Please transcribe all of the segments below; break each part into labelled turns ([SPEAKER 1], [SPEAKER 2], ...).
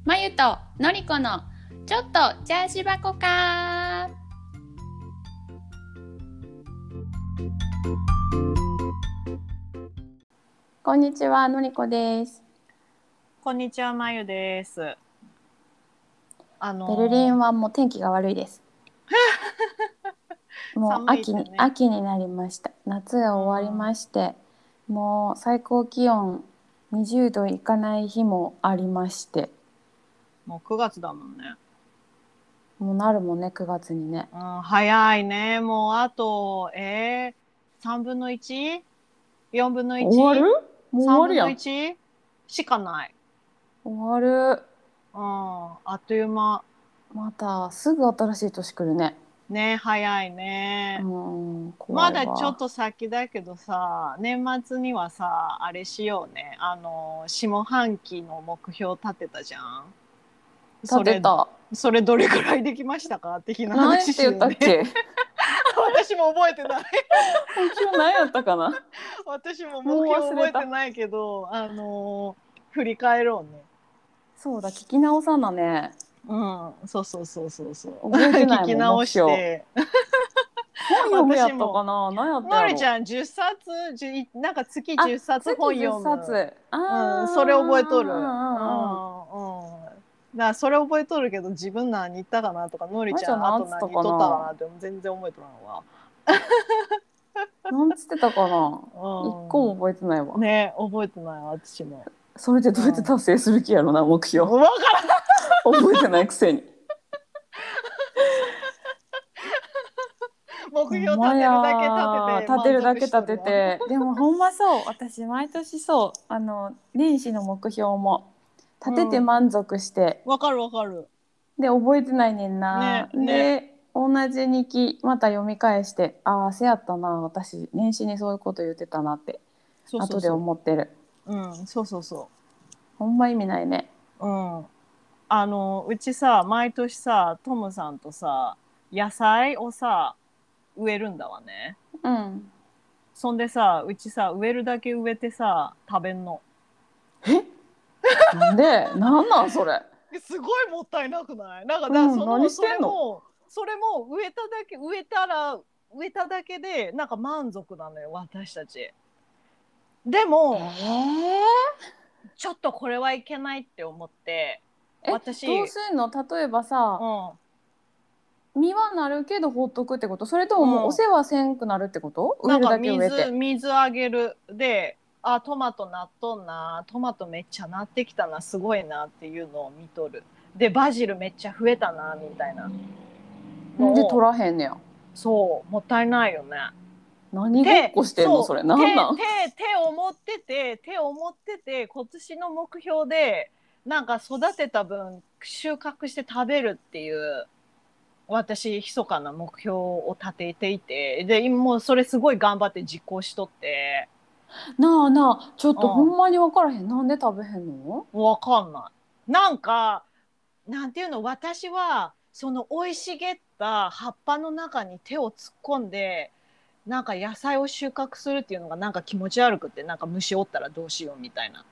[SPEAKER 1] まゆとのりこのちょっとチャージ箱か。こんにちは、のりこです。
[SPEAKER 2] こんにちは、まゆです。
[SPEAKER 1] ベルリンはもう天気が悪いです。もう
[SPEAKER 2] 寒いってね。
[SPEAKER 1] 秋になりました。夏が終わりまして、もう最高気温20度いかない日もありまして。
[SPEAKER 2] もう9月だもんね。
[SPEAKER 1] もうなるもんね、9月にね。
[SPEAKER 2] 早いね。もうあと、3分の 1?4 分の
[SPEAKER 1] 終わ
[SPEAKER 2] 1?3
[SPEAKER 1] る？もう終わる
[SPEAKER 2] 分の
[SPEAKER 1] やん。
[SPEAKER 2] 1? しかない。
[SPEAKER 1] 終わる。
[SPEAKER 2] あっという間。
[SPEAKER 1] またすぐ新しい年来るね。
[SPEAKER 2] ね、早いね。
[SPEAKER 1] 怖
[SPEAKER 2] まだちょっ
[SPEAKER 1] いわ。
[SPEAKER 2] と先だけどさ、年末にはさ、あれしようね。下半期の目標立てたじゃん。
[SPEAKER 1] 立てた。
[SPEAKER 2] それどれくらいできましたか的な
[SPEAKER 1] 何て言
[SPEAKER 2] 話しようね。
[SPEAKER 1] ったっけ？
[SPEAKER 2] 私も覚えてない。
[SPEAKER 1] 目標何やったかな？
[SPEAKER 2] 私も
[SPEAKER 1] もう
[SPEAKER 2] 目標
[SPEAKER 1] 忘れた。
[SPEAKER 2] 覚えてないけど、振り返ろうね。
[SPEAKER 1] そうだ、聞き直さなね。
[SPEAKER 2] そうそうそうそうそう。
[SPEAKER 1] 覚えてないもん、
[SPEAKER 2] 聞き直
[SPEAKER 1] 目標。
[SPEAKER 2] して。
[SPEAKER 1] 本読むやった
[SPEAKER 2] 私も、
[SPEAKER 1] かな？何やったやろ？
[SPEAKER 2] のりちゃん10冊、なんか月
[SPEAKER 1] あ、
[SPEAKER 2] 10冊本
[SPEAKER 1] 月10
[SPEAKER 2] 読む。
[SPEAKER 1] 冊。
[SPEAKER 2] それ覚えとる。
[SPEAKER 1] あ
[SPEAKER 2] だからそれ覚えとるけど自分何言ったかなとか、のり
[SPEAKER 1] あ。あいちゃん
[SPEAKER 2] ちゃんあと
[SPEAKER 1] 何つったか
[SPEAKER 2] 何言っとったかな
[SPEAKER 1] な？
[SPEAKER 2] って全然覚えとらんわ。
[SPEAKER 1] 何つってたかな？一個も覚えてないわ。
[SPEAKER 2] ね、覚えてない私も。
[SPEAKER 1] それでどうやって達成する気やろな、目標。
[SPEAKER 2] わからん。
[SPEAKER 1] 覚えてないくせに。
[SPEAKER 2] 目標
[SPEAKER 1] ほんまや
[SPEAKER 2] 立てるだけ立て
[SPEAKER 1] ー。
[SPEAKER 2] て
[SPEAKER 1] 立てるだ
[SPEAKER 2] 満足
[SPEAKER 1] け立
[SPEAKER 2] しとるわ。
[SPEAKER 1] てて。でもほんまそう。私毎年そう。年始の目標も立てて満足して。
[SPEAKER 2] わかるわかる。
[SPEAKER 1] で、覚えてないねんな。
[SPEAKER 2] ねね。
[SPEAKER 1] で、同じ日記また読み返して、ああ、せやったな。私、年始にそういうこと言ってたなって、後で
[SPEAKER 2] そうそうそ
[SPEAKER 1] 思ってる。
[SPEAKER 2] う。そうそうそ
[SPEAKER 1] ほんま意味ないね。
[SPEAKER 2] う。うちさ、毎年さ、トムさんとさ、野菜をさ、植えるんだわね。
[SPEAKER 1] うん。
[SPEAKER 2] そんでさ、うちさ、植えるだけ植えてさ、食べんの。
[SPEAKER 1] なんでなんなんそれ。
[SPEAKER 2] すごいもったいなくない？なんか、
[SPEAKER 1] うん、何してんの？
[SPEAKER 2] それも植えただけで、なんか満足なのよ、私たち。でも、ちょっとこれはいけないって思って、
[SPEAKER 1] どう
[SPEAKER 2] 私、
[SPEAKER 1] すんの？例えばさ、
[SPEAKER 2] うん、
[SPEAKER 1] 実はなるけど放っとくってこと？それとももうお
[SPEAKER 2] うん。
[SPEAKER 1] 世話せんくなるってこと？植
[SPEAKER 2] なんか
[SPEAKER 1] えるだけ植えて。
[SPEAKER 2] 水あげる。で、あ、トマトなっとんな。トマトめっちゃなってきたな。すごいなっていうのを見とる。で、バジルめっちゃ増えたな、みたいなの
[SPEAKER 1] んで取
[SPEAKER 2] を、
[SPEAKER 1] らへんねや。
[SPEAKER 2] そう、もったいないよね。
[SPEAKER 1] 何ごっこしてんのそれ？なんなん？
[SPEAKER 2] 手を持ってて、今年の目標で、なんか育てた分、収穫して食べるっていう、私、密かな目標を立てていて、で、今もうそれすごい頑張って実行しとって、
[SPEAKER 1] なあなあ、ちょっとほ
[SPEAKER 2] う
[SPEAKER 1] んまに分からへん。なんで食べへんの？
[SPEAKER 2] わかんない。なんか、なんていうの、私は、その生い茂った葉っぱの中に手を突っ込んで、なんか野菜を収穫するっていうのがなんか気持ち悪くて、なんか虫おったらどうしようみたいな。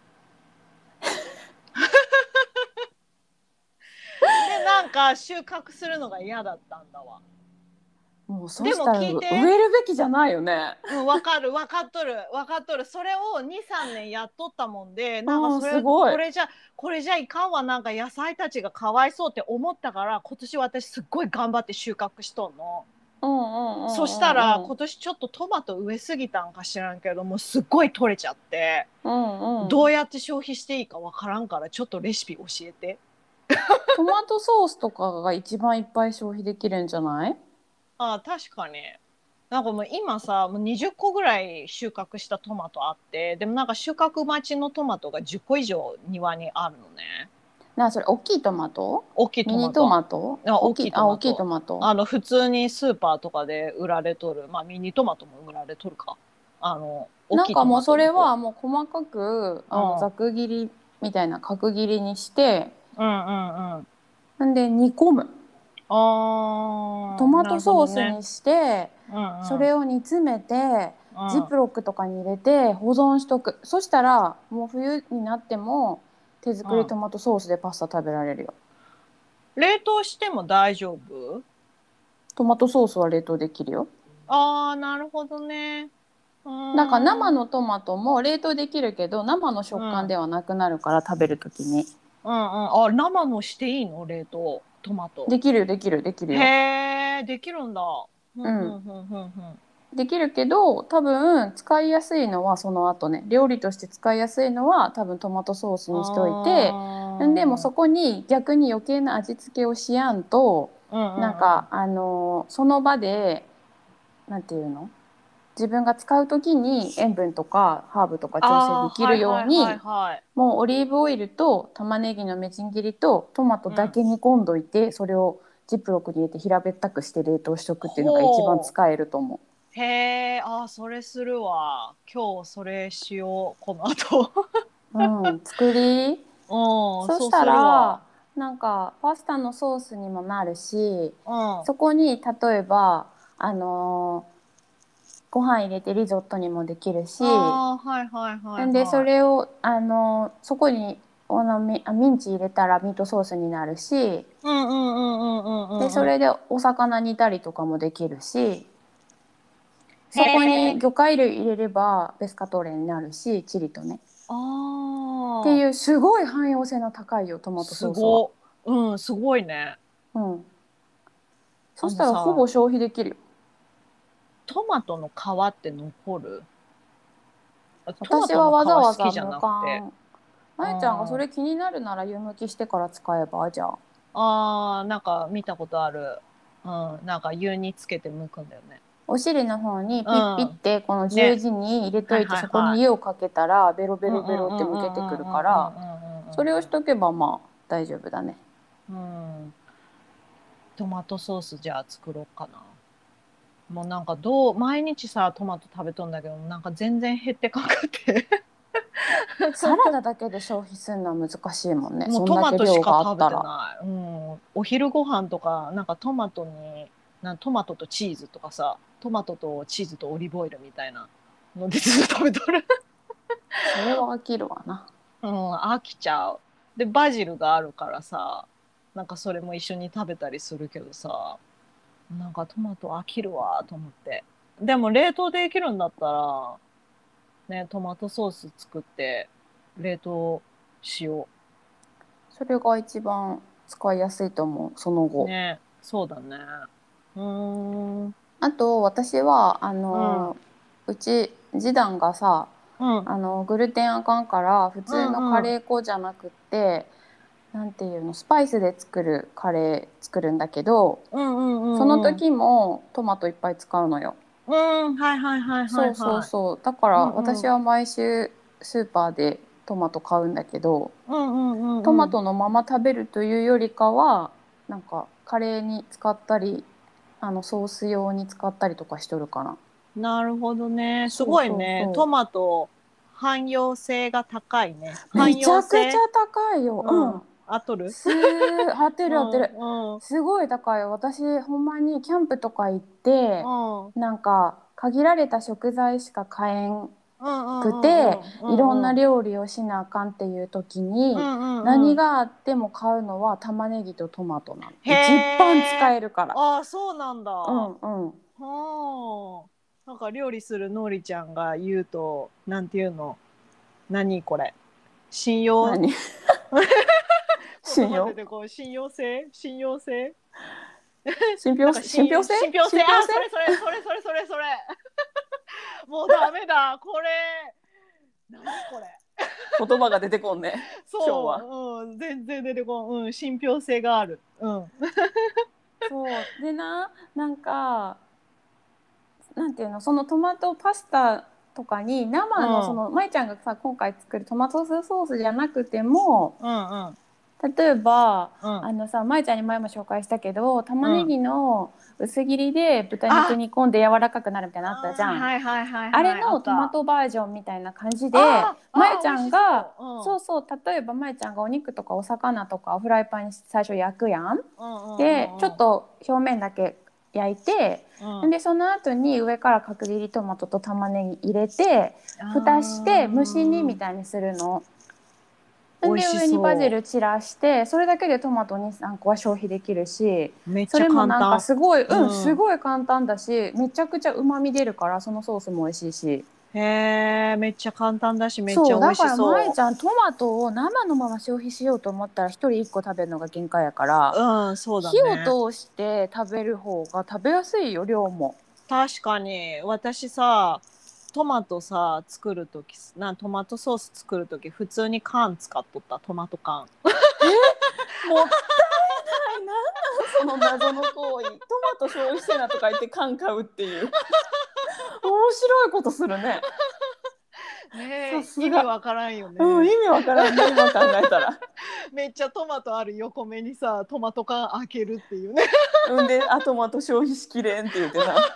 [SPEAKER 2] で、なんか収穫するのが嫌だったんだわ。
[SPEAKER 1] もうそ
[SPEAKER 2] でも
[SPEAKER 1] したら植
[SPEAKER 2] 聞いて、
[SPEAKER 1] えるべきじゃないよね。
[SPEAKER 2] わかる、わかっとる、わかっとる。それを2、3年やっとったもんで、なんか
[SPEAKER 1] うん、
[SPEAKER 2] それ、
[SPEAKER 1] すごい。
[SPEAKER 2] これじゃいかんわ、なんか野菜たちがかわいそうって思ったから、今年私すっごい頑張って収穫しとんの。
[SPEAKER 1] うんうんう
[SPEAKER 2] そしたら
[SPEAKER 1] んうん
[SPEAKER 2] 今年ちょっとトマト植えすぎたんか知らんけどもすっごい取れちゃって、
[SPEAKER 1] うんうん。
[SPEAKER 2] どうやって消費していいかわからんからちょっとレシピ教えて。
[SPEAKER 1] トマトソースとかが一番いっぱい消費できるんじゃない？
[SPEAKER 2] 確かに。なんかもう今さ、もう20個ぐらい収穫したトマトあって、でもなんか収穫待ちのトマトが10個以上庭にあるのね。
[SPEAKER 1] それ大きいトマト？
[SPEAKER 2] 大きい
[SPEAKER 1] ミニト
[SPEAKER 2] トマト。
[SPEAKER 1] マト？
[SPEAKER 2] 大きいト
[SPEAKER 1] 大きいト
[SPEAKER 2] マト。
[SPEAKER 1] マト。
[SPEAKER 2] 普通にスーパーとかで売られとる。まあミニトマトも売られとるか。大きいト
[SPEAKER 1] なんかもう
[SPEAKER 2] マトの方。
[SPEAKER 1] それはもう細かく
[SPEAKER 2] うん。
[SPEAKER 1] ざく切りみたいな角切りにして、
[SPEAKER 2] うんうんうん。
[SPEAKER 1] んで煮込む。トマ
[SPEAKER 2] なるほ
[SPEAKER 1] トソース
[SPEAKER 2] どね。
[SPEAKER 1] にして、そ
[SPEAKER 2] うんうん。
[SPEAKER 1] れを煮詰めて
[SPEAKER 2] うん。
[SPEAKER 1] ジップロックとかに入れて保存しとく。そしたらもう冬になっても手作りトマトソースでパスタ食べられるよ。
[SPEAKER 2] 冷凍しても大丈夫？
[SPEAKER 1] トマトソースは冷凍できるよ。
[SPEAKER 2] ああ、なるほどね。
[SPEAKER 1] なんか生
[SPEAKER 2] ん。
[SPEAKER 1] のトマトも冷凍できるけど生の食感ではなくなるから食べるときに。
[SPEAKER 2] うんうん。あ、生のしていいの？冷凍トマト。
[SPEAKER 1] できるできるできるよ。
[SPEAKER 2] へえ、できるんだ。ふ
[SPEAKER 1] うん。
[SPEAKER 2] んふんふんふんふん。
[SPEAKER 1] できるけど多分使いやすいのはその後ね、料理として使いやすいのは多分トマトソースにしといて、でもそ
[SPEAKER 2] あ
[SPEAKER 1] こに逆に余計な味付けをしやんと、
[SPEAKER 2] あ。うん
[SPEAKER 1] なん
[SPEAKER 2] うんうん。
[SPEAKER 1] かその場でなんていうの、自分が使う時に塩分とかハーブとか調整
[SPEAKER 2] ああ、
[SPEAKER 1] できる
[SPEAKER 2] はいはいはい
[SPEAKER 1] ように、
[SPEAKER 2] はい。
[SPEAKER 1] もうオリーブオイルと玉ねぎのみじん切りとトマト
[SPEAKER 2] うん。
[SPEAKER 1] だけ煮込んどいて、それをジップロックに入れて平べったくして冷凍しとくっていうのが一番
[SPEAKER 2] ほう。
[SPEAKER 1] 使えると思
[SPEAKER 2] へえ、ああ、それするわ。今日それしよう、この後。
[SPEAKER 1] う。うん、作り。
[SPEAKER 2] うん、そう
[SPEAKER 1] そした
[SPEAKER 2] するわ。
[SPEAKER 1] らなんかパスタのソースにもなるし、
[SPEAKER 2] うん。あ
[SPEAKER 1] そこに例えばご飯入れてリゾットにもできるし、
[SPEAKER 2] あ、はいはいはい
[SPEAKER 1] でそ
[SPEAKER 2] はい。
[SPEAKER 1] れをそこにミンチ入れたらミートソースになるし、
[SPEAKER 2] うんうんうんうんうん
[SPEAKER 1] で
[SPEAKER 2] うんうん。
[SPEAKER 1] それでお魚煮たりとかもできるし、
[SPEAKER 2] へ
[SPEAKER 1] そこに
[SPEAKER 2] え。
[SPEAKER 1] 魚介類入れればペスカトーレになるし、チリとね。って
[SPEAKER 2] ああ、
[SPEAKER 1] いうすごい汎用性の高いよトマトソースは。
[SPEAKER 2] すご。うん、すごいね。
[SPEAKER 1] うん。そ
[SPEAKER 2] あ
[SPEAKER 1] したらほぼ
[SPEAKER 2] のさ、
[SPEAKER 1] 消費できるよ。
[SPEAKER 2] トマトの皮って残る？トマ
[SPEAKER 1] 私は
[SPEAKER 2] トの皮
[SPEAKER 1] わざわざ
[SPEAKER 2] 好きじゃ
[SPEAKER 1] 無
[SPEAKER 2] なくて。
[SPEAKER 1] 感。まゆちゃんがそ
[SPEAKER 2] あ
[SPEAKER 1] れ気になるなら湯むきしてから使えば、じゃあ。
[SPEAKER 2] あー、なんか見たことある。うん、なんか湯につけて剥くんだよね。
[SPEAKER 1] お尻の方に
[SPEAKER 2] う
[SPEAKER 1] ピッピッ
[SPEAKER 2] ん。
[SPEAKER 1] てこの十
[SPEAKER 2] ね。
[SPEAKER 1] 字に入れと
[SPEAKER 2] はい
[SPEAKER 1] いて、そこ
[SPEAKER 2] はいはい。
[SPEAKER 1] に湯をかけたらベロベ
[SPEAKER 2] うん
[SPEAKER 1] ロベロって
[SPEAKER 2] うんうんう
[SPEAKER 1] むけてくるか
[SPEAKER 2] んうん
[SPEAKER 1] ら、
[SPEAKER 2] うん
[SPEAKER 1] それをしと
[SPEAKER 2] うん
[SPEAKER 1] けばまあ大丈夫だね。
[SPEAKER 2] うんうんうん。うん。トマトソースじゃあ作ろうかな。もうなんか毎日さ、トマト食べとんだけど、なんか全然減ってかんかって。
[SPEAKER 1] サラダだけで消費するのは難しいもんね、
[SPEAKER 2] もう
[SPEAKER 1] そんだ
[SPEAKER 2] トマトし
[SPEAKER 1] け量があ
[SPEAKER 2] か食べ
[SPEAKER 1] ったら。
[SPEAKER 2] てない。うん。お昼ご飯とか、なんかトマトとチーズとかさ、トマトとチーズとオリーブオイルみたいなのでずっと食べとる。
[SPEAKER 1] それは飽きるわな。
[SPEAKER 2] うん、飽きちゃう。で、バジルがあるからさ、なんかそれも一緒に食べたりするけどさ、なんかトマト飽きるわと思って。でも冷凍できるんだったら、ね、トマトソース作って冷凍しよ
[SPEAKER 1] それが一番使いやすいと思う、その
[SPEAKER 2] う。
[SPEAKER 1] 後。
[SPEAKER 2] ね、そうだね。うーん、うん、
[SPEAKER 1] あと私は
[SPEAKER 2] うん、
[SPEAKER 1] うち次男がさ、
[SPEAKER 2] うん、
[SPEAKER 1] グルテンあかんから普
[SPEAKER 2] う
[SPEAKER 1] 通のカ
[SPEAKER 2] ん、うん、
[SPEAKER 1] レー粉じゃなくって、なんていうの、スパイスで作るカレー作るんだけど、
[SPEAKER 2] うん、
[SPEAKER 1] その
[SPEAKER 2] うん、うん、
[SPEAKER 1] 時もトマトいっぱい使うのよ。
[SPEAKER 2] うん、はいはいはいはい
[SPEAKER 1] そうそう
[SPEAKER 2] はい。
[SPEAKER 1] そう。だから
[SPEAKER 2] うん、うん、
[SPEAKER 1] 私は毎週スーパーでトマト買うんだけど、
[SPEAKER 2] うん、うん、
[SPEAKER 1] トマ
[SPEAKER 2] うん。
[SPEAKER 1] トのまま食べるというよりかは、なんかカレーに使ったり、ソース用に使ったりとかしとるかな。
[SPEAKER 2] なるほどね。す
[SPEAKER 1] そう
[SPEAKER 2] ごいね。ト
[SPEAKER 1] そうそ
[SPEAKER 2] マト、汎用性が高いね。
[SPEAKER 1] う。め
[SPEAKER 2] 汎
[SPEAKER 1] ちゃくちゃ
[SPEAKER 2] 用性。
[SPEAKER 1] 高いよ。
[SPEAKER 2] うん。
[SPEAKER 1] うん。
[SPEAKER 2] あとる。
[SPEAKER 1] 合って
[SPEAKER 2] う
[SPEAKER 1] る合ってる。
[SPEAKER 2] ん、うん、
[SPEAKER 1] すごい高い。私、ほんまにキャンプとか行って、
[SPEAKER 2] うん、うん、
[SPEAKER 1] なんか、限られた食材しか買えん
[SPEAKER 2] うん、う
[SPEAKER 1] くて、
[SPEAKER 2] ん、う
[SPEAKER 1] いろんな
[SPEAKER 2] ん、うん、
[SPEAKER 1] 料理をしなあかんっていう時に、
[SPEAKER 2] うん、うん、うん。
[SPEAKER 1] 何があっても買うのは玉ねぎとトマトなの。
[SPEAKER 2] へ
[SPEAKER 1] 一番使
[SPEAKER 2] え。
[SPEAKER 1] えるから。
[SPEAKER 2] ああ、そうなんだ。
[SPEAKER 1] うんうん。
[SPEAKER 2] はあ。なんか料理するのりちゃんが言うと、なんていうの？何これ？信用、
[SPEAKER 1] 何？
[SPEAKER 2] 言
[SPEAKER 1] 信用？
[SPEAKER 2] 葉出てこう。信用性。なんか
[SPEAKER 1] 信憑性？
[SPEAKER 2] 信憑性。あ、
[SPEAKER 1] 信憑性？
[SPEAKER 2] それ。もうダメだ。これ。何これ。
[SPEAKER 1] 言葉が出てこんね。今日は。
[SPEAKER 2] そう、うん、全然出てこん。うん、信憑性がある。うん。
[SPEAKER 1] そう。でな、なんか、なんていうの、そのトマトパスタとかに
[SPEAKER 2] うん。
[SPEAKER 1] 生のそ
[SPEAKER 2] うん
[SPEAKER 1] の舞ちゃんがさ今回作るトマトソースじゃなくても、
[SPEAKER 2] うん。
[SPEAKER 1] 例えば
[SPEAKER 2] うん。
[SPEAKER 1] 舞ちゃんに前も紹介したけど玉ね
[SPEAKER 2] うん。
[SPEAKER 1] ぎの薄切りで豚肉
[SPEAKER 2] あ
[SPEAKER 1] 煮込んで柔らかくなるみたいなのあったじ
[SPEAKER 2] あー、
[SPEAKER 1] ゃん。
[SPEAKER 2] はいはいはい
[SPEAKER 1] あれ
[SPEAKER 2] はい。あ
[SPEAKER 1] のトマ
[SPEAKER 2] った。
[SPEAKER 1] トバージョンみたいな感じで、
[SPEAKER 2] ああ、
[SPEAKER 1] まゆちゃ
[SPEAKER 2] ああ、美味し
[SPEAKER 1] んが、
[SPEAKER 2] そう。
[SPEAKER 1] そうそう、例えばまゆちゃんがお肉とかお魚とかをフライパンに最初焼くやん。
[SPEAKER 2] うん。うん
[SPEAKER 1] でちょっ
[SPEAKER 2] うん
[SPEAKER 1] と表面だけ焼いて、
[SPEAKER 2] うんうん。
[SPEAKER 1] でその後に上から角切りトマトと玉ねぎ入れて蓋して蒸し煮み
[SPEAKER 2] あ
[SPEAKER 1] たいにするの。
[SPEAKER 2] 美味し
[SPEAKER 1] で上にバジ
[SPEAKER 2] そ
[SPEAKER 1] ル散らしてそれだけでトマト2、3個は消費できるし、
[SPEAKER 2] う。めっちゃ
[SPEAKER 1] それもなんか
[SPEAKER 2] 簡単。
[SPEAKER 1] すごい、す
[SPEAKER 2] うん。
[SPEAKER 1] ごい簡単だしめちゃくちゃうまみ出るからそのソースも美味しいし。
[SPEAKER 2] へえ、めっちゃ簡単だし、めっちゃ美味し
[SPEAKER 1] そうだからまえ
[SPEAKER 2] そ
[SPEAKER 1] ちゃんトマトを生のまま消費しようと思ったら一人1個食べるのが限界やから
[SPEAKER 2] う。うん、そうだ
[SPEAKER 1] 火を
[SPEAKER 2] ね。
[SPEAKER 1] 通して食べる方が食べやすいよ量も。
[SPEAKER 2] 確かに、私さ、トマトさ、作るとき、トマトソース作るとき、普通に缶使っとった、トマト缶。
[SPEAKER 1] もったいない。なんなんその謎の行為。トマト消費してなとか言って缶買うっていう面白いことするね。さ
[SPEAKER 2] ねえ、意味
[SPEAKER 1] すが。
[SPEAKER 2] わからんよ
[SPEAKER 1] うん、
[SPEAKER 2] ね。
[SPEAKER 1] 意味わからんね今考えたら。
[SPEAKER 2] めっちゃトマトある横目にさ、トマト缶開けるっていうね。
[SPEAKER 1] うんでトマト消費しきれんって言ってな。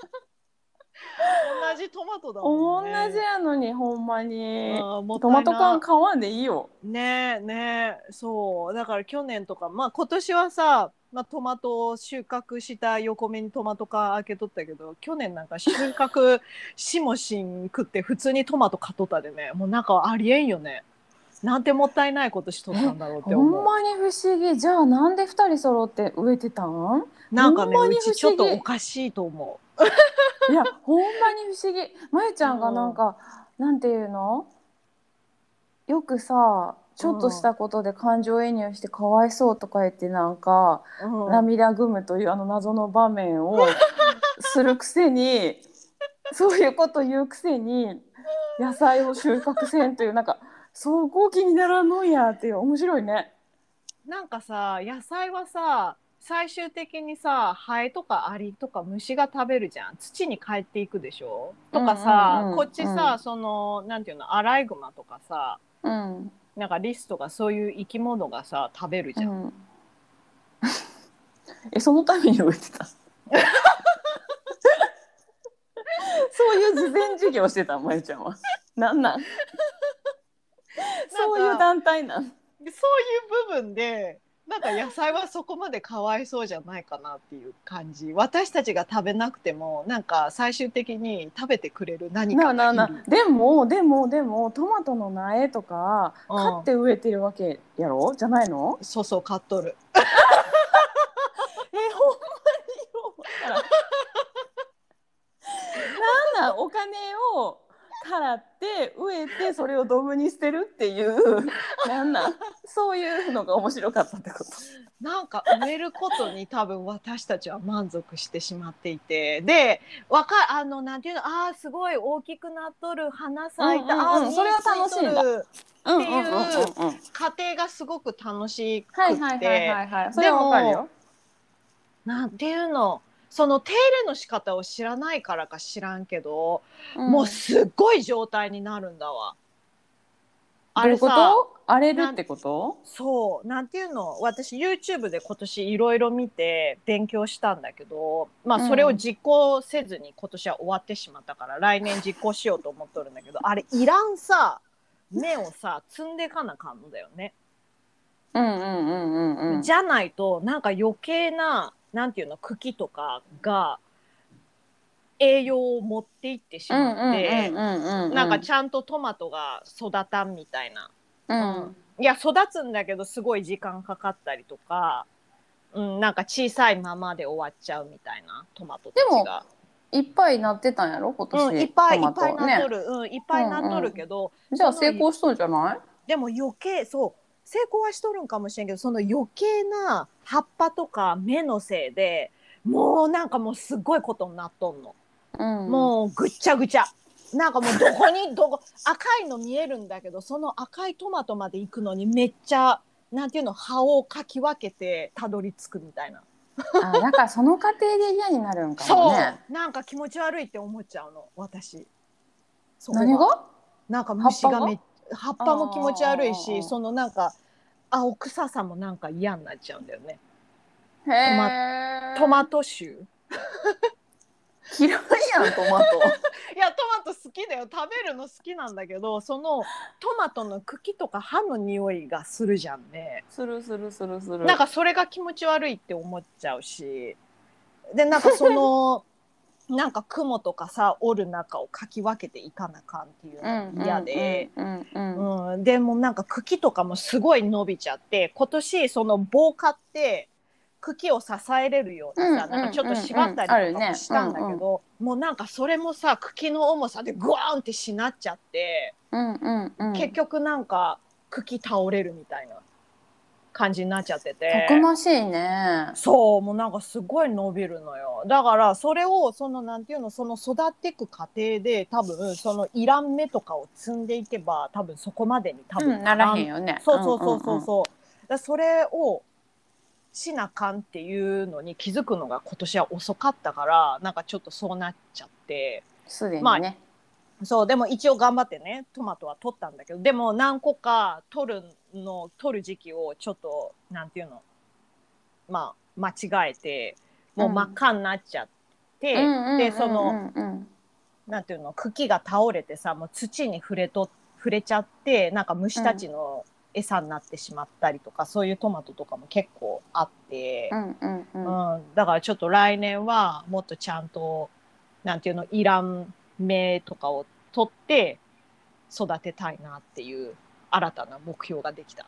[SPEAKER 2] 同じトマトだもん
[SPEAKER 1] 同じ
[SPEAKER 2] ね。
[SPEAKER 1] やのにほんまに
[SPEAKER 2] あー、もっ
[SPEAKER 1] トマト缶
[SPEAKER 2] たいな。
[SPEAKER 1] 買わんでいいよ。
[SPEAKER 2] ねえねえ、そうだから去年とか、まあ今年はさ、まあ、トマトを収穫した横目にトマト缶開けとったけど、去年なんか収穫しもしんくって普通にトマト買っとったでね、もうなんかありえんよね。なんてもったいないことしとったんだろうって
[SPEAKER 1] ほん
[SPEAKER 2] 思
[SPEAKER 1] まに不思議。じゃあなんで2人揃って植えてたん？ほん
[SPEAKER 2] う。なんかね、う
[SPEAKER 1] まに不
[SPEAKER 2] ちちょっとお
[SPEAKER 1] 思議。
[SPEAKER 2] かしいと思
[SPEAKER 1] いやほんまに不思議。まゆち
[SPEAKER 2] う。
[SPEAKER 1] ゃんがなんかなんていうのよくさちょっとし
[SPEAKER 2] うん、
[SPEAKER 1] たことで感情移入してかわいそうとか言ってなんか
[SPEAKER 2] うん、うん。
[SPEAKER 1] 涙ぐむというあの謎の場面をするくせにそういうこと言うくせに野菜を収穫せんというなんかそこ気にならんのやっていう面白いね。
[SPEAKER 2] なんかさ、野菜はさ、最終的にさ、ハエとかアリとか虫が食べるじゃん。土に帰っていくでしょとか
[SPEAKER 1] うんうん
[SPEAKER 2] さ、こっちさ、
[SPEAKER 1] うん
[SPEAKER 2] その、なんていうの、アライグマとかさ、
[SPEAKER 1] うん
[SPEAKER 2] なんかリスとかそういう生き物がさ、食べるじゃん。
[SPEAKER 1] うん。そのために植えてた。そういう事前授業してたまゆちゃんは。なんなん？そういう
[SPEAKER 2] なんか、
[SPEAKER 1] 団体なん？
[SPEAKER 2] そういう部分で、なんか野菜はそこまでかわいそうじゃないかなっていう感じ。私たちが食べなくても、なんか最終的に食べてくれる何
[SPEAKER 1] な
[SPEAKER 2] か
[SPEAKER 1] あなあなあ。
[SPEAKER 2] がいる。
[SPEAKER 1] でもトマトの苗とか買っ
[SPEAKER 2] うん。
[SPEAKER 1] て植えてるわけやろじゃないの？
[SPEAKER 2] そうそう、買っとる。
[SPEAKER 1] ほんまによ。だからなんお金を払って植えてそれをドブに捨てるっていうなんそういうのが面白かったってこと？
[SPEAKER 2] なんか植えることに多分私たちは満足してしまっていて、で、なんていうの、ああ、すごい大きくなっとる、花咲いた、ああ、
[SPEAKER 1] それは
[SPEAKER 2] 実つい
[SPEAKER 1] 楽しいんだ。
[SPEAKER 2] とるっていう過程がすごく楽しくっ
[SPEAKER 1] はいはいはい
[SPEAKER 2] て、
[SPEAKER 1] はいはい。それ
[SPEAKER 2] で
[SPEAKER 1] はわかる
[SPEAKER 2] も、
[SPEAKER 1] よ。
[SPEAKER 2] なんていうの、その手入れの仕方を知らないからか知らんけど、もう
[SPEAKER 1] うん。
[SPEAKER 2] すっごい状態になるんだわ。あ
[SPEAKER 1] どういうこ
[SPEAKER 2] れさ、
[SPEAKER 1] と？荒れる
[SPEAKER 2] なん
[SPEAKER 1] ってこと？
[SPEAKER 2] そう、なんていうの、私 YouTube で今年いろいろ見て勉強したんだけど、まあそれを
[SPEAKER 1] うん。
[SPEAKER 2] 実行せずに今年は終わってしまったから来年実行しようと思っとるんだけど、あれいらんさ、根をさ、積んでかなあかんのだよね。じゃないと、なんか余計な、なんていうの、茎とかが栄養を持っていってしまって、なんかちゃんとトマトが育たんみたいな。うん。いや、育つんだけど、すごい時間かかったりとか、うん、なんか小さいままで終わっちゃうみたいな、トマト
[SPEAKER 1] でも
[SPEAKER 2] たちが。
[SPEAKER 1] いっぱいなってたんやろ今
[SPEAKER 2] うん、いっ
[SPEAKER 1] 年トマ
[SPEAKER 2] ぱいいっぱい
[SPEAKER 1] トね。
[SPEAKER 2] なっとる。うん、いっぱいなっとるけど、
[SPEAKER 1] じゃあ
[SPEAKER 2] その、
[SPEAKER 1] 成功しとんじゃない？
[SPEAKER 2] でも余計、そう、成功はしとるんかもしれんけど、その余計な葉っぱとか芽のせいで、もうなんかもうすっごいことになっとんの。もうぐっちゃぐちゃ。なんかもうどこ赤いの見えるんだけど、その赤いトマトまで行くのにめっちゃなんていうの、葉をかき分けてたどり着くみたいな。
[SPEAKER 1] だからその過程で嫌になるんかも
[SPEAKER 2] そ
[SPEAKER 1] ね。
[SPEAKER 2] う、なんか気持ち悪いって思っちゃうの私。そこが
[SPEAKER 1] 何が？
[SPEAKER 2] なんか
[SPEAKER 1] 葉っぱが？
[SPEAKER 2] 葉っぱも気持ち悪いし、
[SPEAKER 1] あ
[SPEAKER 2] そのなんか青臭さもなんか嫌になっちゃうんだよね。
[SPEAKER 1] へ
[SPEAKER 2] トマト
[SPEAKER 1] え。
[SPEAKER 2] マト臭。
[SPEAKER 1] 嫌いやんトマト。
[SPEAKER 2] いやトマト好きだよ、食べるの好きなんだけど、そのトマトの茎とか葉の匂いがするじゃんね。
[SPEAKER 1] するするするする。
[SPEAKER 2] なんかそれが気持ち悪いって思っちゃうし、でなんかそのなんか雲とかさ折る中をかき分けていかなあかんっていうのが嫌で、でもなんか茎とかもすごい伸びちゃって、今年その棒買って茎を支えれるようにさ、なんかちょっと縛ったりとかもしたんだけど、もうなんかそれもさ茎の重さでグワーンってしなっちゃって、結局なんか茎倒れるみたいな感じになっちゃってて、
[SPEAKER 1] たくましいね。
[SPEAKER 2] そう、もうなんかすごい伸びるのよ。だからそれをそのなんていうの、その育っていく過程で多分そのいらん芽とかを積んでいけば多分そこまでに多分
[SPEAKER 1] ならへんよね。
[SPEAKER 2] そうそうそうそうそう。だそれをしなかんっていうのに気づくのが今年は遅かったから、なんかちょっとそうなっちゃって、
[SPEAKER 1] すでにね。
[SPEAKER 2] そうでも一応頑張ってねトマトは取ったんだけど、でも何個か取る時期をちょっとなんていうの、まあ間違えてもう真っ赤になっちゃって、でそのなんていうの、茎が倒れてさ、もう土に触れちゃって、なんか虫たちの餌になってしまったりとか、そういうトマトとかも結構あって、だからちょっと来年はもっとちゃんとなんていうの、いらん芽とかを取って育てたいなっていう新たな目標ができた。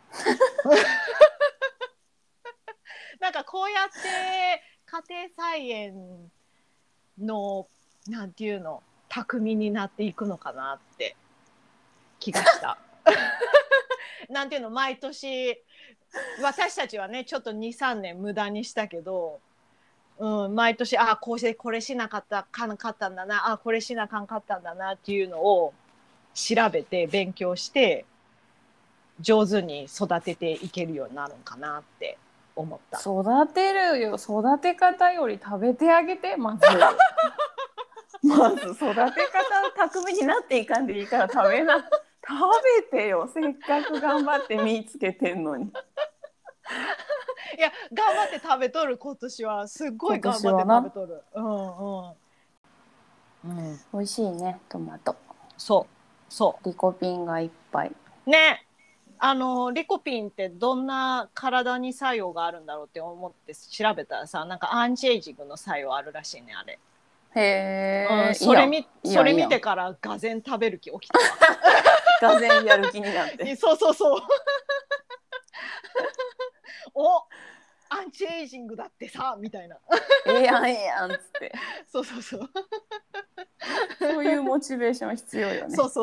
[SPEAKER 2] なんかこうやって家庭菜園のなんていうの、巧みになっていくのかなって気がした。なんていうの、毎年私たちはねちょっと 2,3 年無駄にしたけど、毎年こうしてこれしなかったかんかったんだな、これしなあかんかったんだなっていうのを調べて勉強して上手に育てていけるようになるんかなって思った。
[SPEAKER 1] 育てるよ、育て方より食べてあげて、まずまず育て方巧みになっていかんでいいから食べてよ、せっかく頑張って見つけてんのに。
[SPEAKER 2] いや頑張って食べとる、今年はすっごい頑張って食べとる。
[SPEAKER 1] 美味しいねトマト。
[SPEAKER 2] そう
[SPEAKER 1] リコピンがいっぱい
[SPEAKER 2] ね。リコピンってどんな体に作用があるんだろうって思って調べたらさ、なんかアンチエイジングの作用あるらしいねあれ。
[SPEAKER 1] へえ、
[SPEAKER 2] それ見てからがぜん食べる気起きたわ。
[SPEAKER 1] がぜんやる気になって
[SPEAKER 2] そうお、アンチエイジングだってさみたいな。
[SPEAKER 1] ええやんっつって。
[SPEAKER 2] そう
[SPEAKER 1] そういうモチベーション必要よね。
[SPEAKER 2] そう、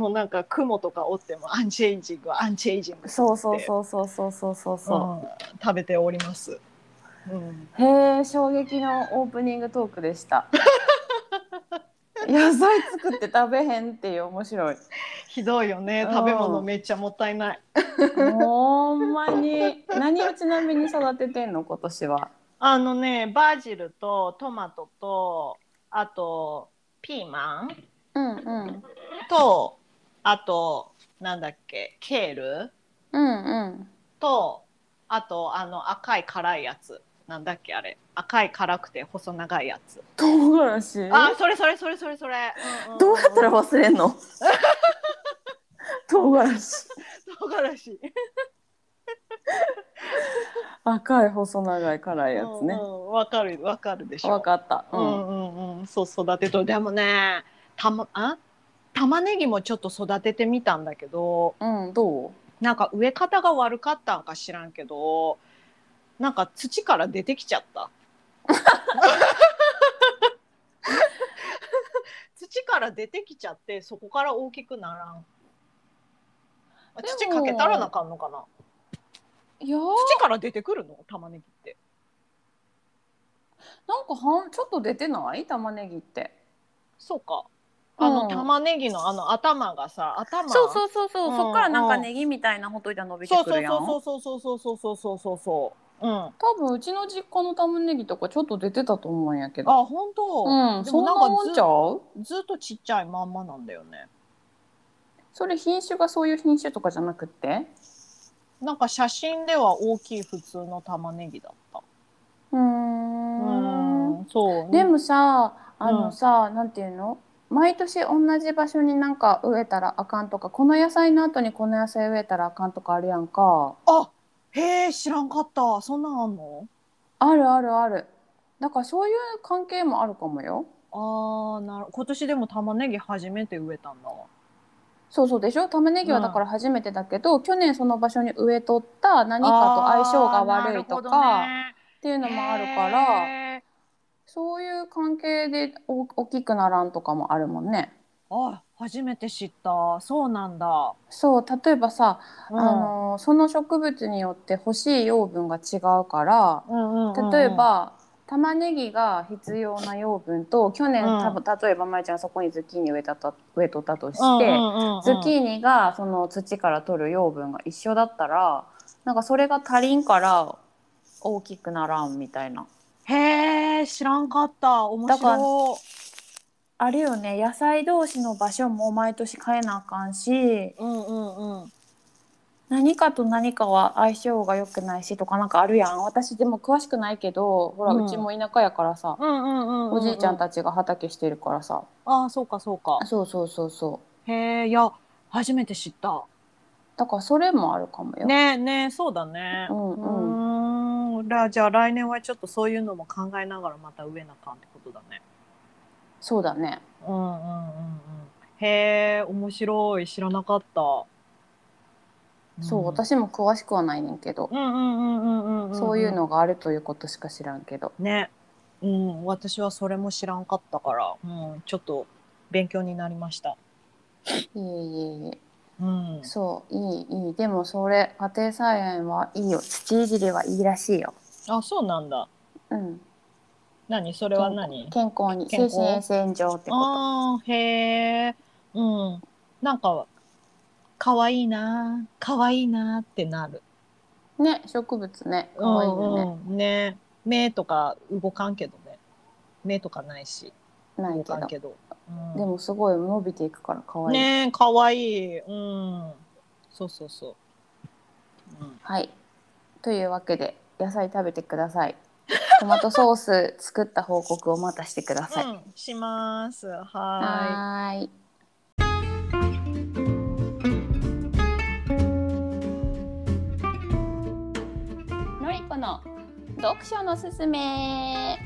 [SPEAKER 2] もうなんか雲とか折ってもアンチエイジング
[SPEAKER 1] そう食
[SPEAKER 2] べております。
[SPEAKER 1] へえ、衝撃のオープニングトークでした。野菜作って食べへんっていう面白い。
[SPEAKER 2] ひどいよね、食べ物めっちゃもったいない。
[SPEAKER 1] ほんまに。何をちなみに育ててんの今年は？
[SPEAKER 2] バジルとトマトとあとピーマン、とあとなんだっけケール、とあと赤い辛いやつ、なんだっけあれ、赤い辛くて細長いやつ。
[SPEAKER 1] 唐辛子？
[SPEAKER 2] それ。
[SPEAKER 1] どうやったら忘れんの？唐辛子。赤い細長い辛いやつね。
[SPEAKER 2] わかるでしょ。
[SPEAKER 1] わかった。
[SPEAKER 2] そう育てと。でもね、玉ねぎもちょっと育ててみたんだけど、
[SPEAKER 1] どう？
[SPEAKER 2] なんか植え方が悪かったんか知らんけど、なんか土から出てきちゃった。土から出てきちゃって、そこから大きくならん。土かけたらなあかんのかな。いや、土から出てくるの玉ねぎって。
[SPEAKER 1] なんかちょっと出てない玉ねぎって。
[SPEAKER 2] そうか。玉ねぎの頭がさ、
[SPEAKER 1] そうそっからなんかネギみたいなほっといたら伸びてくるやん。
[SPEAKER 2] そう。
[SPEAKER 1] 多分うちの実家の玉ねぎとかちょっと出てたと思うんやけど。
[SPEAKER 2] 本当。
[SPEAKER 1] でもなんかもんちゃう？
[SPEAKER 2] ずっとちっちゃいまんまなんだよね。
[SPEAKER 1] それ品種がそういう品種とかじゃなくって？
[SPEAKER 2] なんか写真では大きい普通の玉ねぎだった。そう。
[SPEAKER 1] でもさ、なんていうの？毎年同じ場所になんか植えたらあかんとか、この野菜の後にこの野菜植えたらあかんとかあるやんか。
[SPEAKER 2] へえ、知らんかった。そんなんあんの？
[SPEAKER 1] ある。 だからそういう関係もあるかもよ。
[SPEAKER 2] 今年でも玉ねぎ初めて植えたんだわ。
[SPEAKER 1] そうそうでしょ。玉ねぎはだか
[SPEAKER 2] うん。
[SPEAKER 1] ら初めてだけど、去年その場所に植えとった何かと相性が
[SPEAKER 2] な
[SPEAKER 1] 悪いと
[SPEAKER 2] るほど
[SPEAKER 1] か
[SPEAKER 2] ね。
[SPEAKER 1] っていうの
[SPEAKER 2] へ
[SPEAKER 1] もあるから、
[SPEAKER 2] え。
[SPEAKER 1] そういう関係で大きくならんとかもあるもんね。
[SPEAKER 2] 初めて知った。そうなんだ。
[SPEAKER 1] そう、例えばさ、
[SPEAKER 2] うん。
[SPEAKER 1] その植物によって欲しい養分が違うから、
[SPEAKER 2] うんうん
[SPEAKER 1] 例え
[SPEAKER 2] うんうん。
[SPEAKER 1] ば玉ねぎが必要な養分と、去年多分例えばまいちゃんそこにズッキーニ植えとったと
[SPEAKER 2] うんう
[SPEAKER 1] して、ズッ
[SPEAKER 2] んうんうん。
[SPEAKER 1] キーニがその土から取る養分が一緒だったら、なんかそれが足りんから大きくならんみたいな。
[SPEAKER 2] へえ、知らんかった。面
[SPEAKER 1] だから
[SPEAKER 2] 白
[SPEAKER 1] あれよね、野菜同士の場所も毎年変えなあかんし、
[SPEAKER 2] い。うんうんうん。
[SPEAKER 1] 何かと何かは相性が良くないしとかなんかあるやん。私でも詳しくないけど、ほらうち
[SPEAKER 2] うん
[SPEAKER 1] も田舎やからさ、
[SPEAKER 2] うんうんうん
[SPEAKER 1] おじいちゃん
[SPEAKER 2] うんうん。
[SPEAKER 1] たちが畑してるからさ。
[SPEAKER 2] そうかそうか。
[SPEAKER 1] そうそうそうそう。
[SPEAKER 2] へえ、いや、初めて知った。
[SPEAKER 1] だからそれもあるかもよ。
[SPEAKER 2] ねえねえ、そうだね。
[SPEAKER 1] うんうん。
[SPEAKER 2] じゃあ来年はちょっとそういうのも考えながらまた植えなあかんってことだね。
[SPEAKER 1] そうだね。
[SPEAKER 2] うんうんうんうん。へえ、面白い。知らなかった。う
[SPEAKER 1] そう、
[SPEAKER 2] ん。
[SPEAKER 1] 私も詳しくはないねんけど、
[SPEAKER 2] うんうんうんうんうん
[SPEAKER 1] そういう
[SPEAKER 2] うんうん。
[SPEAKER 1] のがあるということしか知らんけど。
[SPEAKER 2] ね。うん、私はそれも知らんかったから、ちょっと勉強になりました。
[SPEAKER 1] いえいえいえ。
[SPEAKER 2] うん。
[SPEAKER 1] そう、いいいい。でもそれ、家庭菜園はいいよ。土いじりはいいらしいよ。
[SPEAKER 2] そうなんだ。
[SPEAKER 1] うん。
[SPEAKER 2] それは何？
[SPEAKER 1] 健康に、精神衛
[SPEAKER 2] 健康？
[SPEAKER 1] 生上ってこと。
[SPEAKER 2] へえ。うん。なんか、かわいいな、かわいいなってなる。
[SPEAKER 1] ね、植物ね、
[SPEAKER 2] う
[SPEAKER 1] 可愛いよね。
[SPEAKER 2] んうん。ね。目とか動かんけどね。目とかないし、動
[SPEAKER 1] ないけど。
[SPEAKER 2] かんけど。うん。
[SPEAKER 1] でもすごい伸びていくから可愛いよ。
[SPEAKER 2] ねえ、かわいい。うん。そうそうそう。
[SPEAKER 1] はい。というわけで、野菜食べてください。トマトソース作った報告をまたしてください。
[SPEAKER 2] します。はーい。
[SPEAKER 1] はーい。のりこの読書のすすめ。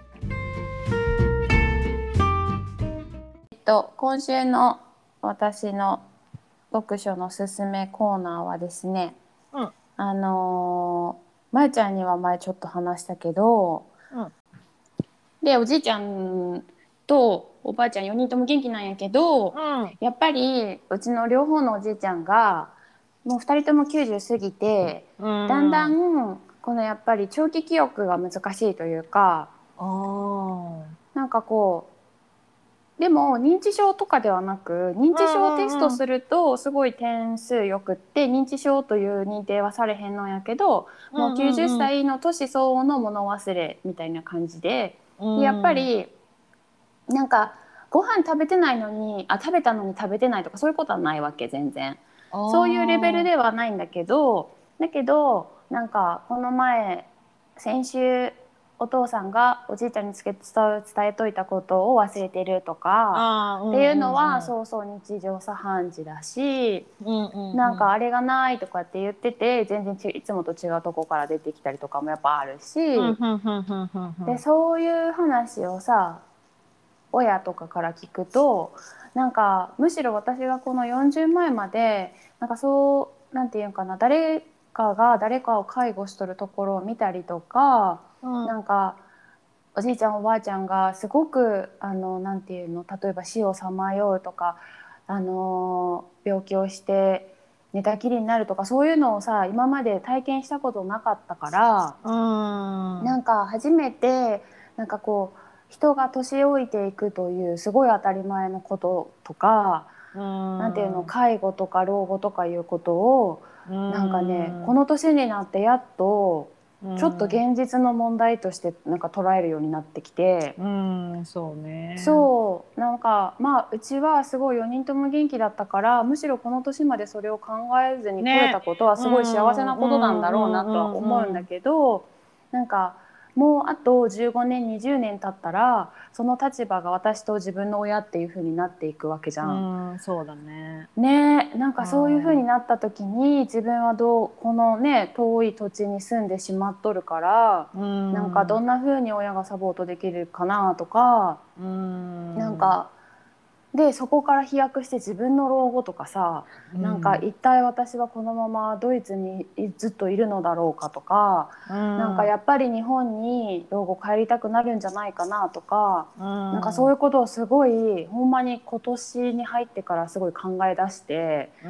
[SPEAKER 1] 今週の私の読書のすすめコーナーはですね、
[SPEAKER 2] うん。
[SPEAKER 1] まゆちゃんには前ちょっと話したけど、
[SPEAKER 2] うん。
[SPEAKER 1] でおじいちゃんとおばあちゃん4人とも元気なんやけど、
[SPEAKER 2] うん。
[SPEAKER 1] やっぱりうちの両方のおじいちゃんがもう2人とも90過ぎて、
[SPEAKER 2] う
[SPEAKER 1] だんだ
[SPEAKER 2] ん。
[SPEAKER 1] んこのやっぱり長期記憶が難しいというか、
[SPEAKER 2] ああ。
[SPEAKER 1] なんかこうでも認知症とかではなく、認
[SPEAKER 2] う
[SPEAKER 1] 知症テスト
[SPEAKER 2] んうんうん。
[SPEAKER 1] するとすごい点数よくって認知症という認定はされへんのやけど、もう
[SPEAKER 2] うん
[SPEAKER 1] 90
[SPEAKER 2] うん
[SPEAKER 1] 歳の年相応の物忘れみたいな感じで、
[SPEAKER 2] う
[SPEAKER 1] でやっぱ
[SPEAKER 2] ん。うん。
[SPEAKER 1] りなんかご飯食べてないのに食べたのに食べてないとかそういうことはないわけ、全然。
[SPEAKER 2] あ
[SPEAKER 1] そういうレベル
[SPEAKER 2] あ。
[SPEAKER 1] ではないんだけど、なんかこの前先週お父さんがおじいちゃんに伝えといたことを忘れてるとか
[SPEAKER 2] ああ、う
[SPEAKER 1] っていう
[SPEAKER 2] ん
[SPEAKER 1] のは
[SPEAKER 2] うんうん。
[SPEAKER 1] そうそう日常茶飯事だし、
[SPEAKER 2] うんうん
[SPEAKER 1] なん
[SPEAKER 2] うん。
[SPEAKER 1] かあれがないとかって言ってて全然いつもと違うとこから出てきたりとかもやっぱある
[SPEAKER 2] うん
[SPEAKER 1] し、
[SPEAKER 2] ふんふんふんふんふ
[SPEAKER 1] で
[SPEAKER 2] ん。
[SPEAKER 1] そういう話をさ親とかから聞くと、なんかむしろ私がこの40前までなんかそうなんていうかな、誰かが誰かを介護しとるところを見たりとか、
[SPEAKER 2] うん。
[SPEAKER 1] なんかおじいちゃんおばあちゃんがすごくなんていうの、例えば死をさまようとか病気をして寝たきりになるとかそういうのをさ今まで体験したことなかったから、
[SPEAKER 2] うん。
[SPEAKER 1] なんか初めてなんかこう人が年老いていくというすごい当たり前のこととか、
[SPEAKER 2] う
[SPEAKER 1] なんていうの、
[SPEAKER 2] ん。
[SPEAKER 1] 介護とか老後とかいうことを
[SPEAKER 2] う
[SPEAKER 1] なんかねこ
[SPEAKER 2] ん。
[SPEAKER 1] の年になってやっと
[SPEAKER 2] う
[SPEAKER 1] ちょっと
[SPEAKER 2] ん。
[SPEAKER 1] 現実の問題としてなんか捉えるようになってきて。
[SPEAKER 2] うん。そうね。
[SPEAKER 1] そうなんかまあうちはすごい4人とも元気だったから、むしろこの年までそれを考えずに来れ
[SPEAKER 2] ね。
[SPEAKER 1] たことは
[SPEAKER 2] う
[SPEAKER 1] すごい幸せ
[SPEAKER 2] ん。う
[SPEAKER 1] なことなんだろうな
[SPEAKER 2] ん。う
[SPEAKER 1] とは思うんだ
[SPEAKER 2] ん。うん。
[SPEAKER 1] けど、なんかもうあと15年20年経ったらその立場が私と自分の親っていう風になっていくわけじゃん。
[SPEAKER 2] そうだね。
[SPEAKER 1] ねえ、なん
[SPEAKER 2] う
[SPEAKER 1] かそういう風に
[SPEAKER 2] ん。
[SPEAKER 1] なった時に自分はこのね遠い土地に住んでしまっとるから、
[SPEAKER 2] うん。
[SPEAKER 1] なんかどんな風に親がサポートできるかなとか、
[SPEAKER 2] うん。
[SPEAKER 1] なんかでそこから飛躍して自分の老後とかさ、なんか
[SPEAKER 2] うん。
[SPEAKER 1] 一体私はこのままドイツにずっといるのだろうかとか、
[SPEAKER 2] うん。
[SPEAKER 1] なんかやっぱり日本に老後帰りたくなるんじゃないかなとか、
[SPEAKER 2] う
[SPEAKER 1] なんかそう
[SPEAKER 2] ん。
[SPEAKER 1] いうことをすごいほんまに今年に入ってからすごい考え出して、
[SPEAKER 2] うん。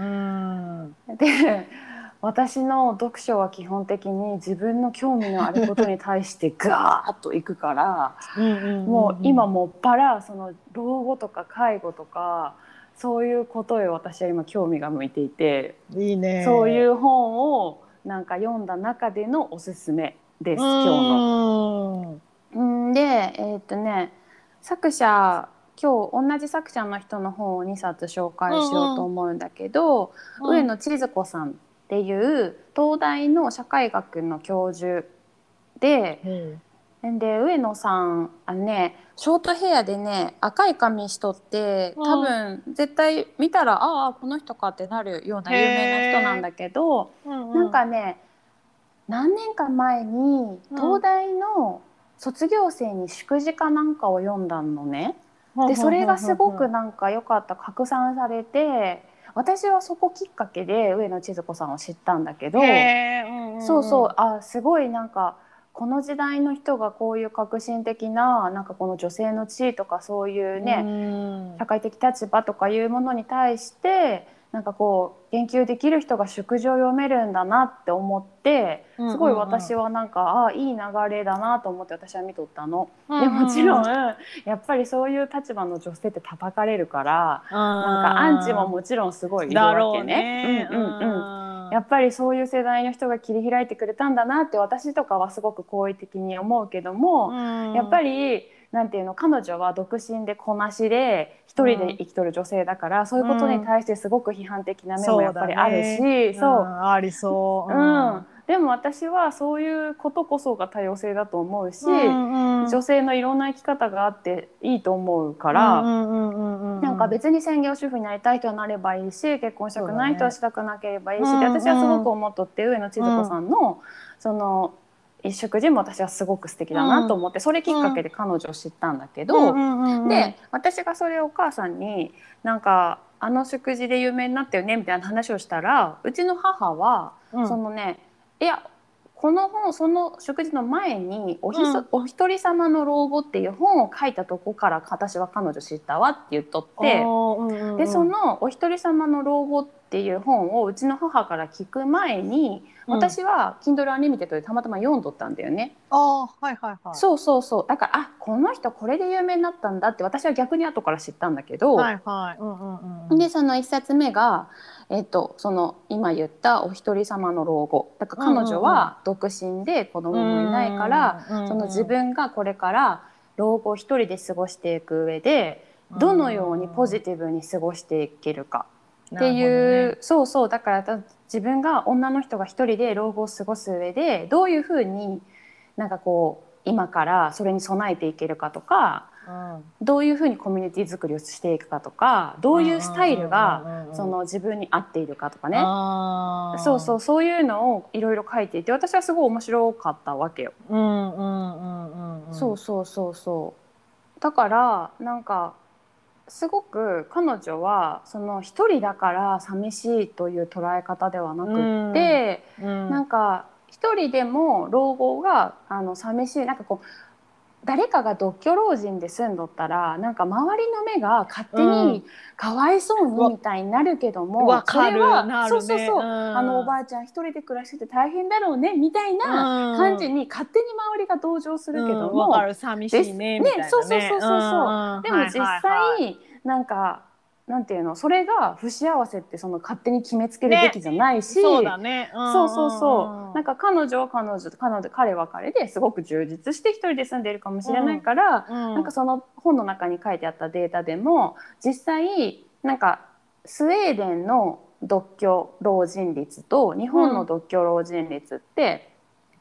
[SPEAKER 1] で私の読書は基本的に自分の興味のあることに対してガーッといくから、
[SPEAKER 2] うんうん
[SPEAKER 1] もう今
[SPEAKER 2] うん
[SPEAKER 1] もっぱらその老後とか介護とかそういうことへ私は今興味が向いていて、
[SPEAKER 2] うん。いいね。
[SPEAKER 1] そういう本をなんか読んだ中でのおすすめで
[SPEAKER 2] う
[SPEAKER 1] す今日の。
[SPEAKER 2] ん。
[SPEAKER 1] で作者今日同じ作者の人の本を2冊紹
[SPEAKER 2] う
[SPEAKER 1] 介しようと
[SPEAKER 2] んうん。
[SPEAKER 1] 思うんだけど、上
[SPEAKER 2] うん。
[SPEAKER 1] 野千鶴子さんっていう東大の社会学の教授で、
[SPEAKER 2] ほ
[SPEAKER 1] 上野さんショートヘアでね赤い髪しとって
[SPEAKER 2] う。
[SPEAKER 1] 多
[SPEAKER 2] うん。
[SPEAKER 1] 分絶対見たらああこの人かってなるような
[SPEAKER 2] へ
[SPEAKER 1] 有名な人なん
[SPEAKER 2] え。
[SPEAKER 1] だけど、なん
[SPEAKER 2] うんうん。
[SPEAKER 1] かね何年か前に
[SPEAKER 2] うん。
[SPEAKER 1] 東大の卒業生に祝辞かなんかを読んだのね。
[SPEAKER 2] ほう
[SPEAKER 1] でそ
[SPEAKER 2] ほうほう
[SPEAKER 1] れがすご
[SPEAKER 2] ほうほ
[SPEAKER 1] くなんか良かった、拡散されて、私はそこきっかけで上野千鶴子さんを知ったんだけ
[SPEAKER 2] う。へ
[SPEAKER 1] ど、
[SPEAKER 2] え。うんう
[SPEAKER 1] そうそう、
[SPEAKER 2] んうん。
[SPEAKER 1] すごいなんかこの時代の人がこういう革新的ななんかこの女性の地位とかそういう
[SPEAKER 2] う
[SPEAKER 1] ね
[SPEAKER 2] ん。
[SPEAKER 1] 社会的立場とかいうものに対してなんかこう言及できる人が祝辞を読めるんだなって思って、
[SPEAKER 2] うん
[SPEAKER 1] すごい
[SPEAKER 2] うんうん。
[SPEAKER 1] 私はなんかいい流れだなと思って私は見とったの。で
[SPEAKER 2] うん
[SPEAKER 1] もちろん
[SPEAKER 2] うんうん。
[SPEAKER 1] やっぱりそういう立場の女性って叩かれるから、なんかアンチも
[SPEAKER 2] あ
[SPEAKER 1] もちろんすごいいるわ
[SPEAKER 2] だろう
[SPEAKER 1] けね。うん
[SPEAKER 2] ね。う
[SPEAKER 1] うんうん。や
[SPEAKER 2] ん。
[SPEAKER 1] っぱりそういう世代の人が切り開いてくれたんだなって私とかはすごく好意的に思うけど
[SPEAKER 2] う
[SPEAKER 1] も、やっぱ
[SPEAKER 2] ん。
[SPEAKER 1] りなんていうの、彼女は独身で子なしで一人で
[SPEAKER 2] うん。
[SPEAKER 1] 生きとる女性だから、そういう
[SPEAKER 2] う
[SPEAKER 1] ことに
[SPEAKER 2] ん。
[SPEAKER 1] 対してすごく批判的な目もや
[SPEAKER 2] そうだ
[SPEAKER 1] っぱりある
[SPEAKER 2] ね。
[SPEAKER 1] し、
[SPEAKER 2] う
[SPEAKER 1] そ
[SPEAKER 2] ん。ありそ
[SPEAKER 1] う、うん、でも私はそういうことこそが多様性だと思う
[SPEAKER 2] う。う
[SPEAKER 1] し、
[SPEAKER 2] んうん。
[SPEAKER 1] 女性のいろんな生き方があっていいと思うか
[SPEAKER 2] うんう
[SPEAKER 1] ら、
[SPEAKER 2] んうんうん
[SPEAKER 1] なん
[SPEAKER 2] うんうん。
[SPEAKER 1] か別に専業主婦になりたい人はなればいいし、結婚した
[SPEAKER 2] そう
[SPEAKER 1] くない人は
[SPEAKER 2] だね。
[SPEAKER 1] したくなければいい
[SPEAKER 2] う
[SPEAKER 1] し、で私はすご
[SPEAKER 2] んうん
[SPEAKER 1] く思っとって、上野千鶴子
[SPEAKER 2] うん
[SPEAKER 1] さんのその一食事も私はすごく素敵だな
[SPEAKER 2] うん
[SPEAKER 1] と思って、それきっか
[SPEAKER 2] うん
[SPEAKER 1] けで彼女を知ったんだけど、
[SPEAKER 2] うんうんうんうん
[SPEAKER 1] で私がそれをお母さんになんかあの食事で有名になったよねみたいな話をしたら、うちの母は
[SPEAKER 2] うん
[SPEAKER 1] そのね、いやこの本、その食事の前に
[SPEAKER 2] うん
[SPEAKER 1] お一人様の老後っていう本を書いたとこから私は彼女知ったわって言っとっ
[SPEAKER 2] あ
[SPEAKER 1] て、
[SPEAKER 2] ーうんう
[SPEAKER 1] でそ
[SPEAKER 2] んうん
[SPEAKER 1] のお一人様の老後っていう本をうちの母から聞く前に
[SPEAKER 2] うん
[SPEAKER 1] 私は Kindle Unlimited でたまたま読んどったんだよね。
[SPEAKER 2] ああはいはいは
[SPEAKER 1] そうそうそう、だからこの人これで有名になったんだって私は逆に後から知ったんだけ
[SPEAKER 2] いは
[SPEAKER 1] ど、
[SPEAKER 2] いはいうんうんうんうん
[SPEAKER 1] でその一冊目が、その今言ったお一人様の老後だから、
[SPEAKER 2] うん
[SPEAKER 1] 彼女
[SPEAKER 2] うん
[SPEAKER 1] は独身で子
[SPEAKER 2] う
[SPEAKER 1] 供もいないか
[SPEAKER 2] ん
[SPEAKER 1] ら、その自
[SPEAKER 2] うんうん
[SPEAKER 1] 分がこれから老後を一人で過ごしていく上で
[SPEAKER 2] う
[SPEAKER 1] どのようにポ
[SPEAKER 2] ん
[SPEAKER 1] ジティブに過ごしていけるかって
[SPEAKER 2] なるほどね
[SPEAKER 1] いう、そうそう、だから自分が女の人が一人で老後を過ごす上でどういうふうになんかこう今からそれに備えていけるかとか、
[SPEAKER 2] うん
[SPEAKER 1] どういうふうにコミュニティ作りをしていくかとか、ど
[SPEAKER 2] うんう
[SPEAKER 1] ういうスタイルが
[SPEAKER 2] んうんうんうん
[SPEAKER 1] その自分に合っているかとかね、そう
[SPEAKER 2] ああ
[SPEAKER 1] そう、そういうのをいろいろ書いていて私はすごい面白かったわけよ。
[SPEAKER 2] うんうんうんうんうん
[SPEAKER 1] そうそうそうそう、だからなんかすごく彼女はその一人だから寂しいという捉え方ではな
[SPEAKER 2] う
[SPEAKER 1] くっ
[SPEAKER 2] ん
[SPEAKER 1] て、
[SPEAKER 2] うん
[SPEAKER 1] なんか一人でも老後が寂しい、なんかこう誰かが独居老人で住んどったらなんか周りの目が勝手に
[SPEAKER 2] うん
[SPEAKER 1] かわいそうに
[SPEAKER 2] わ
[SPEAKER 1] みたいになるけども、そ
[SPEAKER 2] わか
[SPEAKER 1] れは
[SPEAKER 2] るな
[SPEAKER 1] そう
[SPEAKER 2] るねう
[SPEAKER 1] そうそう、おば
[SPEAKER 2] ん
[SPEAKER 1] あちゃん一人で暮らしてて大変だろうねみたい
[SPEAKER 2] う
[SPEAKER 1] な感じ
[SPEAKER 2] ん
[SPEAKER 1] に勝手に周りが同情するけど
[SPEAKER 2] わか
[SPEAKER 1] も、
[SPEAKER 2] る寂しい
[SPEAKER 1] ですね、
[SPEAKER 2] ねみたい
[SPEAKER 1] そう
[SPEAKER 2] なね
[SPEAKER 1] そうそうそうそう、でも
[SPEAKER 2] はい
[SPEAKER 1] 実
[SPEAKER 2] はいは
[SPEAKER 1] 際なんかなんていうの、それが不幸せってその勝手に決めつけ
[SPEAKER 2] いね
[SPEAKER 1] るべきじゃない
[SPEAKER 2] そうだ
[SPEAKER 1] し、
[SPEAKER 2] ねう
[SPEAKER 1] そうそうそう、
[SPEAKER 2] んうん
[SPEAKER 1] なんか彼女は彼は彼ですごく充実して一人で住んでいるかもしれないから、
[SPEAKER 2] うんうん
[SPEAKER 1] なんかその本の中に書いてあったデータでも実際なんかスウェーデンの独居老人率と日本の
[SPEAKER 2] うん
[SPEAKER 1] 独居老人率って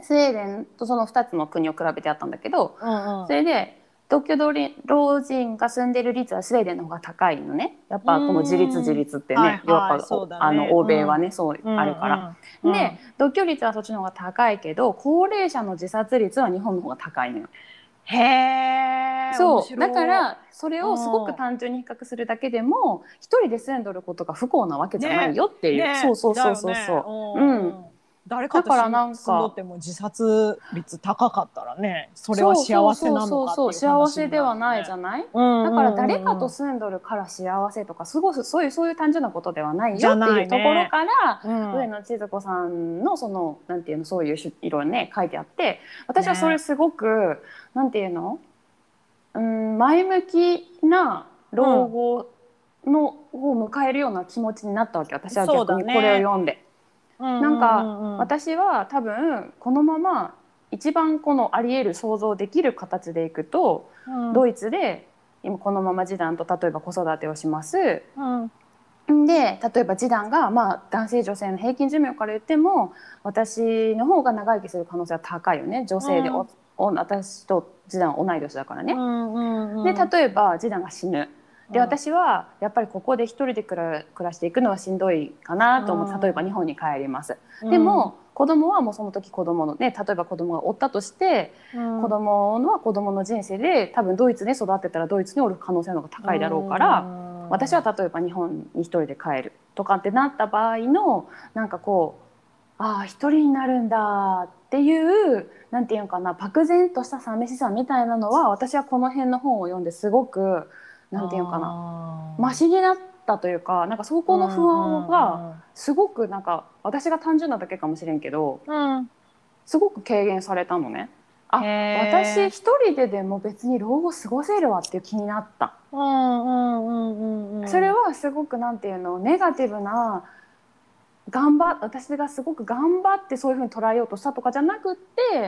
[SPEAKER 1] スウェーデンとその2つの国を比べてあったんだけど、
[SPEAKER 2] うんうん。
[SPEAKER 1] それで独居老人が住んでる率はスウェーデンの方が高いのね。やっ
[SPEAKER 2] うー
[SPEAKER 1] ぱこの自立自
[SPEAKER 2] ん。
[SPEAKER 1] 立って
[SPEAKER 2] はい
[SPEAKER 1] ね、やっ
[SPEAKER 2] はい、
[SPEAKER 1] ぱ
[SPEAKER 2] そうだね。
[SPEAKER 1] 欧米は
[SPEAKER 2] うん。
[SPEAKER 1] ねそう
[SPEAKER 2] うん
[SPEAKER 1] あるから。
[SPEAKER 2] うん。う
[SPEAKER 1] で
[SPEAKER 2] ん。
[SPEAKER 1] 独居率はそっちの方が高いけど高齢者の自殺率は日本の方が高いのよ。
[SPEAKER 2] へえ、面
[SPEAKER 1] そうだか
[SPEAKER 2] 白
[SPEAKER 1] らそれ
[SPEAKER 2] い。
[SPEAKER 1] をすごく
[SPEAKER 2] う
[SPEAKER 1] 単純に比較するだけでも一人で住んどることが不幸なわけ
[SPEAKER 2] ん。
[SPEAKER 1] じゃない
[SPEAKER 2] ね、
[SPEAKER 1] よっていう。そう
[SPEAKER 2] ね、だ
[SPEAKER 1] そうそう
[SPEAKER 2] よね。
[SPEAKER 1] そうそ
[SPEAKER 2] う
[SPEAKER 1] う。うん。
[SPEAKER 2] んうん。誰かと
[SPEAKER 1] だからなんか
[SPEAKER 2] 住んどっても自殺率高かったらね、それは
[SPEAKER 1] そうそう
[SPEAKER 2] 幸せ
[SPEAKER 1] そう
[SPEAKER 2] なのかって
[SPEAKER 1] そうそう、
[SPEAKER 2] いう話
[SPEAKER 1] 幸せ
[SPEAKER 2] になるよ
[SPEAKER 1] ではないじ
[SPEAKER 2] ね。
[SPEAKER 1] ゃない。
[SPEAKER 2] うんう
[SPEAKER 1] だから
[SPEAKER 2] んう
[SPEAKER 1] 誰かと
[SPEAKER 2] んうん。
[SPEAKER 1] 住んどるから幸せとかすごくそういう単純なことではない
[SPEAKER 2] じゃな
[SPEAKER 1] よっていうところ
[SPEAKER 2] いね。
[SPEAKER 1] から
[SPEAKER 2] うん。
[SPEAKER 1] 上野千鶴子さんのそのなんていうのそういう色ね書いてあって、私はそれ
[SPEAKER 2] ね。
[SPEAKER 1] すごくなんていうの、前向きな
[SPEAKER 2] うん。
[SPEAKER 1] 老後を迎えるような気持ちになったわけ。私は
[SPEAKER 2] そう
[SPEAKER 1] 逆にこれを
[SPEAKER 2] だね。
[SPEAKER 1] 読んで。
[SPEAKER 2] うんう
[SPEAKER 1] なんか
[SPEAKER 2] んうんうん。
[SPEAKER 1] 私は多分このまま一番このあり得る想像できる形でいくと
[SPEAKER 2] うん。
[SPEAKER 1] ドイツで今このまま次男と例えば子育てをします。
[SPEAKER 2] うん。
[SPEAKER 1] で例えば次男が、まあ、男性女性の平均寿命から言っても私の方が長生きする可能性は高いよね。女性で
[SPEAKER 2] うん
[SPEAKER 1] 私と次男同い年だからね。
[SPEAKER 2] うん
[SPEAKER 1] で
[SPEAKER 2] うんうん。
[SPEAKER 1] 例えば次男が死ぬ。で
[SPEAKER 2] うん
[SPEAKER 1] 私はやっぱりここで一人で暮らしていくのはしんどいかなと思って例えば日本に帰ります。で
[SPEAKER 2] うん
[SPEAKER 1] も子供はもうその時子供のね、例えば子供がおったとして子
[SPEAKER 2] うん
[SPEAKER 1] 供は子供の人生で多分ドイツで育ってたらドイツにおる可能性の方が
[SPEAKER 2] う
[SPEAKER 1] 高いだろうから私は
[SPEAKER 2] ん。
[SPEAKER 1] 例えば日本に一人で帰るとかってなった場合のなんかこう、ああ一人になるんだっていうなんていうのかな、漠然とした寂しさみたいなのは私はこの辺の本を読んですごくなんていうのかな、マ
[SPEAKER 2] あ
[SPEAKER 1] シになったというか、なんかそ
[SPEAKER 2] あ。う
[SPEAKER 1] この不安が
[SPEAKER 2] んうん
[SPEAKER 1] すごくなんか私が単純なだけかもしれんけど
[SPEAKER 2] うん。うん。
[SPEAKER 1] すごく軽減されたのね。
[SPEAKER 2] へ
[SPEAKER 1] あ、私
[SPEAKER 2] え。
[SPEAKER 1] 一人でも別に老後過ごせるわっていう気になった。
[SPEAKER 2] うんうんうんうんうん。
[SPEAKER 1] それはすごくなんていうの、ネガティブな私がすごく頑張ってそういうふうに捉えようとしたとかじゃなくって、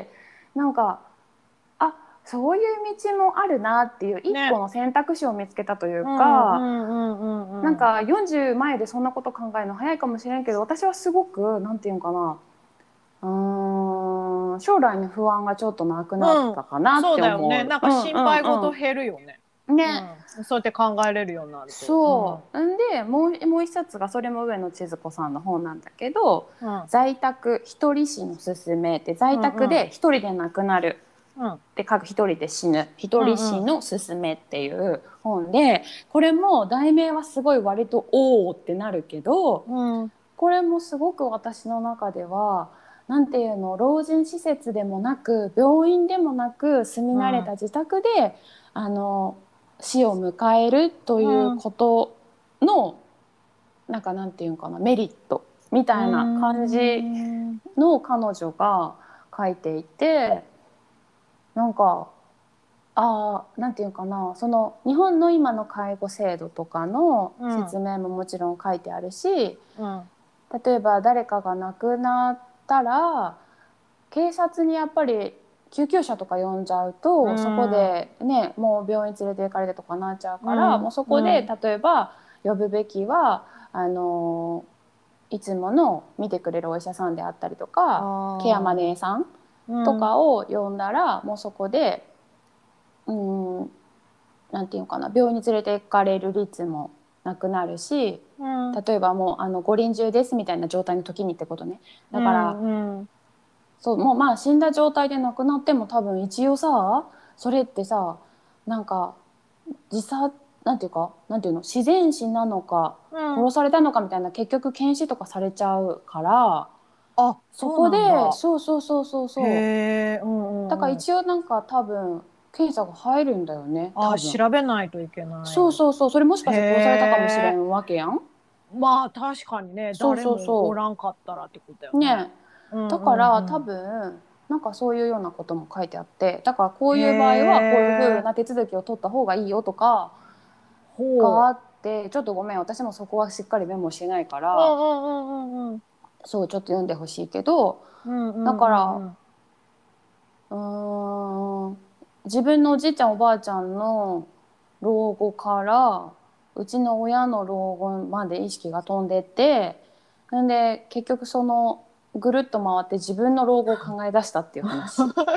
[SPEAKER 1] なんかあ、そういう道もあるなっていう一個
[SPEAKER 2] ね。
[SPEAKER 1] の選択肢を見つけたという
[SPEAKER 2] うんう
[SPEAKER 1] か、
[SPEAKER 2] んうんうんうん。
[SPEAKER 1] なんか40前でそんなこと考えるの早いかもしれんけど私はすごくなんていうのかな、将来の不安がちょっとなくなっ
[SPEAKER 2] うん。
[SPEAKER 1] たかなっ
[SPEAKER 2] そう
[SPEAKER 1] て
[SPEAKER 2] だよね。
[SPEAKER 1] 思う。
[SPEAKER 2] なんか
[SPEAKER 1] うん
[SPEAKER 2] 心配事
[SPEAKER 1] うん
[SPEAKER 2] 減るよね。
[SPEAKER 1] うん。ね。
[SPEAKER 2] うん。そうやって考えれるようになると。
[SPEAKER 1] そう。んでもう一冊がそれも上野千鶴子さんの本なんだけど
[SPEAKER 2] うん。うん
[SPEAKER 1] 在宅一人死のすすめって在宅
[SPEAKER 2] うん
[SPEAKER 1] で一人で亡くなる
[SPEAKER 2] うん
[SPEAKER 1] で書く一人で死ぬ一人死
[SPEAKER 2] うん
[SPEAKER 1] のすすめっていう本で、これも題名はすごい割とおおってなるけど
[SPEAKER 2] うん
[SPEAKER 1] これもすごく私の中ではなんていうの、老人施設でもなく病院でもなく住み慣れた自宅であの死を迎えるという
[SPEAKER 2] うん
[SPEAKER 1] ことのなんていうかな、メリットみ
[SPEAKER 2] う
[SPEAKER 1] たいな感じ
[SPEAKER 2] ん
[SPEAKER 1] の彼女が書いていて、なんかなんていうかな、その日本の今の介護制度とかの
[SPEAKER 2] うん
[SPEAKER 1] 説明ももちろん書いてあるし、
[SPEAKER 2] うん
[SPEAKER 1] 例えば誰かが亡くなったら警察にやっぱり救急車とか呼んじゃう
[SPEAKER 2] う
[SPEAKER 1] とそこ
[SPEAKER 2] ん
[SPEAKER 1] でねもう病院連れて行かれてとかなっちゃうから、
[SPEAKER 2] うん
[SPEAKER 1] もうそこで
[SPEAKER 2] うん
[SPEAKER 1] 例えば呼ぶべきはいつもの見てくれるお医者さんであったりとかケアマネ
[SPEAKER 2] あ
[SPEAKER 1] ーさんと
[SPEAKER 2] うん
[SPEAKER 1] かを呼んだらもうそこでうんなんていうのかな、病院に連れて行かれる率もなくなるし、
[SPEAKER 2] うん
[SPEAKER 1] 例えばもうご臨終ですみたいな状態の時にってことね。
[SPEAKER 2] う
[SPEAKER 1] だから
[SPEAKER 2] んうん
[SPEAKER 1] そうもうまあ死んだ状態で亡くなっても多分一応さそれってさなんか自殺なんていうかなんていうの自然死なのか
[SPEAKER 2] うん
[SPEAKER 1] 殺されたのかみたいな結局検視とかされちゃうから
[SPEAKER 2] あ、そう
[SPEAKER 1] そこで
[SPEAKER 2] なんだ。
[SPEAKER 1] そうそうそうそう
[SPEAKER 2] へ
[SPEAKER 1] そう
[SPEAKER 2] え、うん
[SPEAKER 1] だから
[SPEAKER 2] うんうん。
[SPEAKER 1] 一応なんか多分検査が入るんだよね多
[SPEAKER 2] あ、
[SPEAKER 1] 分。
[SPEAKER 2] 調べないといけない。
[SPEAKER 1] そうそうそう、それもしか
[SPEAKER 2] へ
[SPEAKER 1] して殺されたかもしれ
[SPEAKER 2] え、
[SPEAKER 1] んわけやん。
[SPEAKER 2] まあ確かにね、
[SPEAKER 1] そうそう
[SPEAKER 2] 誰もお
[SPEAKER 1] そ
[SPEAKER 2] らんかったらってことだよ
[SPEAKER 1] う。
[SPEAKER 2] ね。
[SPEAKER 1] ねだ
[SPEAKER 2] うんう
[SPEAKER 1] から多
[SPEAKER 2] んうん。
[SPEAKER 1] 分なんかそういうようなことも書いてあって、だからこう
[SPEAKER 2] へ
[SPEAKER 1] いう場合はこういうふう
[SPEAKER 2] え、
[SPEAKER 1] な手続きを取った方がいいよとかが
[SPEAKER 2] ほう。
[SPEAKER 1] あって、ちょっとごめん私もそこはしっかりメモしてないか
[SPEAKER 2] うん
[SPEAKER 1] ら、
[SPEAKER 2] うんうんうんうん。
[SPEAKER 1] そうちょっと読んでほしいけど、
[SPEAKER 2] うんう
[SPEAKER 1] だから
[SPEAKER 2] んうんうん。
[SPEAKER 1] 自分のおじいちゃんおばあちゃんの老後からうちの親の老後まで意識が飛んでって、んで結局そのぐるっと回って自分の老後を考え出したっていう話。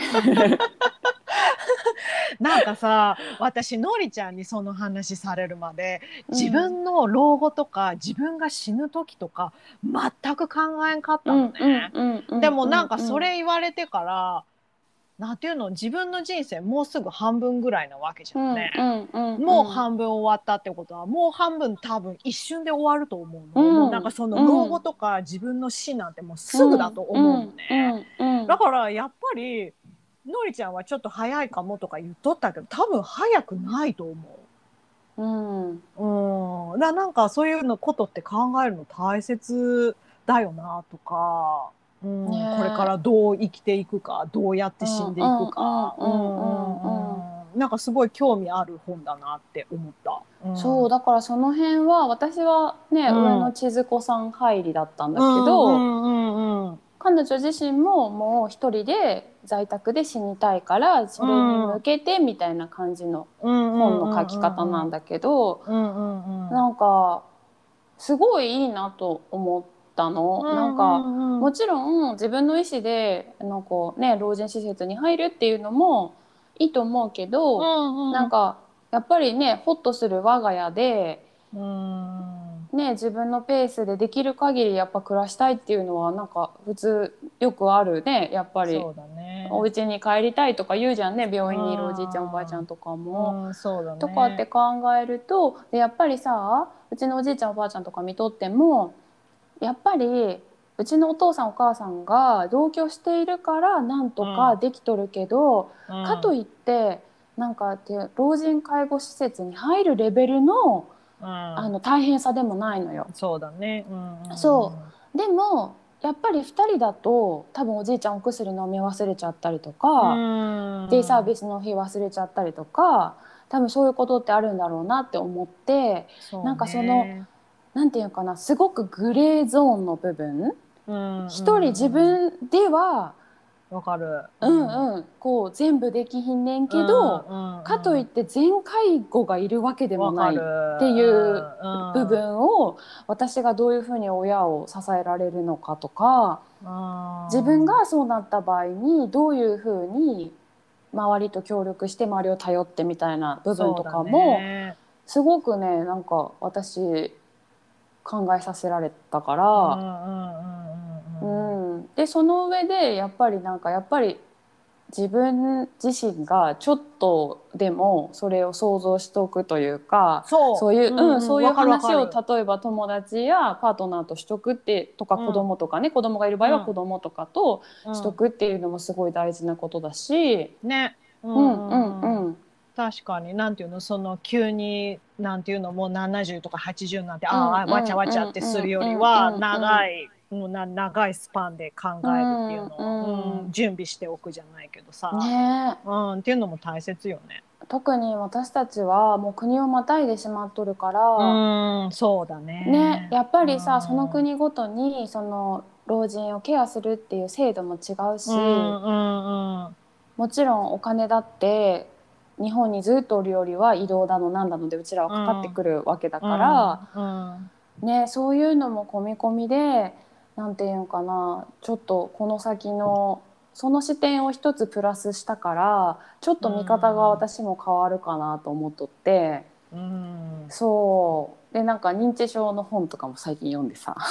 [SPEAKER 2] なんかさ、私のりちゃんにその話されるまで自
[SPEAKER 1] うん
[SPEAKER 2] 分の老後とか自分が死ぬ時とか全く考えんかっ
[SPEAKER 1] うん
[SPEAKER 2] たのね。
[SPEAKER 1] うんうん
[SPEAKER 2] でもなんかそ
[SPEAKER 1] うん
[SPEAKER 2] れ言われてから、なんていうの、自分の人生もうすぐ半分ぐらいなわけじゃ
[SPEAKER 1] うん
[SPEAKER 2] んね。
[SPEAKER 1] うん
[SPEAKER 2] もう半分終わったってことはもう半分多分一瞬で終わると思うの。もうなん
[SPEAKER 1] うん
[SPEAKER 2] かその
[SPEAKER 1] うん
[SPEAKER 2] 老後とか自分の死なんてもうすぐだ
[SPEAKER 1] うん
[SPEAKER 2] と思うの
[SPEAKER 1] うん
[SPEAKER 2] ね。
[SPEAKER 1] うんうん
[SPEAKER 2] だからやっぱりのりちゃんはちょっと早いかもとか言っとったけど多分早くないと思
[SPEAKER 1] うん
[SPEAKER 2] う。なんかそういうのことって考えるの大切だよなとか、
[SPEAKER 1] ね
[SPEAKER 2] これからどう生きていくか、どうやって死んでいくか、なんかすごい興味ある本だなって思った。
[SPEAKER 1] そうだからその辺は私はね、上
[SPEAKER 2] うん
[SPEAKER 1] 野千鶴子さん入りだったんだけ
[SPEAKER 2] うんう
[SPEAKER 1] ど、
[SPEAKER 2] んうんうん
[SPEAKER 1] 彼女自身ももう一人で在宅で死にたいからそれに向けてみたいな感じの本の書き方なんだけど、なんかすごいいいなと思ったの。なんかもちろん自分の意思でなんか、ね、老人施設に入るっていうのもいいと思うけど、なんかやっぱりねホッとする我が家で、ね、自分のペースでできる限りやっぱ暮らしたいっていうのはなんか普通よくあるね。やっぱり
[SPEAKER 2] そうだね。
[SPEAKER 1] お家に帰りたいとか言うじゃんね、病院にいるおじいちゃんおばあちゃんとかも。
[SPEAKER 2] そうだね。
[SPEAKER 1] とかって考えるとでやっぱりさ、うちのおじいちゃんおばあちゃんとか見とってもやっぱりうちのお父さんお母さんが同居しているからなんとかできとるけど、かといってなんか老人介護施設に入るレベルの、大変さでもないのよ。
[SPEAKER 2] そうだね。
[SPEAKER 1] そうでもやっぱり2人だと多分おじいちゃんお薬飲み忘れちゃったりとか、デイサービスの日忘れちゃったりとか、多分そういうことってあるんだろうなって思って、なんかそのなんていうかな、すごくグレーゾーンの部分、一人自分では
[SPEAKER 2] わかる、
[SPEAKER 1] こう全部できひんねんけど、かといって全介護がいるわけでもないっていう部分を私がどういうふうに親を支えられるのかとか、自分がそうなった場合にどういうふうに周りと協力して周りを頼ってみたいな部分とかもすごくね、なんか私考えさせられたから、でその上でやっぱり自分自身がちょっとでもそれを想像しておくというか、そういう話を例えば友達やパートナーとしとくってとか、子供とかね、子供がいる場合は子供とかとしとくっていうのもすごい大事なことだし、
[SPEAKER 2] 確かに、なんていうの、その急になんていうのもう70とか80なんてわちゃわちゃってするよりは長いスパンで考えるっていうのを準備しておくじゃないけどさ、っていうのも大切よね。
[SPEAKER 1] 特に私たちはもう国をまたいでしまっとるから、
[SPEAKER 2] そうだね。
[SPEAKER 1] やっぱりさ、その国ごとにその老人をケアするっていう制度も違うし、もちろんお金だって日本にずっとおるよりは移動だのなんだのでうちらはかかってくるわけだから、そういうのも込み込みで、なんていうんかな、ちょっとこの先のその視点を一つプラスしたから、ちょっと見方が私も変わるかなと思っとって、そうでなんか認知症の本とかも最近読んでさ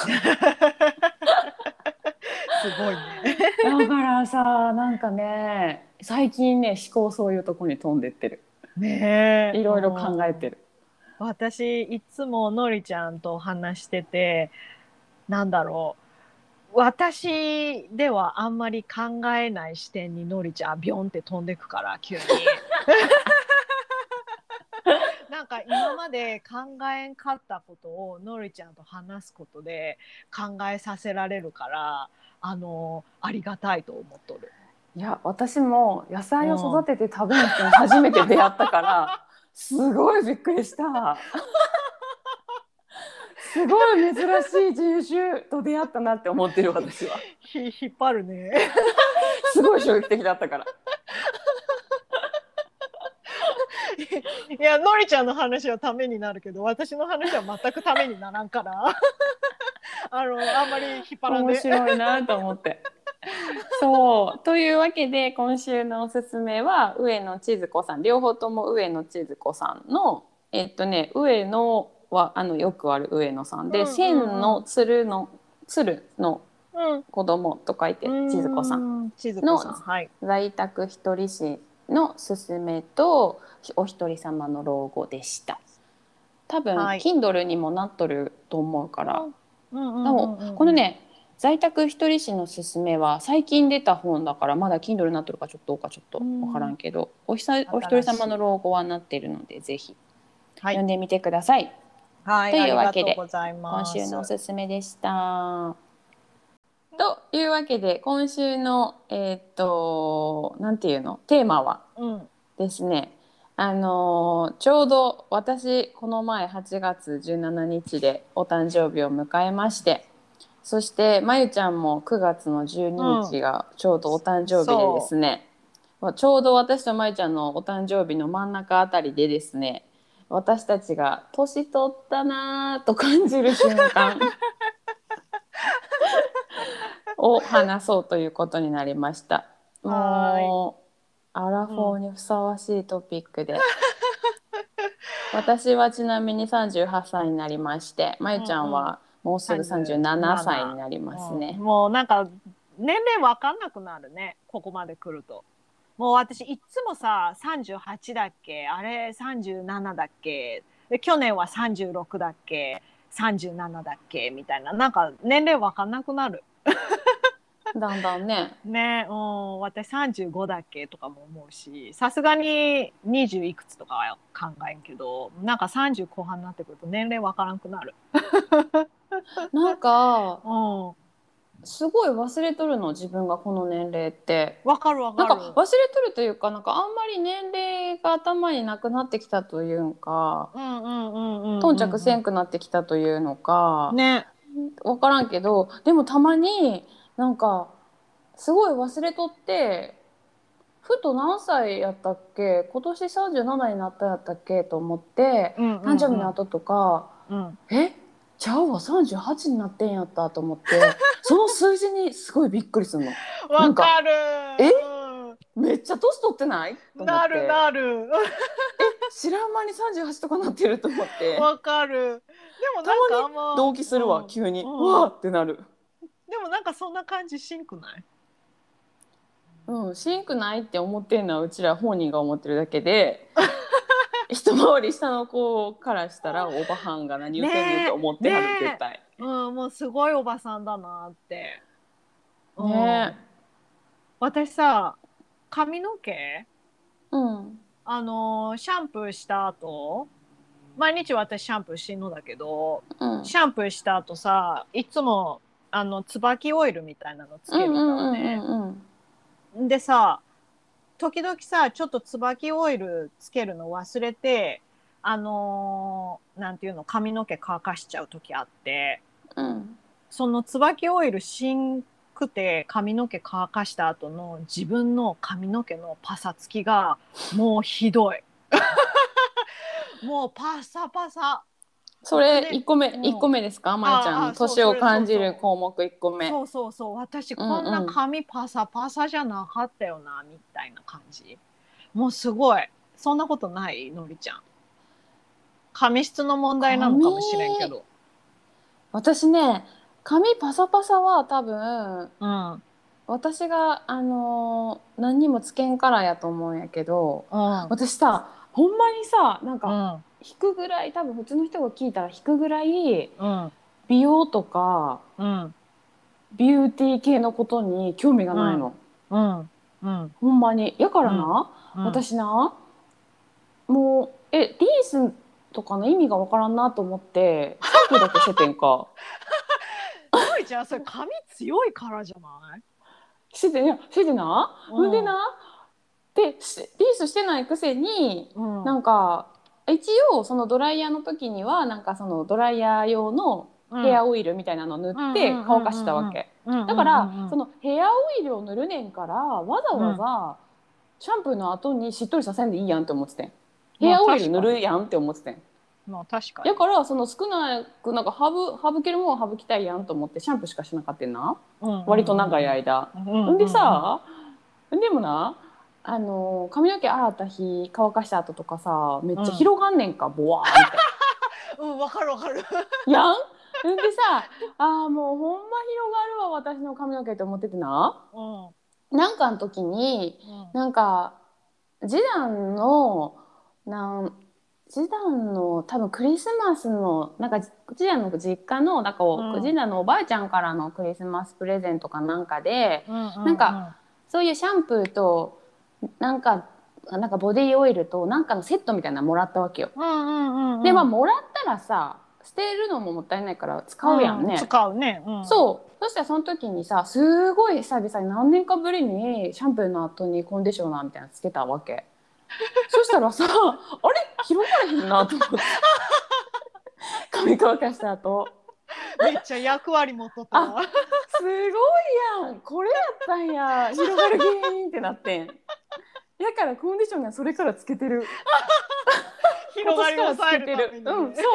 [SPEAKER 2] すごいね。
[SPEAKER 1] だからさ、なんかね、最近ね思考そういうとこに飛んでってる
[SPEAKER 2] ね。
[SPEAKER 1] いろいろ考えてる。
[SPEAKER 2] 私いつものりちゃんと話してて、なんだろう、私ではあんまり考えない視点にのりちゃんビョンって飛んでくから急になんか今まで考えんかったことをのりちゃんと話すことで考えさせられるから、ありがたいと思っとる。
[SPEAKER 1] いや私も野菜を育てて食べる人に初めて出会ったからすごいびっくりしたすごい珍しい人種と出会ったなって思ってる私は
[SPEAKER 2] 引っ張るね
[SPEAKER 1] すごい衝撃的だったから
[SPEAKER 2] いや、のりちゃんの話はためになるけど私の話は全くためにならんからあんまり引っ張らん
[SPEAKER 1] 面
[SPEAKER 2] で。
[SPEAKER 1] 白いなと思って。そうというわけで今週のおすすめは上野千鶴子さん、両方とも上野千鶴子さんの上野はよくある上野さんで、千の鶴の子供と書いて千鶴子さん
[SPEAKER 2] 千鶴子さん、
[SPEAKER 1] の
[SPEAKER 2] はい。
[SPEAKER 1] 在宅一人誌のすすめとお一人様の老後でした。多分、
[SPEAKER 2] はい、
[SPEAKER 1] Kindle にもなっとると思うから、でもこの
[SPEAKER 2] ね、
[SPEAKER 1] ね在宅一人誌のすすめは最近出た本だからまだ Kindle になってるかちょっとどうかちょっと分からんけど、お一人様の老後はなっているのでぜひ読んでみてください。
[SPEAKER 2] はい、
[SPEAKER 1] というわけ
[SPEAKER 2] ありがとうご
[SPEAKER 1] で
[SPEAKER 2] ざいます。
[SPEAKER 1] 今週のおすすめでした。というわけで今週のなんていうのテーマはですね、ちょうど私この前8月17日でお誕生日を迎えまして、そしてまゆちゃんも9月の12日がちょうどお誕生日でですね、ちょうど私とまゆちゃんのお誕生日の真ん中あたりでですね、私たちが年取ったなと感じる瞬間を話そうということになりました。もうアラフォーにふさわしいトピックで、私はちなみに38歳になりまして、まゆちゃんはもうすぐ37歳になりますね。
[SPEAKER 2] もうなんか年齢わかんなくなるね、ここまで来ると。もう私いつもさ38だっけ、あれ37だっけ、で去年は36だっけ、37だっけみたいな、なんか年齢わかんなくなる。
[SPEAKER 1] だんだんね。
[SPEAKER 2] ね、私35だっけとかも思うし、さすがに20いくつとかは考えんけど、なんか30後半になってくると年齢わからんくなる。
[SPEAKER 1] なんか、すごい忘れとるの自分がこの年齢って。
[SPEAKER 2] わかるわかる。
[SPEAKER 1] なんか忘れとるというか、なんかあんまり年齢が頭になくなってきたというか、頓着せんくなってきたというのか、
[SPEAKER 2] ね、
[SPEAKER 1] 分からんけど、でもたまになんかすごい忘れとって、ふと何歳やったっけ、今年37になったやったっけと思って、誕生日の後とか、ちゃうわ38になってんやったと思ってその数字にすごいびっくりするの。
[SPEAKER 2] わかる。
[SPEAKER 1] めっちゃ年取ってないと思って。
[SPEAKER 2] なるなる。
[SPEAKER 1] 知らん間に38とかなってると思って。
[SPEAKER 2] わかる。でもなんか
[SPEAKER 1] 同期するわ、急に、わーってなる。
[SPEAKER 2] でもなんかそんな感じしんくない？
[SPEAKER 1] しんくないって思ってんのはうちら本人が思ってるだけで一回り下の子からしたらおばはんが何言ってんねんと思ってはる、絶対。
[SPEAKER 2] もうすごいおばさんだなって。
[SPEAKER 1] ね。
[SPEAKER 2] 私さ、髪の毛
[SPEAKER 1] シ
[SPEAKER 2] ャンプーした後、毎日私シャンプーしてんのだけど、シャンプーした後さ、いつも椿オイルみたいなのつけるんだわね。でさ、時々さ、ちょっと椿オイルつけるの忘れて、なんていうの、髪の毛乾かしちゃう時あって、その椿オイルしんくて髪の毛乾かした後の自分の髪の毛のパサつきがもうひどい。もうパサパサ。
[SPEAKER 1] それ1個目ですか、まゆちゃんの年を感じる項目1個目。
[SPEAKER 2] そう私こんな髪パサパサじゃなかったよなみたいな感じ。もうすごい。そんなことないのりちゃん？髪質の問題なのかもしれんけど。
[SPEAKER 1] 私ね、髪パサパサは多分、私が何にもつけんからやと思うんやけど、私さほんまにさなんか、引くぐらい、多分普通の人が聞いたら引くぐらい、美容とか、ビューティー系のことに興味がないの。ほんまに。やからな、私なもうリースとかの意味がわからんなと思ってシャンプーだけしててんか。
[SPEAKER 2] のりちゃんそれ髪強いからじゃない？
[SPEAKER 1] してな、ほんでな、でリースしてないくせに、なんか一応そのドライヤーの時にはなんかそのドライヤー用のヘアオイルみたいなの塗って乾かしたわけ。だからそのヘアオイルを塗るねんからわざわざシャンプーの後にしっとりさせんでいいやんって思っててん。ヘアオイル塗るやんって思っててん。
[SPEAKER 2] まあ確かに。
[SPEAKER 1] だからその少なくなんか省けるもんは省きたいやんと思ってシャンプーしかしなかったんな、
[SPEAKER 2] うんうんうん
[SPEAKER 1] 割と長い間。
[SPEAKER 2] うんうんうん。
[SPEAKER 1] んでさ、でもな、髪の毛洗った日乾かした後とかさ、めっちゃ広がんねんか、ボワーンって。
[SPEAKER 2] うん、わかるわかる。
[SPEAKER 1] やん。んでさ、もうほんま広がるわ私の髪の毛って思っててな。
[SPEAKER 2] うん。
[SPEAKER 1] なんかの時に、
[SPEAKER 2] うん。
[SPEAKER 1] なんか次男の次男の多分クリスマスのなんか次男の実家のなんか次
[SPEAKER 2] うん。
[SPEAKER 1] 男のおばあちゃんからのクリスマスプレゼントかなんかで、
[SPEAKER 2] うんう
[SPEAKER 1] なんか
[SPEAKER 2] んうん。
[SPEAKER 1] そういうシャンプーとなんかボディオイルとなんかのセットみたいなのもらったわけよ。
[SPEAKER 2] うん
[SPEAKER 1] で、まあ
[SPEAKER 2] うん
[SPEAKER 1] もらったらさ捨てるのももったいないから使うや
[SPEAKER 2] うん。うん。
[SPEAKER 1] んね。
[SPEAKER 2] 使うね。うん。
[SPEAKER 1] そう。そしたらその時にさ、すごい久々に何年かぶりにシャンプーの後にコンディショナーみたいなのつけたわけ。そしたらさ、あれ広がれへんなと思って、髪乾かした後。
[SPEAKER 2] めっちゃ役割持っとった
[SPEAKER 1] あ、
[SPEAKER 2] わ。
[SPEAKER 1] すごいやん。これやったんや。広がる原因ってなってん。だからコンディショナーそれからつけてる。今
[SPEAKER 2] 広がりを
[SPEAKER 1] 年からつ
[SPEAKER 2] 抑える
[SPEAKER 1] けてる。
[SPEAKER 2] ために。
[SPEAKER 1] うん、そう。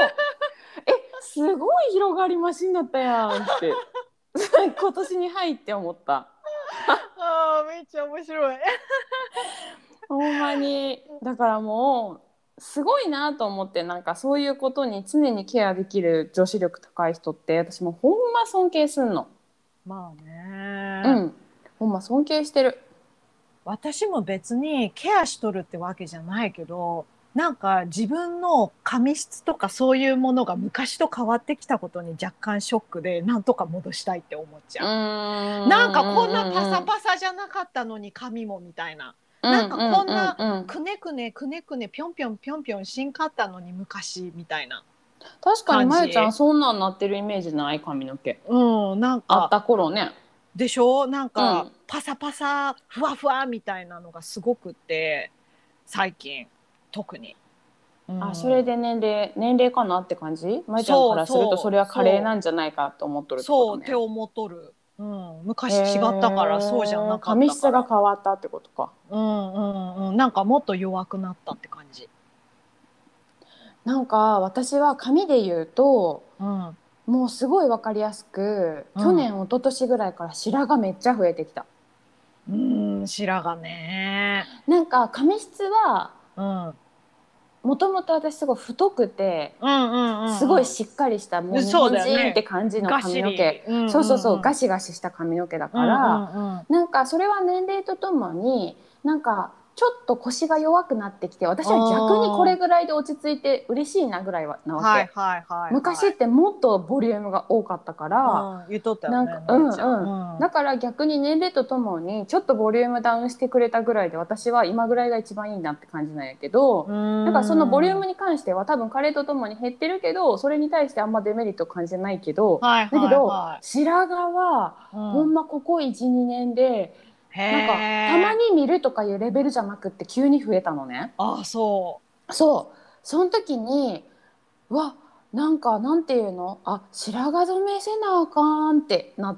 [SPEAKER 1] すごい広がりマシになったやんって。今年に入って思った。
[SPEAKER 2] ああ、めっちゃ面白い。
[SPEAKER 1] ほんまにだからもうすごいなと思って、なんかそういうことに常にケアできる女子力高い人って私もほんま尊敬すんの。
[SPEAKER 2] まあね。
[SPEAKER 1] うん、ほんま尊敬してる。
[SPEAKER 2] 私も別にケアしとるってわけじゃないけど、なんか自分の髪質とかそういうものが昔と変わってきたことに若干ショックで、なんとか戻したいって思っち
[SPEAKER 1] う
[SPEAKER 2] ゃう。なんかこんなパサ
[SPEAKER 1] んうん
[SPEAKER 2] パサじゃなかったのに髪もみたいな。
[SPEAKER 1] うん
[SPEAKER 2] なんか
[SPEAKER 1] うん
[SPEAKER 2] こんな
[SPEAKER 1] うん。
[SPEAKER 2] くねくねくねくねぴょんぴょんぴょんぴょんしんかったのに昔みたいな
[SPEAKER 1] 確かにまゆちゃん
[SPEAKER 2] 感じ。
[SPEAKER 1] そんなんなってるイメージない？髪の毛
[SPEAKER 2] うん、なんか、
[SPEAKER 1] あった頃ね。
[SPEAKER 2] でしょ、なんか
[SPEAKER 1] うん
[SPEAKER 2] パサパサふわふわみたいなのがすごくって最近特に、う
[SPEAKER 1] それ
[SPEAKER 2] ん、
[SPEAKER 1] で年齢かなって感じ？まゆちゃんか
[SPEAKER 2] そう
[SPEAKER 1] らするとそ
[SPEAKER 2] そう
[SPEAKER 1] れは加齢な
[SPEAKER 2] そう
[SPEAKER 1] んじゃないかと思っとるってこ
[SPEAKER 2] そう
[SPEAKER 1] とね。
[SPEAKER 2] って思っとる、うん、
[SPEAKER 1] へ
[SPEAKER 2] 昔違ったからそうじゃな
[SPEAKER 1] え、
[SPEAKER 2] かっ
[SPEAKER 1] 髪質が
[SPEAKER 2] たから、
[SPEAKER 1] 変わったってことか。
[SPEAKER 2] うんうんうん、なんかもっと弱くなったって感じ。
[SPEAKER 1] なんか私は髪で言うと
[SPEAKER 2] うん
[SPEAKER 1] もうすごい分かりやすく去
[SPEAKER 2] うん
[SPEAKER 1] 年一昨年ぐらいから白髪めっちゃ増えてきた。
[SPEAKER 2] うん、白髪ね。
[SPEAKER 1] なんか髪質は
[SPEAKER 2] うんうん
[SPEAKER 1] もともと私すごい太くて
[SPEAKER 2] うんうん
[SPEAKER 1] すごいしっかりしたもう日
[SPEAKER 2] そう
[SPEAKER 1] 本人って
[SPEAKER 2] だよね。
[SPEAKER 1] 感じの
[SPEAKER 2] がっし
[SPEAKER 1] 髪の毛、
[SPEAKER 2] り。うん
[SPEAKER 1] そうそうそう、
[SPEAKER 2] うんうん。
[SPEAKER 1] ガシガシした髪の毛だ
[SPEAKER 2] うんう
[SPEAKER 1] から
[SPEAKER 2] んうん。
[SPEAKER 1] なんかそれは年齢とともになんかちょっと腰が弱くなってきて、私は逆にこれぐらいで落ち着いて嬉しいなぐらいなわけ。
[SPEAKER 2] はいはいはいはい。
[SPEAKER 1] 昔ってもっとボリュームが多かったから
[SPEAKER 2] うん、言っとったよね、
[SPEAKER 1] なんか
[SPEAKER 2] のりちゃ
[SPEAKER 1] うん、
[SPEAKER 2] ん。
[SPEAKER 1] だから逆に年齢とともにちょっとボリュームダウンしてくれたぐらいで私は今ぐらいが一番いいなって感じなんやけど、
[SPEAKER 2] う
[SPEAKER 1] なんかそのボリュー
[SPEAKER 2] ん。
[SPEAKER 1] ムに関しては多分加齢とともに減ってるけどそれに対してあんまデメリット感じないけど、
[SPEAKER 2] はいはい
[SPEAKER 1] だけど
[SPEAKER 2] は
[SPEAKER 1] 白髪は
[SPEAKER 2] い。うん。
[SPEAKER 1] ほんまここ12年で
[SPEAKER 2] へ
[SPEAKER 1] なんかたま
[SPEAKER 2] え。
[SPEAKER 1] に見るとかいうレベルじゃなくって急に増えたのね。
[SPEAKER 2] あ、そ
[SPEAKER 1] そう、その時にうわ、なんかなんていうの、白髪染めせなあかんってなって、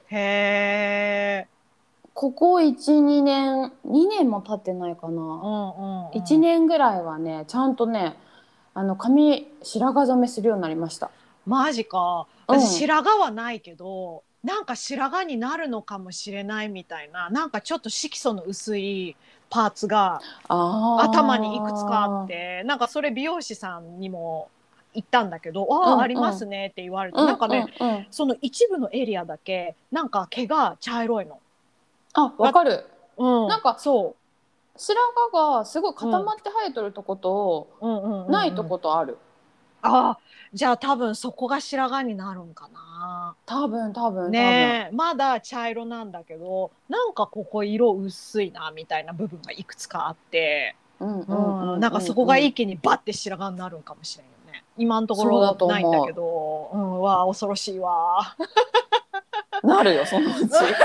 [SPEAKER 2] う。へえ。
[SPEAKER 1] ここ2年も経ってないか
[SPEAKER 2] う
[SPEAKER 1] な、
[SPEAKER 2] んうん
[SPEAKER 1] 1
[SPEAKER 2] うん。
[SPEAKER 1] 年ぐらいはねちゃんとね髪白髪染めするようになりました。
[SPEAKER 2] マジか。私、
[SPEAKER 1] うん。
[SPEAKER 2] 白髪はないけど、なんか白髪になるのかもしれないみたいな、なんかちょっと色素の薄いパーツが頭にいくつかあっ
[SPEAKER 1] ああ、
[SPEAKER 2] て、なんかそれ美容師さんにも言ったんだけど、ああ、ありま
[SPEAKER 1] うんうん
[SPEAKER 2] すねって言われて、
[SPEAKER 1] うん
[SPEAKER 2] なんかね、
[SPEAKER 1] うんうん。
[SPEAKER 2] その一部のエリアだけ、なんか毛が茶色いの。
[SPEAKER 1] わかる。
[SPEAKER 2] うん、
[SPEAKER 1] なんか
[SPEAKER 2] そ
[SPEAKER 1] 白髪がすごい
[SPEAKER 2] う。うん、
[SPEAKER 1] 固まって生えとるとこと
[SPEAKER 2] うんうんう
[SPEAKER 1] ないと
[SPEAKER 2] んうん。
[SPEAKER 1] ことある。
[SPEAKER 2] ああ、じゃあ多分そこが白髪になるんかな。
[SPEAKER 1] 多分。
[SPEAKER 2] ねえ、まだ茶色なんだけど、なんかここ色薄いなみたいな部分がいくつかあって、
[SPEAKER 1] うん
[SPEAKER 2] う
[SPEAKER 1] うんう
[SPEAKER 2] ん、なんかそ
[SPEAKER 1] んうんうん。
[SPEAKER 2] こが一気にバッて白髪になるんかもしれんよね。今のとこ
[SPEAKER 1] そうだと
[SPEAKER 2] ろないんだけ
[SPEAKER 1] 思
[SPEAKER 2] ど、うん、わあ、恐ろしいわ。
[SPEAKER 1] う。なるよそのうち。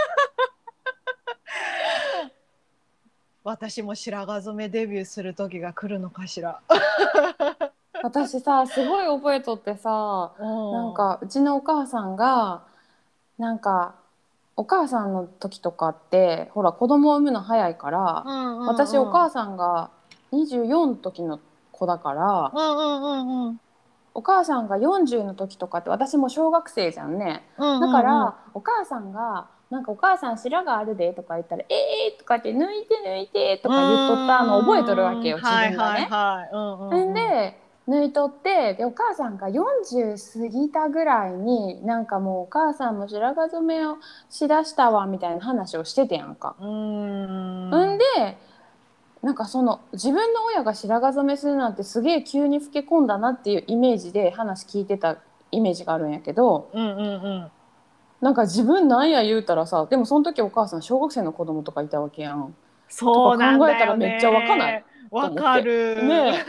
[SPEAKER 2] 私も白髪染めデビューする時が来るのかしら。
[SPEAKER 1] 私さすごい覚えとってさ、
[SPEAKER 2] う
[SPEAKER 1] なん
[SPEAKER 2] ん、
[SPEAKER 1] かうちのお母さんがなんかお母さんの時とかってほら子供を産むの早いから、
[SPEAKER 2] うんう
[SPEAKER 1] 私お
[SPEAKER 2] んうん。
[SPEAKER 1] 母さんが24の時の子だから、
[SPEAKER 2] うんうんうん
[SPEAKER 1] お母さんが40の時とかって私も小学生じゃんね。
[SPEAKER 2] うん
[SPEAKER 1] だか
[SPEAKER 2] うんうん
[SPEAKER 1] らお母さんがなんかお母さん白髪あるでとか言ったらとかって抜いて抜いてと
[SPEAKER 2] う
[SPEAKER 1] か言っとったのを覚えとるわ
[SPEAKER 2] ーん、
[SPEAKER 1] けよ自
[SPEAKER 2] はいはい
[SPEAKER 1] 分がね。
[SPEAKER 2] はい。うんう
[SPEAKER 1] ん
[SPEAKER 2] んうん。
[SPEAKER 1] で抜いとってでお母さんが40過ぎたぐらいになんかもうお母さんも白髪染めをしだしたわみたいな話をしててやんか。
[SPEAKER 2] うー
[SPEAKER 1] ん
[SPEAKER 2] ん。
[SPEAKER 1] でなんかその自分の親が白髪染めするなんてすげえ急に老け込んだなっていうイメージで話聞いてたイメージがあるんやけど、
[SPEAKER 2] うんうんうん。
[SPEAKER 1] なんか自分なんや言うたらさ、でもその時お母さん小学生の子供とかいたわけやん。とか
[SPEAKER 2] そうなん
[SPEAKER 1] 考えたら
[SPEAKER 2] だよ
[SPEAKER 1] めっちゃ若ない
[SPEAKER 2] ね。わか
[SPEAKER 1] と思って。
[SPEAKER 2] る。
[SPEAKER 1] ね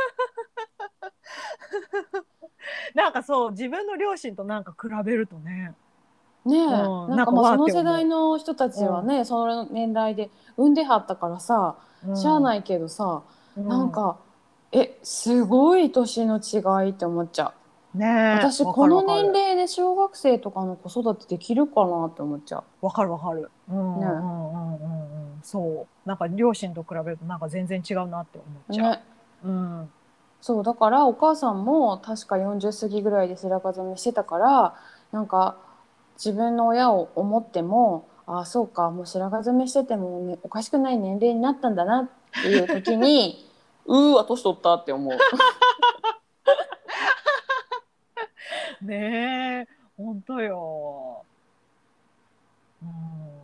[SPEAKER 2] なんかそう、自分の両親となんか比べるとね、
[SPEAKER 1] え、ねえ、
[SPEAKER 2] うん、
[SPEAKER 1] なんか
[SPEAKER 2] なんかわーっ
[SPEAKER 1] まあその世代
[SPEAKER 2] て思
[SPEAKER 1] の人た
[SPEAKER 2] う。うん、
[SPEAKER 1] ちはね、その年代で産んではったからさ、
[SPEAKER 2] うん、
[SPEAKER 1] しゃあないけどさ、
[SPEAKER 2] うん。
[SPEAKER 1] なんか、すごい年の違いって思っちゃう。
[SPEAKER 2] ねえ、わか
[SPEAKER 1] 私この
[SPEAKER 2] るわかる。
[SPEAKER 1] 年齢で小学生とかの子育てできるかなって思っちゃ
[SPEAKER 2] わかるわかる。うんう
[SPEAKER 1] う。ね
[SPEAKER 2] んうんうんうん。そう。なんか両親と比べるとなんか全然違うなって思っちゃ
[SPEAKER 1] ね。
[SPEAKER 2] う。うん。
[SPEAKER 1] そうだからお母さんも確か40過ぎぐらいで白髪染めしてたから、なんか自分の親を思っても、ああそうか、もう白髪染めしてても、ね、おかしくない年齢になったんだなっていう時に年取ったって思う。
[SPEAKER 2] ねえ、ほんとよ。うん。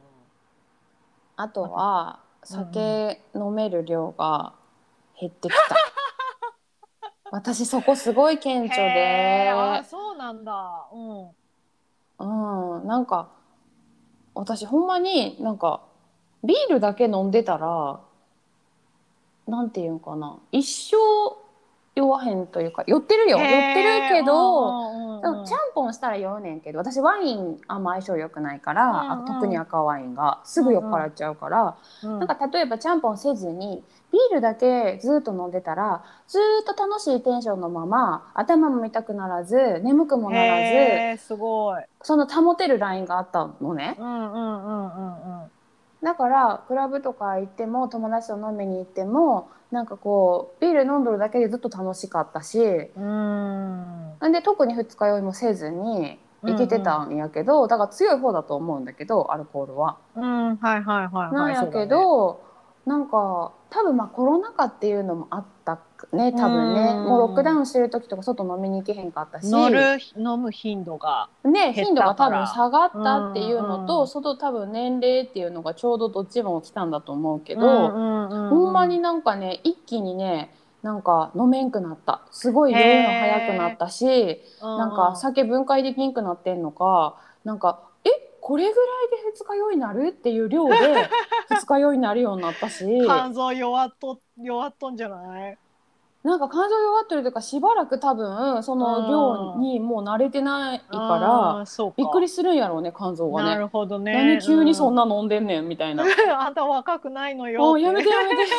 [SPEAKER 1] あと
[SPEAKER 2] あと、
[SPEAKER 1] は
[SPEAKER 2] うんうん。
[SPEAKER 1] 酒飲める量が減ってきた。私そこすごい顕
[SPEAKER 2] へ
[SPEAKER 1] 著
[SPEAKER 2] え、あ、
[SPEAKER 1] で、
[SPEAKER 2] そうなんだ。うん。
[SPEAKER 1] なんか私ほんまになんかビールだけ飲んでたら、なんていうんかな、一生酔わへんというか、酔ってる
[SPEAKER 2] へ
[SPEAKER 1] よ、酔ってる
[SPEAKER 2] え、う
[SPEAKER 1] けど、
[SPEAKER 2] んうんうんうん。
[SPEAKER 1] ちゃんぽんしたら酔うねんけど、私ワインあんま相性良くないか
[SPEAKER 2] う
[SPEAKER 1] ら、あと特
[SPEAKER 2] んうん。
[SPEAKER 1] に赤ワインがすぐ酔っ
[SPEAKER 2] うんうん。
[SPEAKER 1] 払っちゃうから、なん
[SPEAKER 2] うん。
[SPEAKER 1] か例えばちゃんぽんせずにビールだけずっと飲んでたら、ずっと楽しいテンションのまま頭も痛くならず眠くもならず、
[SPEAKER 2] へえ、すごい。
[SPEAKER 1] その保てるラインがあったのね。
[SPEAKER 2] うんうんうんうんうん。
[SPEAKER 1] だからクラブとか行っても友達と飲みに行ってもなんかこうビール飲んどるだけでずっと楽しかったし、
[SPEAKER 2] うーん。
[SPEAKER 1] んで特に二日酔いもせずに
[SPEAKER 2] う
[SPEAKER 1] 行けて
[SPEAKER 2] んうん。
[SPEAKER 1] たんやけど、だから強い方だと思うんだけどアルコールは。
[SPEAKER 2] うん、はいはいはいはい、
[SPEAKER 1] なんやけ
[SPEAKER 2] そうだね。
[SPEAKER 1] どなんか多分まあコロナ禍っていうのもあったね、
[SPEAKER 2] う
[SPEAKER 1] 多分ね、もうロックダ
[SPEAKER 2] ーん。
[SPEAKER 1] ウンしてる時とか外飲みに行けへんかったし、
[SPEAKER 2] 飲む頻度が
[SPEAKER 1] ね、
[SPEAKER 2] 減っ
[SPEAKER 1] 頻度が多分
[SPEAKER 2] たから。
[SPEAKER 1] 下が
[SPEAKER 2] う
[SPEAKER 1] ったっていうのと、
[SPEAKER 2] んうん。
[SPEAKER 1] その多分年齢っていうのがちょうどどっちも来たんだと思うけ
[SPEAKER 2] うん
[SPEAKER 1] ど、
[SPEAKER 2] うんうんうん。
[SPEAKER 1] ほんまになんかね、一気にね、なんか飲めんくなった。すご
[SPEAKER 2] へ
[SPEAKER 1] い酔うの早くなっ
[SPEAKER 2] え。
[SPEAKER 1] たし、
[SPEAKER 2] う
[SPEAKER 1] なんか
[SPEAKER 2] んうん。
[SPEAKER 1] 酒分解できんくなってんのか、なんか、これぐらいで二日酔いになるっていう量で二日酔いになるようになったし、
[SPEAKER 2] 肝臓弱っとんじゃない？
[SPEAKER 1] なんか肝臓弱ってるというかしばらく多分そ
[SPEAKER 2] う
[SPEAKER 1] の量
[SPEAKER 2] ん。
[SPEAKER 1] にもう慣れてないか
[SPEAKER 2] ああ、
[SPEAKER 1] ら
[SPEAKER 2] そうか。
[SPEAKER 1] びっくりするんやろうね肝臓がね。
[SPEAKER 2] なるほど
[SPEAKER 1] 何
[SPEAKER 2] ね。う
[SPEAKER 1] 急にそん
[SPEAKER 2] ん。
[SPEAKER 1] な飲んでんねんみたいな。
[SPEAKER 2] あんた若くないのよ
[SPEAKER 1] もうや
[SPEAKER 2] って。
[SPEAKER 1] めてやめて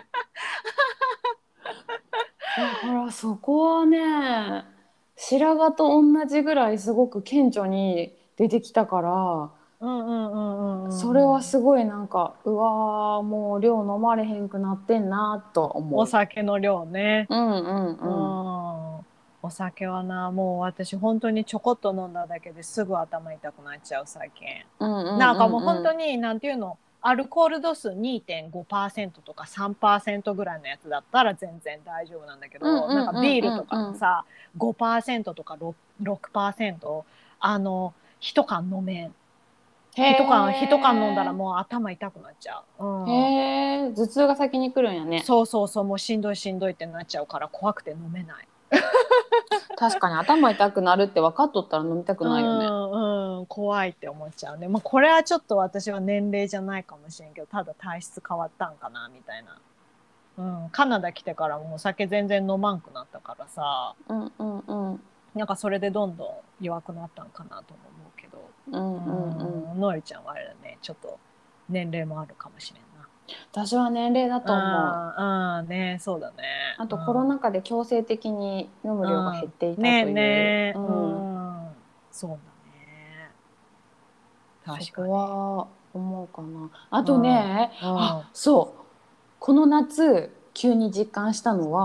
[SPEAKER 1] だからそこはね、白髪と同じぐらいすごく顕著に出てきたから、
[SPEAKER 2] うんうんうん
[SPEAKER 1] それ
[SPEAKER 2] うんうんうん。
[SPEAKER 1] はすごいなんかうわーもう量飲まれへんくなってんなとは
[SPEAKER 2] お
[SPEAKER 1] 思
[SPEAKER 2] 酒の量ね。
[SPEAKER 1] う。うんうん
[SPEAKER 2] うん。
[SPEAKER 1] うん。
[SPEAKER 2] お酒はな、もう私本当にちょこっと飲んだだけですぐ頭痛くなっちゃう最近。
[SPEAKER 1] うんうん
[SPEAKER 2] なんかもう
[SPEAKER 1] うんうん。
[SPEAKER 2] 本当に、なんていうの、アルコール度数2.5%とか3%ぐらいのやつだったら全然大丈夫なんだけ
[SPEAKER 1] うん
[SPEAKER 2] ど、なんか
[SPEAKER 1] うんうん
[SPEAKER 2] ビールと
[SPEAKER 1] うんうん。
[SPEAKER 2] かのさ、5%とか6%、一缶飲めん。
[SPEAKER 1] へ
[SPEAKER 2] 一缶飲んだら
[SPEAKER 1] え。
[SPEAKER 2] もう頭痛くなっちゃう。
[SPEAKER 1] へ
[SPEAKER 2] うん。
[SPEAKER 1] え、頭痛が先に来るんやね。
[SPEAKER 2] そうそうそう、もうしんどいしんどいってなっちゃうから怖くて飲めない。
[SPEAKER 1] 確かに頭痛くなるって分かっとったら飲みたく
[SPEAKER 2] う
[SPEAKER 1] ないよね。
[SPEAKER 2] んうん、怖いって思っちゃうね。まあ、これはちょっと私は年齢じゃないかもしれんけど、ただ体質変わったんかなみたいな。うん、カナダ来てからもう酒全然飲まんくなったからさ、
[SPEAKER 1] うんうんうん。
[SPEAKER 2] なんかそれでどんどん弱くなったんかなとも思うけど、
[SPEAKER 1] うんうんうん。
[SPEAKER 2] のりちゃんはあれだね、ちょっと年齢もあるかもしれん
[SPEAKER 1] 私は年齢だと思う。
[SPEAKER 2] な。うん、ね、そうだね。
[SPEAKER 1] あとコロナ禍で強制的に飲む量が減っていた
[SPEAKER 2] ねえ
[SPEAKER 1] という、
[SPEAKER 2] ねえ、
[SPEAKER 1] うん、
[SPEAKER 2] そうだね。
[SPEAKER 1] そ
[SPEAKER 2] 確かに。
[SPEAKER 1] こは思うかな。あと
[SPEAKER 2] うん、
[SPEAKER 1] ね、
[SPEAKER 2] うん、
[SPEAKER 1] そう、この夏急に実感したのは、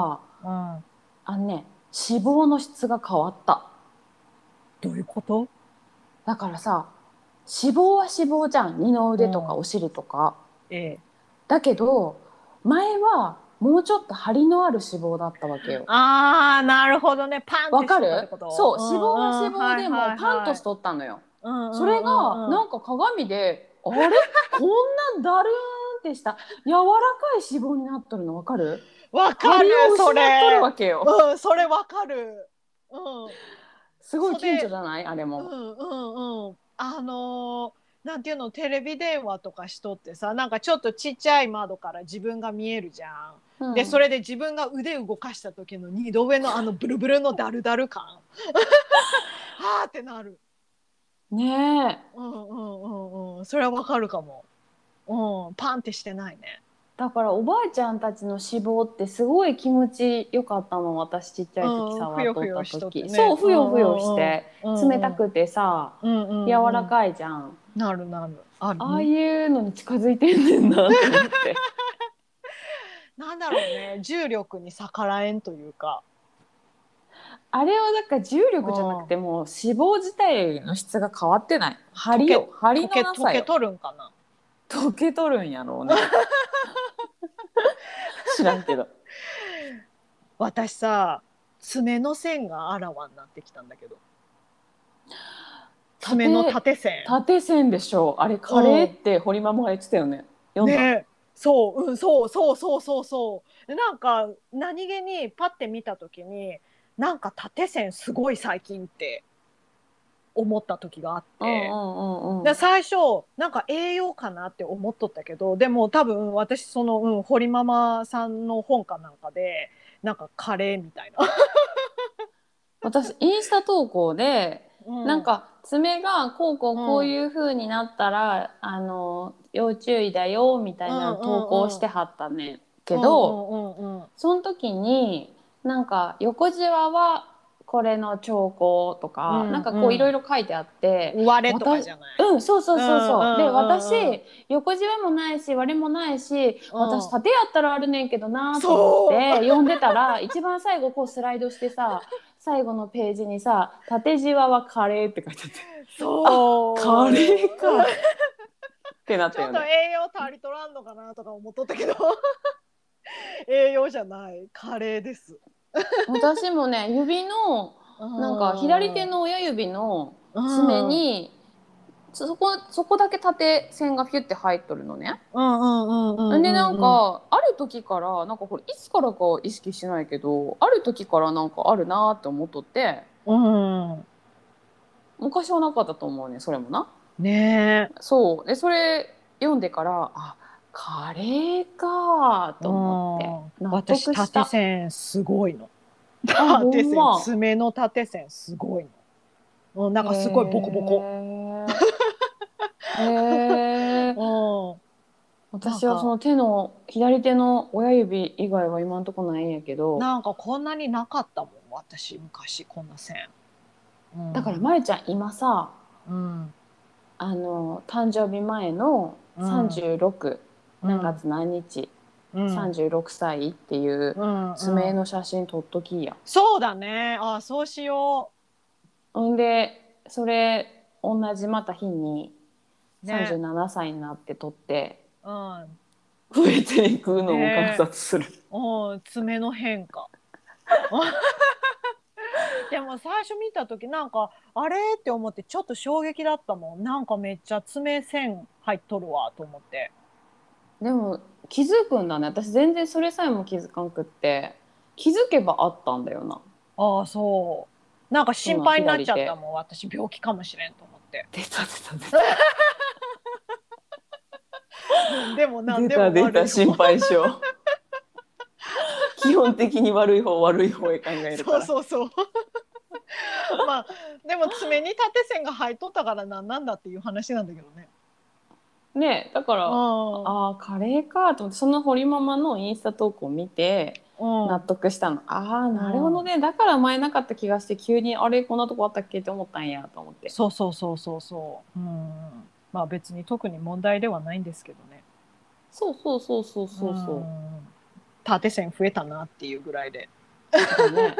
[SPEAKER 2] うん、
[SPEAKER 1] 脂肪の質が変わった。
[SPEAKER 2] どういうこと？
[SPEAKER 1] だからさ、脂肪は脂肪じゃん、二の腕とか
[SPEAKER 2] うん、
[SPEAKER 1] お尻とか。
[SPEAKER 2] ええ。
[SPEAKER 1] だけど前はもうちょっと張りのある脂肪だったわけよ。
[SPEAKER 2] ああ、なるほどね。パンってしとったって
[SPEAKER 1] わかる？
[SPEAKER 2] こと？
[SPEAKER 1] そう、脂肪は
[SPEAKER 2] うんうん、
[SPEAKER 1] 脂肪
[SPEAKER 2] はい
[SPEAKER 1] でもう
[SPEAKER 2] はいはい。
[SPEAKER 1] パンとしとったのよ。
[SPEAKER 2] うんう
[SPEAKER 1] それ
[SPEAKER 2] んうんうん。
[SPEAKER 1] がなんか鏡で、あれ、こんなだるーんってした柔らかい脂肪になっとるのわかる？
[SPEAKER 2] わかる、
[SPEAKER 1] 張りを失
[SPEAKER 2] そ
[SPEAKER 1] っとる
[SPEAKER 2] れ。
[SPEAKER 1] わけよ。
[SPEAKER 2] うん、それわかる。うん。
[SPEAKER 1] すごい顕著
[SPEAKER 2] それ、
[SPEAKER 1] じゃない？あれも。
[SPEAKER 2] うんうんうん。なんていうの、テレビ電話とかしとってさ、なんかちょっとちっちゃい窓から自分が見えるじゃん。で、そ
[SPEAKER 1] うん。
[SPEAKER 2] れで自分が腕動かした時の二度上のあのブルブルのダルダル感。はーってなる。
[SPEAKER 1] ねえ。
[SPEAKER 2] うんうんうんうん。それはわかるかも。うん、パンってしてないね。
[SPEAKER 1] だからおばあちゃんたちの脂肪ってすごい気持ちよかったの。私ちっちゃい時
[SPEAKER 2] うん、ふよ
[SPEAKER 1] 触っとっ
[SPEAKER 2] ふよしとって
[SPEAKER 1] た時。そう、
[SPEAKER 2] ね。う
[SPEAKER 1] ふよふよし
[SPEAKER 2] んうん
[SPEAKER 1] て
[SPEAKER 2] うんうん
[SPEAKER 1] 冷たくてさ、
[SPEAKER 2] うんう
[SPEAKER 1] 柔
[SPEAKER 2] んうん。
[SPEAKER 1] らかいじゃん。
[SPEAKER 2] なるなる。ある。
[SPEAKER 1] ああいうのに近づいてんねんなと思って。
[SPEAKER 2] なんだろうね。重力に逆らえんというか。
[SPEAKER 1] あれはだから重
[SPEAKER 2] う
[SPEAKER 1] 力じゃなくて
[SPEAKER 2] ん。
[SPEAKER 1] もう脂肪自体の質が変わってない。張りよ。張りのなさよ。
[SPEAKER 2] 溶けとるんかな。
[SPEAKER 1] 溶けとるんやろうね。知らんけど。
[SPEAKER 2] 私さ、爪の線があらわになってきたんだけど。爪の
[SPEAKER 1] 縦、
[SPEAKER 2] 縦線。
[SPEAKER 1] 縦線でしょ。あれカレーっ
[SPEAKER 2] うん。
[SPEAKER 1] て堀ママが言ってたよね。読んだ？
[SPEAKER 2] ね、そう、うん、そうそうそうそうそう。でなんか何気にパッて見た時に、なんか縦線すごい最近って思った時があっ
[SPEAKER 1] うんう
[SPEAKER 2] て。
[SPEAKER 1] んうんうん。
[SPEAKER 2] で最初なんか栄養かなって思っとったけど、でも多分私その、うん、堀ママさんの本かなんかでなんかカレーみたいな。
[SPEAKER 1] 私インスタ投稿でなん
[SPEAKER 2] うん
[SPEAKER 1] か爪がこう
[SPEAKER 2] うん
[SPEAKER 1] いう風になったら要注意だよみた
[SPEAKER 2] うん
[SPEAKER 1] いなの投稿
[SPEAKER 2] うんうん
[SPEAKER 1] してはったねんけ
[SPEAKER 2] うん
[SPEAKER 1] ど、
[SPEAKER 2] うんうん。
[SPEAKER 1] その時になんか横じわはこれの兆候と
[SPEAKER 2] う
[SPEAKER 1] かなんかこういろい
[SPEAKER 2] ん
[SPEAKER 1] ろ書いてあって、
[SPEAKER 2] 割れとか
[SPEAKER 1] 私、
[SPEAKER 2] じゃない？
[SPEAKER 1] うん、そうそうそう
[SPEAKER 2] うんう
[SPEAKER 1] そうで、私
[SPEAKER 2] んうんうん
[SPEAKER 1] 横じわもないし割れもないし、私
[SPEAKER 2] うん。
[SPEAKER 1] 縦やったらあるねんけどなと思っ
[SPEAKER 2] そう。
[SPEAKER 1] て読んでたら、一番最後こうスライドしてさ、最後のページにさ縦じわはカレーって書いてあって、あ、カレー
[SPEAKER 2] そう。
[SPEAKER 1] かってなっ
[SPEAKER 2] ちょっと
[SPEAKER 1] たよね。
[SPEAKER 2] 栄養足りとらんのかなとか思っとったけど、栄養じゃない。カレーです。
[SPEAKER 1] 私もね、指の
[SPEAKER 2] う
[SPEAKER 1] なんか左手
[SPEAKER 2] ん。
[SPEAKER 1] の親指の
[SPEAKER 2] う
[SPEAKER 1] 爪
[SPEAKER 2] ん。うん
[SPEAKER 1] にそこだけ縦線がピュって入っとるのね。
[SPEAKER 2] うんうんうん
[SPEAKER 1] でなん
[SPEAKER 2] うんうん。
[SPEAKER 1] かある時からなんかこれいつからかは意識しないけど、ある時からなんかあるなって思っとって、
[SPEAKER 2] うん。
[SPEAKER 1] 昔はなかったと思うね、それもな。
[SPEAKER 2] ねえ。
[SPEAKER 1] そうで、それ読んでから、あ、カレーかと思って納
[SPEAKER 2] 私、縦
[SPEAKER 1] 得した。
[SPEAKER 2] 線すごいの。
[SPEAKER 1] あ、ほ
[SPEAKER 2] 縦線、
[SPEAKER 1] んま。
[SPEAKER 2] 爪の縦線すごいの。うん、なん
[SPEAKER 1] へ
[SPEAKER 2] かすごいボコボコ。
[SPEAKER 1] え。へえ。
[SPEAKER 2] うん。なんか、
[SPEAKER 1] 私はその左手の親指以外は今んとこないんやけど、
[SPEAKER 2] なんかこんなになかったもん、私、昔、こんな線。う
[SPEAKER 1] だから
[SPEAKER 2] ん。
[SPEAKER 1] まゆちゃん今さ、
[SPEAKER 2] うん。
[SPEAKER 1] 誕生日前の
[SPEAKER 2] うん。
[SPEAKER 1] 36、何
[SPEAKER 2] うん。
[SPEAKER 1] 月何日、
[SPEAKER 2] うん。
[SPEAKER 1] 36歳っていう
[SPEAKER 2] うんうん。
[SPEAKER 1] 爪の写真撮っときや。
[SPEAKER 2] そうだね。あ、そうしよ
[SPEAKER 1] ほんでそれ同じまた日に
[SPEAKER 2] う。
[SPEAKER 1] 37
[SPEAKER 2] ね。
[SPEAKER 1] 歳になって撮って、
[SPEAKER 2] うん。
[SPEAKER 1] 増えていくのを観
[SPEAKER 2] ね。
[SPEAKER 1] 察する。
[SPEAKER 2] うん。爪の変化。でも最初見た時なんかあれって思ってちょっと衝撃だったもん。なんかめっちゃ爪線入っとるわと思って。
[SPEAKER 1] でも気づくんだね。私全然それさえも気づかんくって、気づけばあったんだよな、
[SPEAKER 2] ああ、そう。なんか
[SPEAKER 1] その
[SPEAKER 2] 心配になっ
[SPEAKER 1] 左手。
[SPEAKER 2] ちゃったもん。私病気かもしれんと思って。
[SPEAKER 1] 出た出た出た
[SPEAKER 2] なんでもなん
[SPEAKER 1] 出
[SPEAKER 2] でも
[SPEAKER 1] た出た、
[SPEAKER 2] 悪い方。
[SPEAKER 1] 心配性。基本的に悪い方へ考えるか
[SPEAKER 2] そう
[SPEAKER 1] ら。
[SPEAKER 2] そうそう。まあでも爪に縦線が入っとったからなんなんだっていう話なんだけどね。
[SPEAKER 1] ね、だか
[SPEAKER 2] う
[SPEAKER 1] ら、
[SPEAKER 2] ん
[SPEAKER 1] ああカレーかと思って、その堀ママのインスタ投稿を見て納
[SPEAKER 2] うん
[SPEAKER 1] 得したの。ああ
[SPEAKER 2] う
[SPEAKER 1] なるほど
[SPEAKER 2] ん。
[SPEAKER 1] ね、だから前なかった気がして、急にあれこんなとこあったっけって思ったんやと思って。
[SPEAKER 2] そうそうそうそうそう。うん。まあ別に特に問題ではないんですけどね。
[SPEAKER 1] そうそうそうそう
[SPEAKER 2] う
[SPEAKER 1] そうそ
[SPEAKER 2] ん。縦線増えたなっていうぐらいで。
[SPEAKER 1] だね。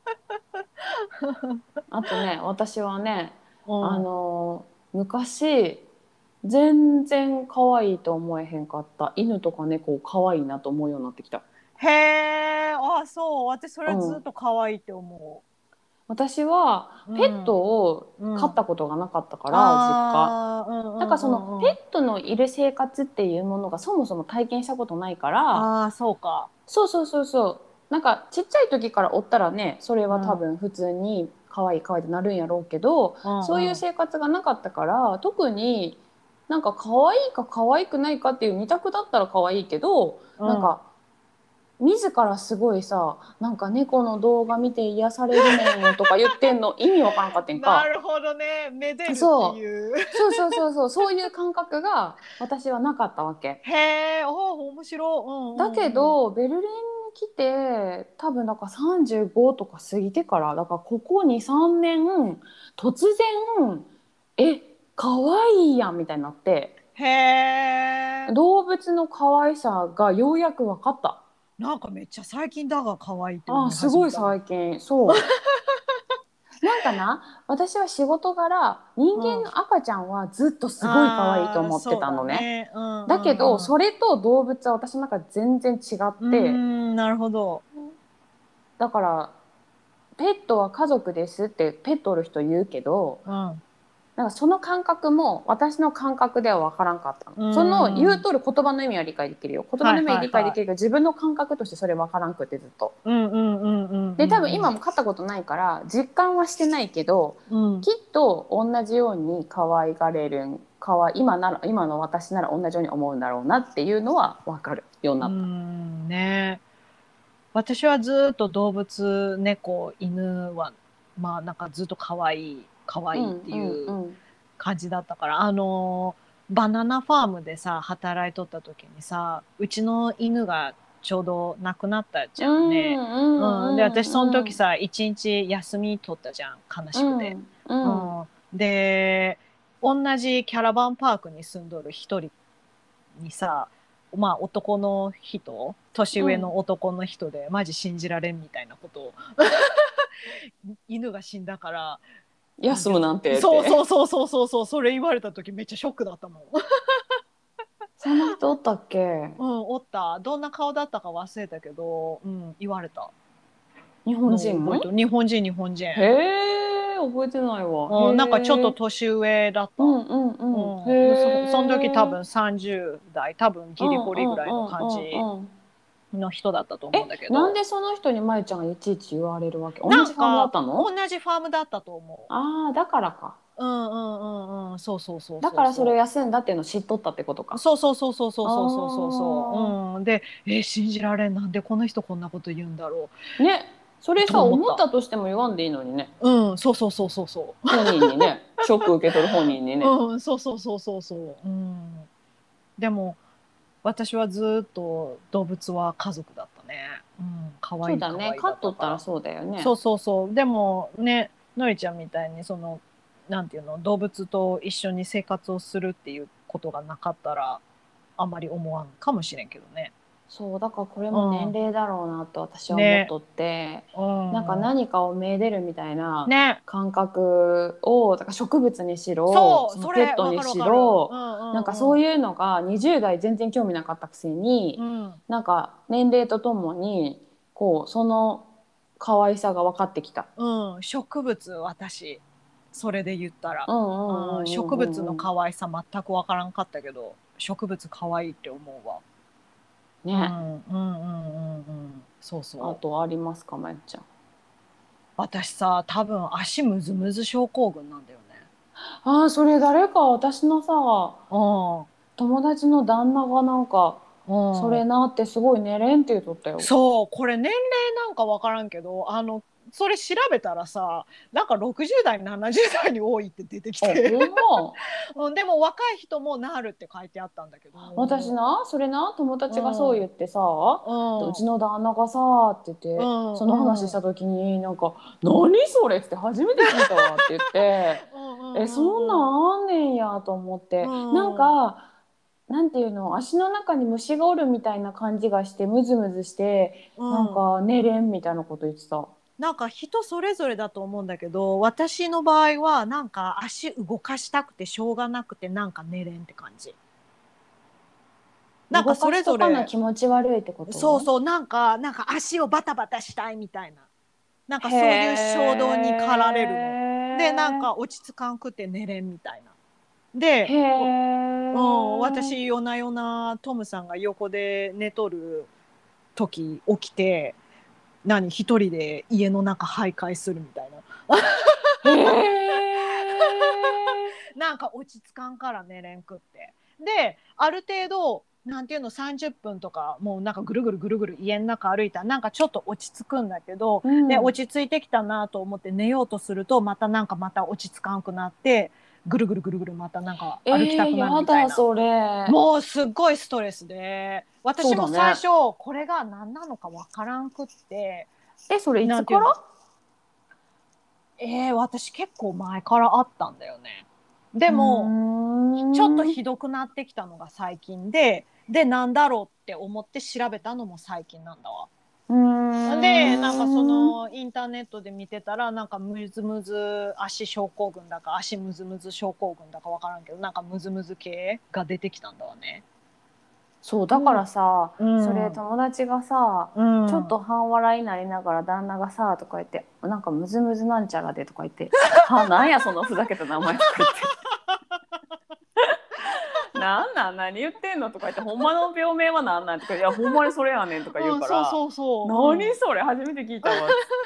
[SPEAKER 1] あとね、私はね、あ
[SPEAKER 2] うん。
[SPEAKER 1] の昔全然可愛いと思えへんかった犬とか猫を可愛いなと思うようになってきた。
[SPEAKER 2] へえ、あ、そう。私それずっ
[SPEAKER 1] うん。
[SPEAKER 2] と可愛いって思
[SPEAKER 1] 私は
[SPEAKER 2] う。う
[SPEAKER 1] ペット
[SPEAKER 2] ん。
[SPEAKER 1] を
[SPEAKER 2] うん。
[SPEAKER 1] 飼ったことがなかったから実家。
[SPEAKER 2] ああ、うんう
[SPEAKER 1] だからそのペ
[SPEAKER 2] んうんうん。
[SPEAKER 1] ットのいる生活っていうものがそもそも体験したことないから、
[SPEAKER 2] ああ、そうか。
[SPEAKER 1] そうそうそうそう、なんかちっちゃい時からおったらね、それは多
[SPEAKER 2] うん。
[SPEAKER 1] 分普通に可愛い可愛いってなるんやろうけど、そういう
[SPEAKER 2] うんうん。
[SPEAKER 1] 生活がなかったから特になんか可愛いか可愛くないかっていう二択だったら可愛いけど、
[SPEAKER 2] うん。
[SPEAKER 1] なんか自らすごいさ、なんか猫の動画見て癒されるねんとか言ってんの意味わからんかってんか。
[SPEAKER 2] なるほどね。めでるって
[SPEAKER 1] そ
[SPEAKER 2] いう。
[SPEAKER 1] うそうそうそうそう、そういう感覚が私はなかったわけ。
[SPEAKER 2] へえ、おお、面白い。う
[SPEAKER 1] だけ
[SPEAKER 2] んうんうん。
[SPEAKER 1] どベルリンに来て多分だから35とか過ぎてから、だからここ23年突然え可愛いやんみたいになって、
[SPEAKER 2] へえ。
[SPEAKER 1] 動物の可愛さがようやく分かった。
[SPEAKER 2] なんかめっちゃ最近だが可愛いって
[SPEAKER 1] あ、
[SPEAKER 2] 思い
[SPEAKER 1] すごい
[SPEAKER 2] 始めたの。
[SPEAKER 1] 最近。そうなんかな、私は仕事柄人間
[SPEAKER 2] うん。
[SPEAKER 1] の赤ちゃんはずっとすごい可愛いと
[SPEAKER 2] ああ、
[SPEAKER 1] 思って
[SPEAKER 2] そう
[SPEAKER 1] たのね。
[SPEAKER 2] だね。うんう
[SPEAKER 1] だけど
[SPEAKER 2] んうん。
[SPEAKER 1] それと動物は私の中で全然違っ
[SPEAKER 2] うー
[SPEAKER 1] て、
[SPEAKER 2] ん、なるほど。
[SPEAKER 1] だからペットは家族ですってペットおる人言うけど、
[SPEAKER 2] うん。
[SPEAKER 1] なんかその感覚も私の感覚では分からんかったの。
[SPEAKER 2] うー
[SPEAKER 1] その言う
[SPEAKER 2] ん。
[SPEAKER 1] とる言葉の意味は理解できるよ。言葉
[SPEAKER 2] はい
[SPEAKER 1] の意味は
[SPEAKER 2] はいは
[SPEAKER 1] 理解できるけど自分の感覚としてそれ分からんくてずっと。
[SPEAKER 2] い。うんうんうんうんう
[SPEAKER 1] で多分
[SPEAKER 2] んうん。
[SPEAKER 1] 今も飼ったことないから実感はしてないけど、
[SPEAKER 2] うん。
[SPEAKER 1] きっと同じように可愛がれる今なら今の私なら同じように思うんだろうなっていうのは分かるように
[SPEAKER 2] うー
[SPEAKER 1] なった。
[SPEAKER 2] んね。私はずっと動物、猫、犬は、まあなんかずっと可愛い、可愛いって
[SPEAKER 1] うんう
[SPEAKER 2] いう
[SPEAKER 1] んうん
[SPEAKER 2] 感じだったから、バナナファームでさ、働いとった時にさ、うちの犬がちょうど亡くなったじ
[SPEAKER 1] う
[SPEAKER 2] ゃんね。
[SPEAKER 1] んうん
[SPEAKER 2] うん。で、私その
[SPEAKER 1] うんうん
[SPEAKER 2] 時さ、一日休み取ったじゃん。悲しくて。
[SPEAKER 1] うんうん
[SPEAKER 2] うん。で、同じキャラバンパークに住んどる一人にさ、まあ男の人、年
[SPEAKER 1] うん。
[SPEAKER 2] 上の男の人で、マジ信じられんみたいなことを、犬が死んだから、なんていうの、
[SPEAKER 1] 休むなんてっ
[SPEAKER 2] そうそう
[SPEAKER 1] て。
[SPEAKER 2] そうそうそうそう、それ言われた時めっちゃショックだったもん。
[SPEAKER 1] そんな人おったっけ？
[SPEAKER 2] うん、おった。どんな顔だったか忘れたけど、うん、言われた
[SPEAKER 1] 日本人？
[SPEAKER 2] のを覚えてる。日本人、日本人。
[SPEAKER 1] へえ、覚えてないわ。
[SPEAKER 2] うん、なんかちょっ
[SPEAKER 1] へえ。
[SPEAKER 2] と年上だった。
[SPEAKER 1] うんうんうん。
[SPEAKER 2] うん。で、その時多
[SPEAKER 1] へえ。
[SPEAKER 2] 分30代、多分
[SPEAKER 1] うんう
[SPEAKER 2] ギリゴリぐらいの
[SPEAKER 1] んうんう
[SPEAKER 2] 感じ
[SPEAKER 1] んうん。
[SPEAKER 2] の人だったと思うんだけ
[SPEAKER 1] え、なん
[SPEAKER 2] ど、
[SPEAKER 1] でその人にまゆちゃんがいちいち言われるわけ？同じファームだっ
[SPEAKER 2] なんか
[SPEAKER 1] たの？
[SPEAKER 2] 同じファームだったと思
[SPEAKER 1] ああー、だからか。
[SPEAKER 2] う。うんうんうんうん。そうそうそう
[SPEAKER 1] だからそれを
[SPEAKER 2] そうそ
[SPEAKER 1] 休んだっていうのを知っとったってこと
[SPEAKER 2] う。
[SPEAKER 1] か。
[SPEAKER 2] そうそうそうそうそう
[SPEAKER 1] あ
[SPEAKER 2] そうそうそうそ
[SPEAKER 1] あ。
[SPEAKER 2] う。うん。で、信じられん。なんでこの人こんなこと言うんだろ
[SPEAKER 1] ね。それ
[SPEAKER 2] うと
[SPEAKER 1] さ、
[SPEAKER 2] 思った。
[SPEAKER 1] 思ったとしても言わんでいいのにね。
[SPEAKER 2] うん。そうそうそうそうそ
[SPEAKER 1] 本人にね。ショック受け取る本人に
[SPEAKER 2] う。
[SPEAKER 1] ね。
[SPEAKER 2] うん。そうそうそうそうそう。うん。でも、私はずっと動物は家族だったね。うん。可
[SPEAKER 1] そうだね。
[SPEAKER 2] 愛い可愛い
[SPEAKER 1] 飼っと
[SPEAKER 2] だったから。
[SPEAKER 1] ったらそうだよね。
[SPEAKER 2] そうそうそう。でもね、のりちゃんみたいになんていうの、動物と一緒に生活をするっていうことがなかったら、あんまり思わんかもしれんけどね。
[SPEAKER 1] そう、だからこれも年
[SPEAKER 2] うん。
[SPEAKER 1] 齢だろうなと私は思っ
[SPEAKER 2] ね。
[SPEAKER 1] とって、
[SPEAKER 2] う
[SPEAKER 1] なんか
[SPEAKER 2] ん。
[SPEAKER 1] 何かをめでるみたいな
[SPEAKER 2] ね。
[SPEAKER 1] 感覚を、だから植物にしろ、
[SPEAKER 2] そう、
[SPEAKER 1] その
[SPEAKER 2] それ、
[SPEAKER 1] ペットに
[SPEAKER 2] わかるわかる。う
[SPEAKER 1] しろ、
[SPEAKER 2] ん
[SPEAKER 1] なんかそう
[SPEAKER 2] うん
[SPEAKER 1] いうのが20代全然興味なかったくせに、
[SPEAKER 2] うん。うん。
[SPEAKER 1] なんか年齢とともに、こう、その可愛さが分かってきた。
[SPEAKER 2] うん。植物、私。それで言ったら。
[SPEAKER 1] うんうんう
[SPEAKER 2] うん。
[SPEAKER 1] ん
[SPEAKER 2] 植物の
[SPEAKER 1] うんうんうん。
[SPEAKER 2] 可愛さ全くわからんかったけど、植物可愛いって思うわ。う
[SPEAKER 1] ね。
[SPEAKER 2] んうんうんうんうん。そうそう。
[SPEAKER 1] あとありますか、まゆちゃん。
[SPEAKER 2] 私さ、多分足ムズムズ症候群なんだよね。
[SPEAKER 1] ああ、それ誰か私のさ、
[SPEAKER 2] うん。
[SPEAKER 1] 友達の旦那がなんか、
[SPEAKER 2] うん。
[SPEAKER 1] それなってすごい寝れんって言うとったよ。
[SPEAKER 2] そう、これ年齢なんかわからんけど、それ調べたらさ、なんか60代、70代に多いって出てき
[SPEAKER 1] あ、ほ
[SPEAKER 2] て、
[SPEAKER 1] んま。
[SPEAKER 2] うん、でも若い人もなるって書いてあったんだけど、
[SPEAKER 1] 私な、それな、友
[SPEAKER 2] う
[SPEAKER 1] 達がそう言
[SPEAKER 2] ん、
[SPEAKER 1] ってさ、
[SPEAKER 2] う
[SPEAKER 1] う
[SPEAKER 2] ん、
[SPEAKER 1] ちの旦那がさ、って言っ
[SPEAKER 2] う
[SPEAKER 1] て、その話
[SPEAKER 2] ん、うん、
[SPEAKER 1] した時に、なんか、何それって初めて聞いたわって言って、
[SPEAKER 2] うん、う
[SPEAKER 1] え、そんな
[SPEAKER 2] ん、うん、
[SPEAKER 1] んあんねんやと思っ
[SPEAKER 2] う
[SPEAKER 1] て、なん
[SPEAKER 2] ん、うん、
[SPEAKER 1] か、 なんていうの、足の中に虫がおるみたいな感じがしてムズムズして、
[SPEAKER 2] う
[SPEAKER 1] なん
[SPEAKER 2] ん、
[SPEAKER 1] か寝れんみたいなこと言ってた。
[SPEAKER 2] なんか人それぞれだと思うんだけど、私の場合はなんか足動かしたくてしょうがなくてなんか寝れんって感じ。なんかそれ
[SPEAKER 1] 動かしとかな
[SPEAKER 2] ぞれ、
[SPEAKER 1] 気持ち悪いってこと？
[SPEAKER 2] そうそう、なんか足をバタバタしたいみたいな。なんか
[SPEAKER 1] へ
[SPEAKER 2] そういう衝動に駆られるの。で、なん
[SPEAKER 1] え。
[SPEAKER 2] か落ち着かんくて寝れんみたいな。で、
[SPEAKER 1] へ
[SPEAKER 2] うん、
[SPEAKER 1] え。
[SPEAKER 2] 私夜な夜なトムさんが横で寝とる時起きて、一人で家の中徘徊するみたいな。
[SPEAKER 1] へえ。
[SPEAKER 2] なんか落ち着かんから寝れんくって。で、ある程度、なんていうの、30分とか、もうなんかぐるぐるぐるぐる家の中歩いたら、なんかちょっと落ち着くんだけど、
[SPEAKER 1] う
[SPEAKER 2] で、
[SPEAKER 1] ん。
[SPEAKER 2] 落ち着いてきたなと思って寝ようとすると、また落ち着かんくなって、ぐるぐるぐるぐるまたなんか歩きたくなる
[SPEAKER 1] や
[SPEAKER 2] みたいな。
[SPEAKER 1] だ、それ。
[SPEAKER 2] もうすっごいストレスで、私も
[SPEAKER 1] そうだね。
[SPEAKER 2] 最初、これが何なのかわからんくって、
[SPEAKER 1] え、それいつから？
[SPEAKER 2] なんていうの、私結構前からあったんだよね。で
[SPEAKER 1] うー
[SPEAKER 2] も、ちょっと
[SPEAKER 1] ん。う
[SPEAKER 2] ひどくなってきたのが最近で、なんだろうって思って調べたのも最近なんだわ。
[SPEAKER 1] ー
[SPEAKER 2] で、なんかそ
[SPEAKER 1] ん。
[SPEAKER 2] のインターネットで見てたら、なんかムズムズ足症候群だか、足ムズムズ症候群だかわからんけど、なんかムズムズ系が出てきたんだわね。
[SPEAKER 1] そう、だか
[SPEAKER 2] うん。
[SPEAKER 1] らさ、
[SPEAKER 2] う
[SPEAKER 1] それ
[SPEAKER 2] ん。
[SPEAKER 1] 友達がさ、
[SPEAKER 2] うん。
[SPEAKER 1] ちょっと半笑いになりながら旦那がさ、とか言って、なんかムズムズなんちゃらでとか言って、は、なんやそのふざけた名前とか言って、何言ってんのとか言って、ほんまの病名はなんなんとか、いや、ほんまにそれやねんとか言う
[SPEAKER 2] うん、そう
[SPEAKER 1] から、
[SPEAKER 2] そうそう。
[SPEAKER 1] 何それ初めて聞いたわっつって、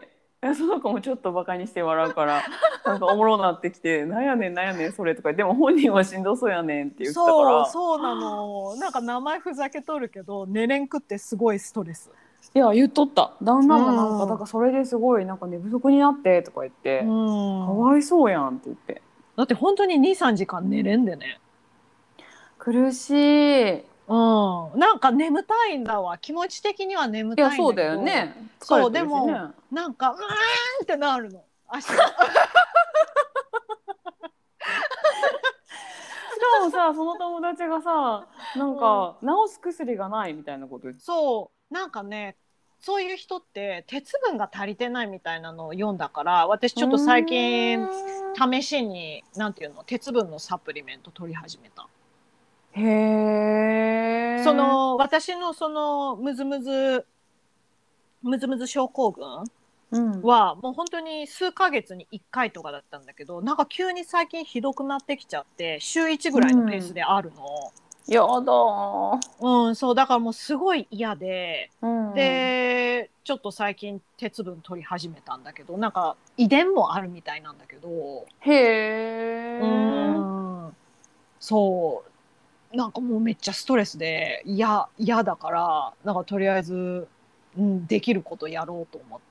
[SPEAKER 1] その子もちょっとバカにして笑うから、なんかおもろなってきて、なんやねんなんやねんそれとか、でも本人はしんどそうやねんって
[SPEAKER 2] うん。
[SPEAKER 1] 言ってたか
[SPEAKER 2] そう、
[SPEAKER 1] ら、
[SPEAKER 2] そうなの。なんか名前ふざけとるけど、寝れんくってすごいストレス。
[SPEAKER 1] いや、言っとった。旦
[SPEAKER 2] う
[SPEAKER 1] 那もなんか、だ
[SPEAKER 2] ん。
[SPEAKER 1] からそれですごい、なんか寝不足になってとか言っ
[SPEAKER 2] う
[SPEAKER 1] て、か
[SPEAKER 2] ん。
[SPEAKER 1] わいそうやんって言って。
[SPEAKER 2] だって本当に2、3時間寝れんでね。
[SPEAKER 1] 苦しい。い
[SPEAKER 2] うん。なんか眠たいんだわ。気持ち的には眠
[SPEAKER 1] や、
[SPEAKER 2] たいんだ
[SPEAKER 1] そうだ
[SPEAKER 2] けど、
[SPEAKER 1] よね。疲れ
[SPEAKER 2] そう、
[SPEAKER 1] てるしね。
[SPEAKER 2] でも、なんか、うーんってなるの。足が。
[SPEAKER 1] しかもさ、その友達がさ、なん
[SPEAKER 2] うん。
[SPEAKER 1] か、治す薬がないみたいなこと言って。
[SPEAKER 2] そう、なんかね、そういう人って鉄分が足りてないみたいなのを読んだから、私
[SPEAKER 1] う
[SPEAKER 2] ちょっと最近
[SPEAKER 1] ーん。
[SPEAKER 2] 試しに、なんていうの、鉄分のサプリメント取り始めた。
[SPEAKER 1] へえ。
[SPEAKER 2] 私のムズムズ症候群
[SPEAKER 1] うん。
[SPEAKER 2] は、もう本当に数ヶ月に1回とかだったんだけど、なんか急に最近ひどくなってきちゃって、週1ぐ
[SPEAKER 1] う
[SPEAKER 2] らいのペース
[SPEAKER 1] ん。
[SPEAKER 2] であるの。
[SPEAKER 1] やだー。
[SPEAKER 2] うん、そう、だからもうすごい嫌で、
[SPEAKER 1] うん。
[SPEAKER 2] で、ちょっと最近鉄分取り始めたんだけど、なんか遺伝もあるみたいなんだけど、
[SPEAKER 1] へ
[SPEAKER 2] う
[SPEAKER 1] え。
[SPEAKER 2] ーん、そう、なんかもうめっちゃストレスで、嫌だから、なんかとりあえず、うん、できることやろうと思って、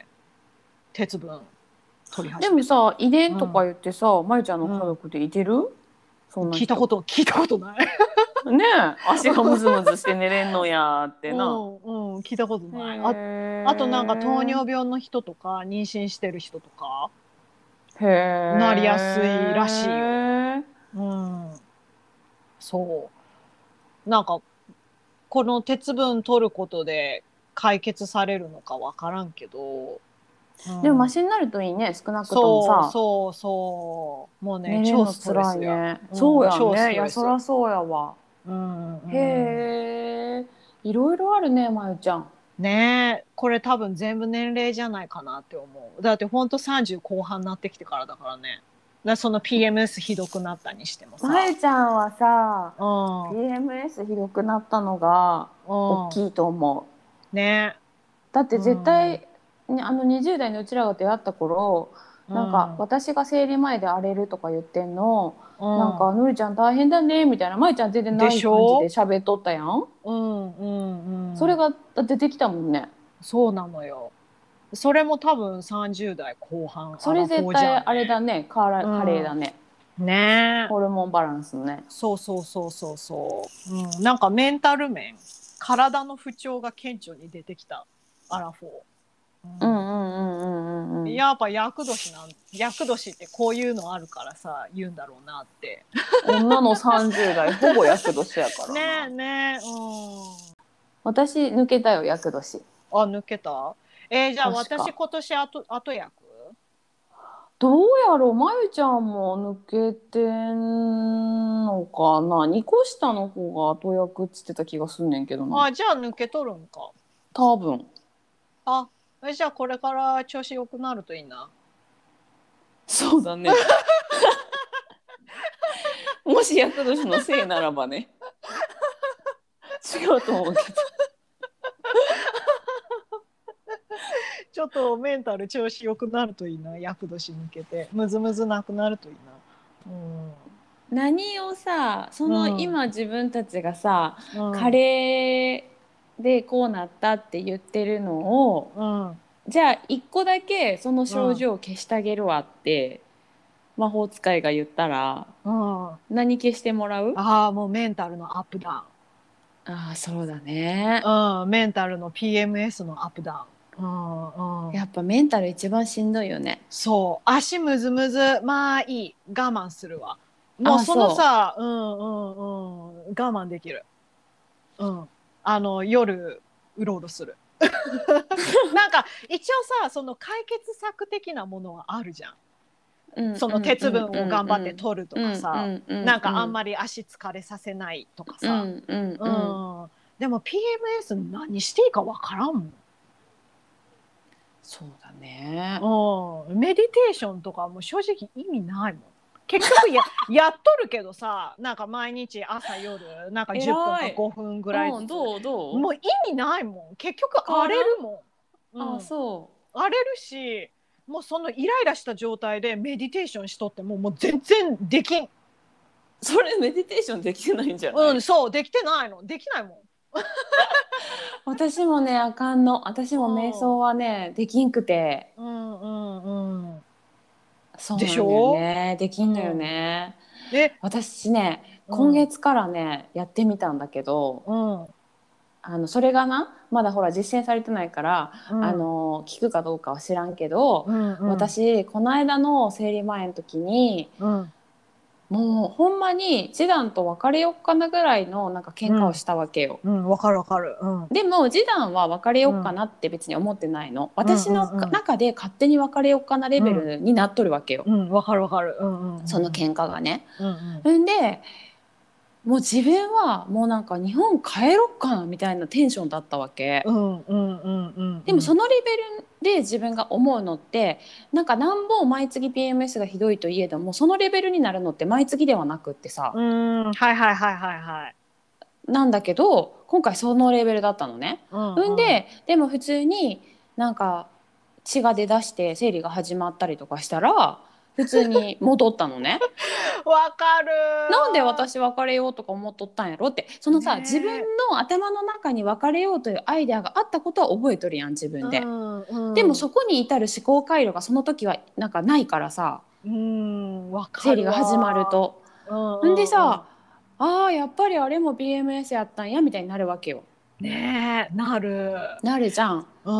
[SPEAKER 2] 鉄分取り始めた。
[SPEAKER 1] でもさ、遺伝とか
[SPEAKER 2] うん、
[SPEAKER 1] 言ってさ、まゆちゃんの
[SPEAKER 2] うん。
[SPEAKER 1] 家族でいてる？そんな人。
[SPEAKER 2] 聞いたことない。
[SPEAKER 1] ねえ、足がムズムズして寝れんのやってな。
[SPEAKER 2] うん、うん、聞いたこと
[SPEAKER 1] へ
[SPEAKER 2] ない。あとなんか糖
[SPEAKER 1] え。
[SPEAKER 2] 尿病の人とか、妊娠してる人とか、
[SPEAKER 1] へ
[SPEAKER 2] なりやすいらしいよ。
[SPEAKER 1] え。
[SPEAKER 2] うん。そう。なんか、この鉄分取ることで解決されるのかわからんけど、う
[SPEAKER 1] でもマ
[SPEAKER 2] ん。
[SPEAKER 1] シになるといいね。少なくとも
[SPEAKER 2] そう
[SPEAKER 1] さ、
[SPEAKER 2] そうそう。もうね、
[SPEAKER 1] 寝れんの
[SPEAKER 2] 超ストレ
[SPEAKER 1] 辛い
[SPEAKER 2] スや。
[SPEAKER 1] ね。そう
[SPEAKER 2] うん、超ス
[SPEAKER 1] やんね。いや、そ
[SPEAKER 2] トレス。
[SPEAKER 1] らそうやわ。
[SPEAKER 2] うん
[SPEAKER 1] へ
[SPEAKER 2] うん。
[SPEAKER 1] え。いろいろあるね、まゆちゃん。
[SPEAKER 2] ねえ、これ多分全部年齢じゃないかなって思う。だってほんと30後半になってきてからだからね。その PMS ひどくなったにしてもさ。
[SPEAKER 1] まゆちゃんはさ、
[SPEAKER 2] うん。
[SPEAKER 1] PMS ひどくなったのが大
[SPEAKER 2] うん。
[SPEAKER 1] きいと思う。
[SPEAKER 2] ね。
[SPEAKER 1] だって
[SPEAKER 2] う
[SPEAKER 1] 絶
[SPEAKER 2] ん。
[SPEAKER 1] 対ね、あの20代のうちらが出会った頃、
[SPEAKER 2] う
[SPEAKER 1] なんか
[SPEAKER 2] ん。
[SPEAKER 1] 私が生理前で荒れるとか言ってんの、
[SPEAKER 2] う
[SPEAKER 1] なんか
[SPEAKER 2] ん。
[SPEAKER 1] のりちゃん大変だねみたいな、まいちゃん全然
[SPEAKER 2] で
[SPEAKER 1] ない感じで
[SPEAKER 2] しょ？
[SPEAKER 1] 喋っとったやん。
[SPEAKER 2] うんうんうん。
[SPEAKER 1] それが出てきたもんね。
[SPEAKER 2] そうなのよ。それも多分30代後半
[SPEAKER 1] それ
[SPEAKER 2] アラフォーじゃ
[SPEAKER 1] 絶対あれだ
[SPEAKER 2] んね。
[SPEAKER 1] ね、カレーだ
[SPEAKER 2] うん。
[SPEAKER 1] ね。
[SPEAKER 2] ねえ。
[SPEAKER 1] ホルモンバランスね。
[SPEAKER 2] そうそうそうそうそう。うん。なんかメンタル面、体の不調が顕著に出てきたアラフォー。
[SPEAKER 1] うんうんうんうんうんうん。
[SPEAKER 2] やっぱ厄年ってこういうのあるからさ言うんだろうなって。
[SPEAKER 1] 女の30代ほぼ厄年やから
[SPEAKER 2] ねえ
[SPEAKER 1] な。
[SPEAKER 2] ねえ、うん。
[SPEAKER 1] 私抜けたよ厄年。
[SPEAKER 2] あ、抜けた。じゃあ
[SPEAKER 1] 確か。
[SPEAKER 2] 私今年後役。
[SPEAKER 1] どうやろう、まゆちゃんも抜けてんのかな。2個下の方が後役っつってた気がすんねんけどな。
[SPEAKER 2] あ、じゃあ抜けとるんか。
[SPEAKER 1] 多分。
[SPEAKER 2] あ、じゃあこれから調子良くなるといいな。
[SPEAKER 1] そうだね。もし厄年のせいならばね。違うと思うけど。
[SPEAKER 2] ちょっとメンタル調子良くなるといいな。厄年抜けてムズムズなくなるといいな。
[SPEAKER 1] 何をさ、その
[SPEAKER 2] うん。
[SPEAKER 1] 今自分たちがさ、カ
[SPEAKER 2] うん。
[SPEAKER 1] レーでこうなったって言ってるのを、
[SPEAKER 2] うん。
[SPEAKER 1] じゃあ一個だけその
[SPEAKER 2] うん。
[SPEAKER 1] 症状を消してあげるわって魔法使いが言ったら
[SPEAKER 2] うん。
[SPEAKER 1] 何消してもらう？
[SPEAKER 2] ああ、もうメンタルのアップダ
[SPEAKER 1] ああ、そうだね。
[SPEAKER 2] ウン。うん。メンタルの PMS のアップダウン。うんうん。
[SPEAKER 1] やっぱメンタル一番しんどいよね。
[SPEAKER 2] そう。足ムズムズ。まあいい。我慢するわ。も
[SPEAKER 1] ああ、
[SPEAKER 2] うその
[SPEAKER 1] そ
[SPEAKER 2] さ、うんうんうん。我慢できる。うん。夜、うろうろする。なんか、一応さ、その解決策的なものはあるじゃん。
[SPEAKER 1] う。うん
[SPEAKER 2] その
[SPEAKER 1] うんう
[SPEAKER 2] 鉄分を
[SPEAKER 1] んうん
[SPEAKER 2] 頑張って取ると
[SPEAKER 1] うん
[SPEAKER 2] かさ。
[SPEAKER 1] うんうん
[SPEAKER 2] なんかあん
[SPEAKER 1] うん
[SPEAKER 2] まり足疲れさせないとか
[SPEAKER 1] う
[SPEAKER 2] さ。
[SPEAKER 1] んうん
[SPEAKER 2] う
[SPEAKER 1] うん。
[SPEAKER 2] ん。でも PMS 何していいかわからんもん。
[SPEAKER 1] そうだね。
[SPEAKER 2] うん、メディテーションとかも正直意味ないもん。結局やっとるけどさ、なんか毎日朝夜なんか10分か
[SPEAKER 1] 偉い。
[SPEAKER 2] 5分ぐらいず
[SPEAKER 1] うん、
[SPEAKER 2] つ、
[SPEAKER 1] どう
[SPEAKER 2] もう意味ないもん。結局荒
[SPEAKER 1] 変わらん？
[SPEAKER 2] れるもん。
[SPEAKER 1] あ、
[SPEAKER 2] うん、
[SPEAKER 1] そ
[SPEAKER 2] 荒れるし、もうそのイライラした状態でメディテーションしとってもう全然できん。
[SPEAKER 1] う。それメディテーションできてないんじゃな
[SPEAKER 2] うん、
[SPEAKER 1] い？
[SPEAKER 2] そう、できてないの。できないもん。
[SPEAKER 1] 私もね、あかんの。私
[SPEAKER 2] う
[SPEAKER 1] も瞑想はね、できんくて。
[SPEAKER 2] ん、うん、うん、うん。でし
[SPEAKER 1] そうなんだよ
[SPEAKER 2] ょ？
[SPEAKER 1] ね。できんのよ
[SPEAKER 2] うん。
[SPEAKER 1] ね。
[SPEAKER 2] で、
[SPEAKER 1] 私ね、
[SPEAKER 2] うん、
[SPEAKER 1] 今月からね、やってみたんだけど、
[SPEAKER 2] うん、
[SPEAKER 1] それがな、まだほら実践されてないから、
[SPEAKER 2] うん、
[SPEAKER 1] 聞くかどうかは知らんけど、
[SPEAKER 2] うん、うん。
[SPEAKER 1] 私、この間の生理前の時に、
[SPEAKER 2] うん、
[SPEAKER 1] もうほんまに示談と別れよっかなぐらいのなんか喧
[SPEAKER 2] うん、
[SPEAKER 1] 嘩をしたわけよ。
[SPEAKER 2] うん、わかるわかる。うん、
[SPEAKER 1] でも示談は別れよ
[SPEAKER 2] うん、
[SPEAKER 1] っかなって別に思ってないの。
[SPEAKER 2] うん、
[SPEAKER 1] 私の
[SPEAKER 2] うん、うん、
[SPEAKER 1] 中で勝手に別れよっかなレベ
[SPEAKER 2] うん、
[SPEAKER 1] ルになっとるわけよ。
[SPEAKER 2] うん、わかるわかる。うん、うん、うん、
[SPEAKER 1] その喧嘩がね。
[SPEAKER 2] うん、うん、
[SPEAKER 1] んで、もう自分はもうなんか日本帰ろっかなみたいなテンションだったわけ。
[SPEAKER 2] うん、うん、うん、うん、
[SPEAKER 1] でもそのレベルで自分が思うのって、なんかなんぼ毎月 PMS がひどいといえども、そのレベルになるのって毎月ではなくってさ、
[SPEAKER 2] うん、はいはいはいはいはい。
[SPEAKER 1] なんだけど今回そのレベルだったのね。
[SPEAKER 2] うん、うん。
[SPEAKER 1] でも普通になんか血が出だして生理が始まったりとかしたら普通に戻ったのね。
[SPEAKER 2] わかる
[SPEAKER 1] なんで私別れようとか思っとったんやろって、そのさ、自分
[SPEAKER 2] ねえ。
[SPEAKER 1] の頭の中に別れようというアイデアがあったことは覚えとるやん自分で。
[SPEAKER 2] うん、
[SPEAKER 1] でも
[SPEAKER 2] うん、
[SPEAKER 1] そこに至る思考回路がその時はなんかないからさ、
[SPEAKER 2] うん、わか
[SPEAKER 1] 生理
[SPEAKER 2] る
[SPEAKER 1] が始まる
[SPEAKER 2] わ。
[SPEAKER 1] と。
[SPEAKER 2] うん、
[SPEAKER 1] んで
[SPEAKER 2] うん、うん。
[SPEAKER 1] さ、あーやっぱりあれも PMS やったんやみたいになるわけよ。
[SPEAKER 2] ねえ、なる。
[SPEAKER 1] なるじゃん。
[SPEAKER 2] うん、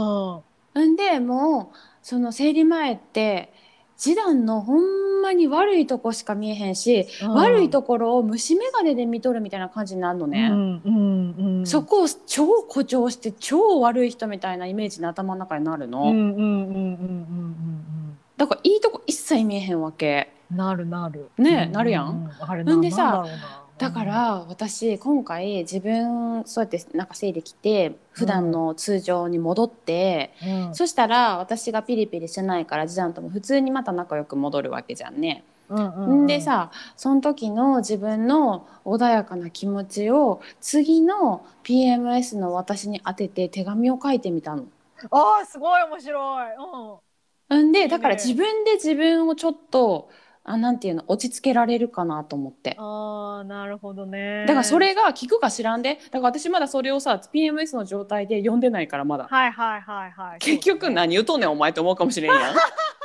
[SPEAKER 1] んでもうその生理前って示談のほんまに悪いとこしか見えへんし、
[SPEAKER 2] うん、
[SPEAKER 1] 悪いところを虫眼鏡で見とるみたいな感じになるのね。
[SPEAKER 2] うん、うん、うん、
[SPEAKER 1] そこを超誇張して超悪い人みたいなイメージに頭の中になるの。
[SPEAKER 2] うん、うん、うん、うん、うん、
[SPEAKER 1] だからいいとこ一切見えへんわけ。
[SPEAKER 2] なるなる。うん、
[SPEAKER 1] ねえ、なるやん。
[SPEAKER 2] うん、うん。あれなんだ
[SPEAKER 1] んでさ、
[SPEAKER 2] ろうな。
[SPEAKER 1] だから私今回自分そうやってなんか生理来て普段
[SPEAKER 2] うん、
[SPEAKER 1] の通常に戻って、
[SPEAKER 2] うん、うん、
[SPEAKER 1] そしたら私がピリピリしてないから次男とも普通にまた仲良く戻るわけじゃんね。
[SPEAKER 2] うん、うん。
[SPEAKER 1] んでさ、その時の自分の穏やかな気持ちを次の PMS の私に当てて手紙を書いてみたの。
[SPEAKER 2] ああ、すごい面白い。
[SPEAKER 1] ん
[SPEAKER 2] うん。
[SPEAKER 1] でだから自
[SPEAKER 2] いいね。
[SPEAKER 1] 分で自分をちょっとなんていうの落ち着けられるかなと思って。
[SPEAKER 2] ああ、なるほど
[SPEAKER 1] だからそ
[SPEAKER 2] ね。
[SPEAKER 1] れが効くか知らんで。だから私まだそれをさ PMS の状態で読んでないからまだ。
[SPEAKER 2] はいはいはいはい。そ
[SPEAKER 1] 結
[SPEAKER 2] うだね。
[SPEAKER 1] 局何言うとんねんお前って思うかもしれんやん。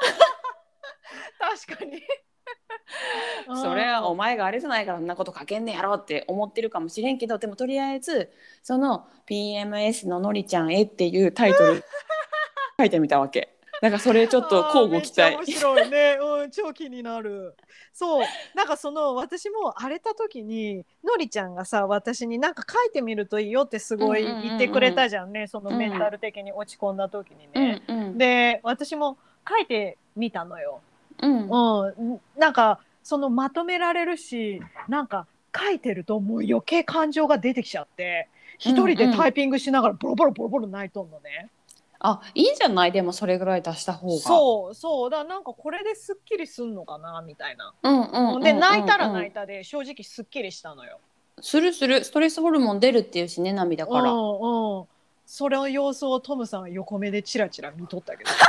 [SPEAKER 2] 確かに。う
[SPEAKER 1] それはお
[SPEAKER 2] ん。
[SPEAKER 1] 前があれじゃないからそんなこと書けんねやろって思ってるかもしれんけど、でもとりあえずその PMS ののりちゃんへっていうタイトル書いてみたわけ。なんかそれちょっと交互期待。
[SPEAKER 2] めっちゃ面白いね、超気になる。そうなんか私も荒れた時にのりちゃんがさ私になんか書いてみるといいよってすごい言ってくれたじゃんね、そのメンタル的に落ち込んだ時にね、で私も書いてみたのよ、なんかまとめられるし、なんか書いてるともう余計感情が出てきちゃって一人でタイピングしながらボロボロボロボロ泣いとんのね。
[SPEAKER 1] あ、いいんじゃない？でもそれぐらい出した方が。
[SPEAKER 2] そうだ、なんかこれですっきりすんのかなみたいな。で泣いたら泣いたで正直すっきりしたのよ。
[SPEAKER 1] するストレスホルモン出るっていうしね、涙から。
[SPEAKER 2] それの様子をトムさんは横目でチラチラ見とったけど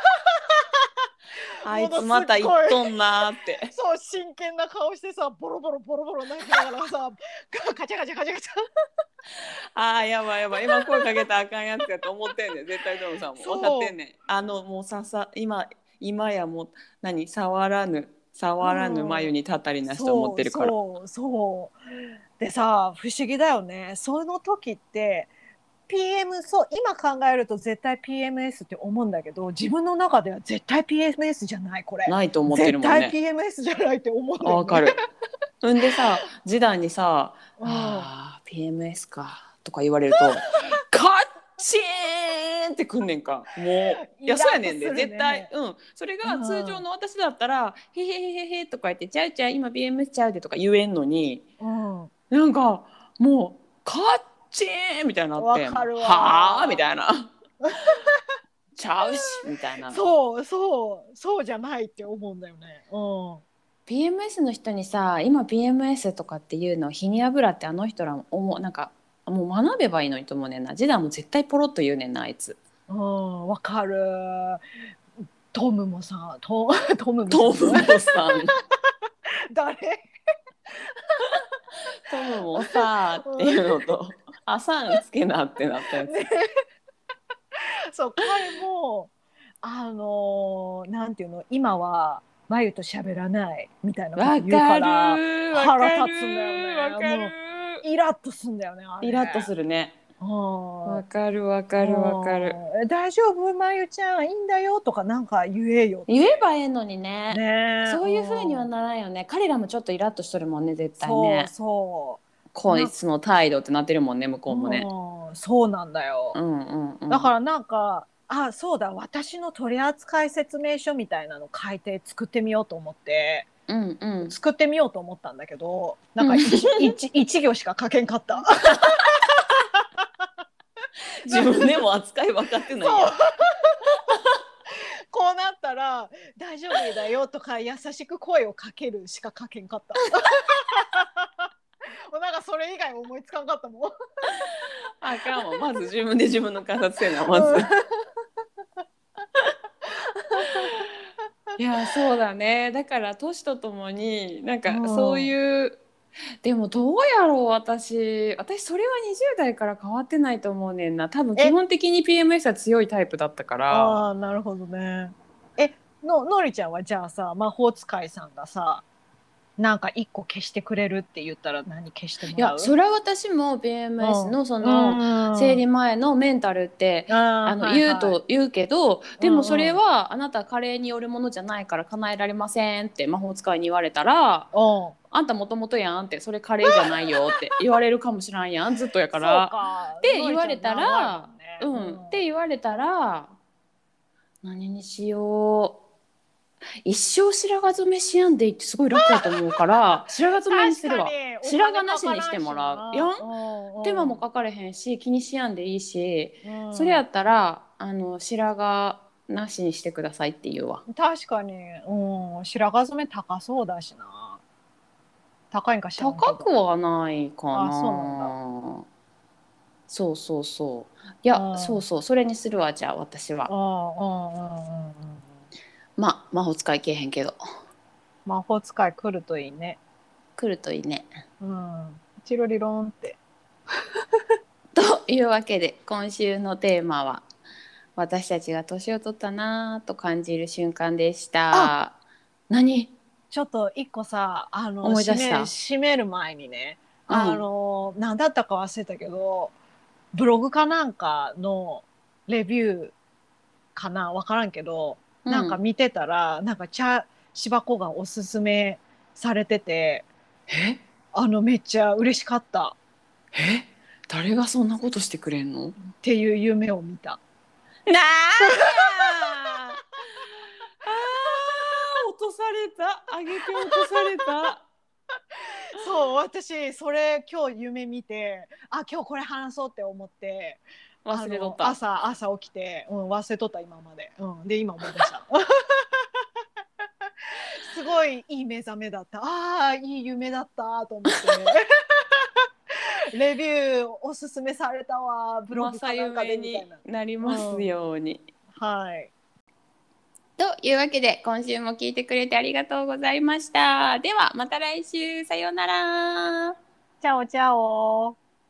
[SPEAKER 1] あいつまた言っとんなーって。
[SPEAKER 2] そう真剣な顔してさボロボロボロボロ泣きながらさカチャカチャカチャカチャ
[SPEAKER 1] あーやばいやばい、今声かけたらあかんやつやと思ってんねん絶対トムさんも分かってんねん。もう今やもう触らぬ眉にたたりなしと思ってるから。
[SPEAKER 2] そうでさ不思議だよね、その時って そう今考えると絶対 PMS って思うんだけど自分の中では絶対 PMS じゃない、これ
[SPEAKER 1] ないと思ってるもんね。
[SPEAKER 2] 絶対 PMS じゃないって思うんだよね。
[SPEAKER 1] わかる。んでさ示談にさPMS かとか言われるとカッチーンってくんねんか。もういやそうやねんで、絶対それが通常の私だったら「へへへへへ」とか言って「ちゃうちゃう今 PMS ちゃうで」とか言えんのに、なんかもうカッチーンみたいになってはあみたいなちゃうしみたいな。
[SPEAKER 2] そうじゃないって思うんだよね。
[SPEAKER 1] PMS の人にさ今 PMS とかっていうのを日に油って人らなんかもう学べばいいのにと思うねんな。ジダンも絶対ポロッと言うねんなあいつ。
[SPEAKER 2] わかる。トムもさトム
[SPEAKER 1] さん
[SPEAKER 2] 誰
[SPEAKER 1] トムもさっていうのとあさんつけなってなったやつ、ね、
[SPEAKER 2] そう彼もなんていうの今は眉と喋らないみたいなこと言うから腹立つんだよね。もうイラッとすんだよね。
[SPEAKER 1] イラッとするね。わかる。
[SPEAKER 2] 大丈夫まゆちゃんいいんだよとかなんか言えよって
[SPEAKER 1] 言えばええのに ねそういう風にはならんよね。彼らもちょっとイラッとしとるもんね絶対ね。こいつの態度ってなってるもんね向こうもね。
[SPEAKER 2] そうなんだよ、だからなんかそうだ私の取扱説明書みたいなの書いて作ってみようと思って、作ってみようと思ったんだけどなんか 1行しか書けんかった
[SPEAKER 1] 自分でも扱い分かってないや
[SPEAKER 2] こうなったら大丈夫だよとか優しく声をかけるしか書けんかったもうなんかそれ以外思いつかんかったもん
[SPEAKER 1] あかんわ、まず自分で自分の観察せなまずいやそうだね。だから年とともになんかそういう、でもどうやろう私それは20代から変わってないと思うねんな。多分基本的に PMS は強いタイプだったから。
[SPEAKER 2] なるほどね。のりちゃんはじゃあさ魔法使いさんがさなんか1個消してくれるって言ったら何消してもらう？
[SPEAKER 1] いやそれは私も PMS のその生理前のメンタルって言うけど、でもそれはあなた加齢によるものじゃないから叶えられませんって魔法使いに言われたら、あんたもともとやんってそれ加齢じゃないよって言われるかもしらんやんずっとやからって言われたら、って言われたら何にしよう。一生白髪染めしやんでいってすごい楽だと思うから白髪染めにするわ。白髪なしにしてもらうやん。手間もかかれへんし気にしやんでいいし、それやったら白髪なしにしてくださいって言うわ。
[SPEAKER 2] 確かに、白髪染め高そうだしな。高いんかしらんけど。
[SPEAKER 1] 高くはないかな。
[SPEAKER 2] そうなんだ。
[SPEAKER 1] そういや、それにするわじゃあ私は。魔法使いけえへんけど
[SPEAKER 2] 魔法使い来るといいね。
[SPEAKER 1] 来るといいね。
[SPEAKER 2] チロリロンって
[SPEAKER 1] というわけで今週のテーマは私たちが年を取ったなと感じる瞬間でした。何？
[SPEAKER 2] ちょっと一個さ
[SPEAKER 1] 思い出した。
[SPEAKER 2] 締める前にね、何だったか忘れたけどブログかなんかのレビューかなわからんけど、
[SPEAKER 1] うん
[SPEAKER 2] なんか見てたらなんか芝子がおすすめされてて、
[SPEAKER 1] え
[SPEAKER 2] めっちゃ嬉しかった
[SPEAKER 1] え誰がそんなことしてくれんの？
[SPEAKER 2] っていう夢を見た。
[SPEAKER 1] なんや落とされた。あげて落とされた。
[SPEAKER 2] そう、私それ今日夢見て、今日これ話そうって思って、
[SPEAKER 1] 忘れとった。
[SPEAKER 2] 朝起きて、忘れとった今まで、で今思い出したすごいいい目覚めだった。いい夢だったと思ってレビューおすすめされたわ、ブログかなんかでみたいな。
[SPEAKER 1] なりますように。
[SPEAKER 2] はい。
[SPEAKER 1] というわけで今週も聞いてくれてありがとうございました。ではまた来週、さようなら。
[SPEAKER 2] チャオチャオ。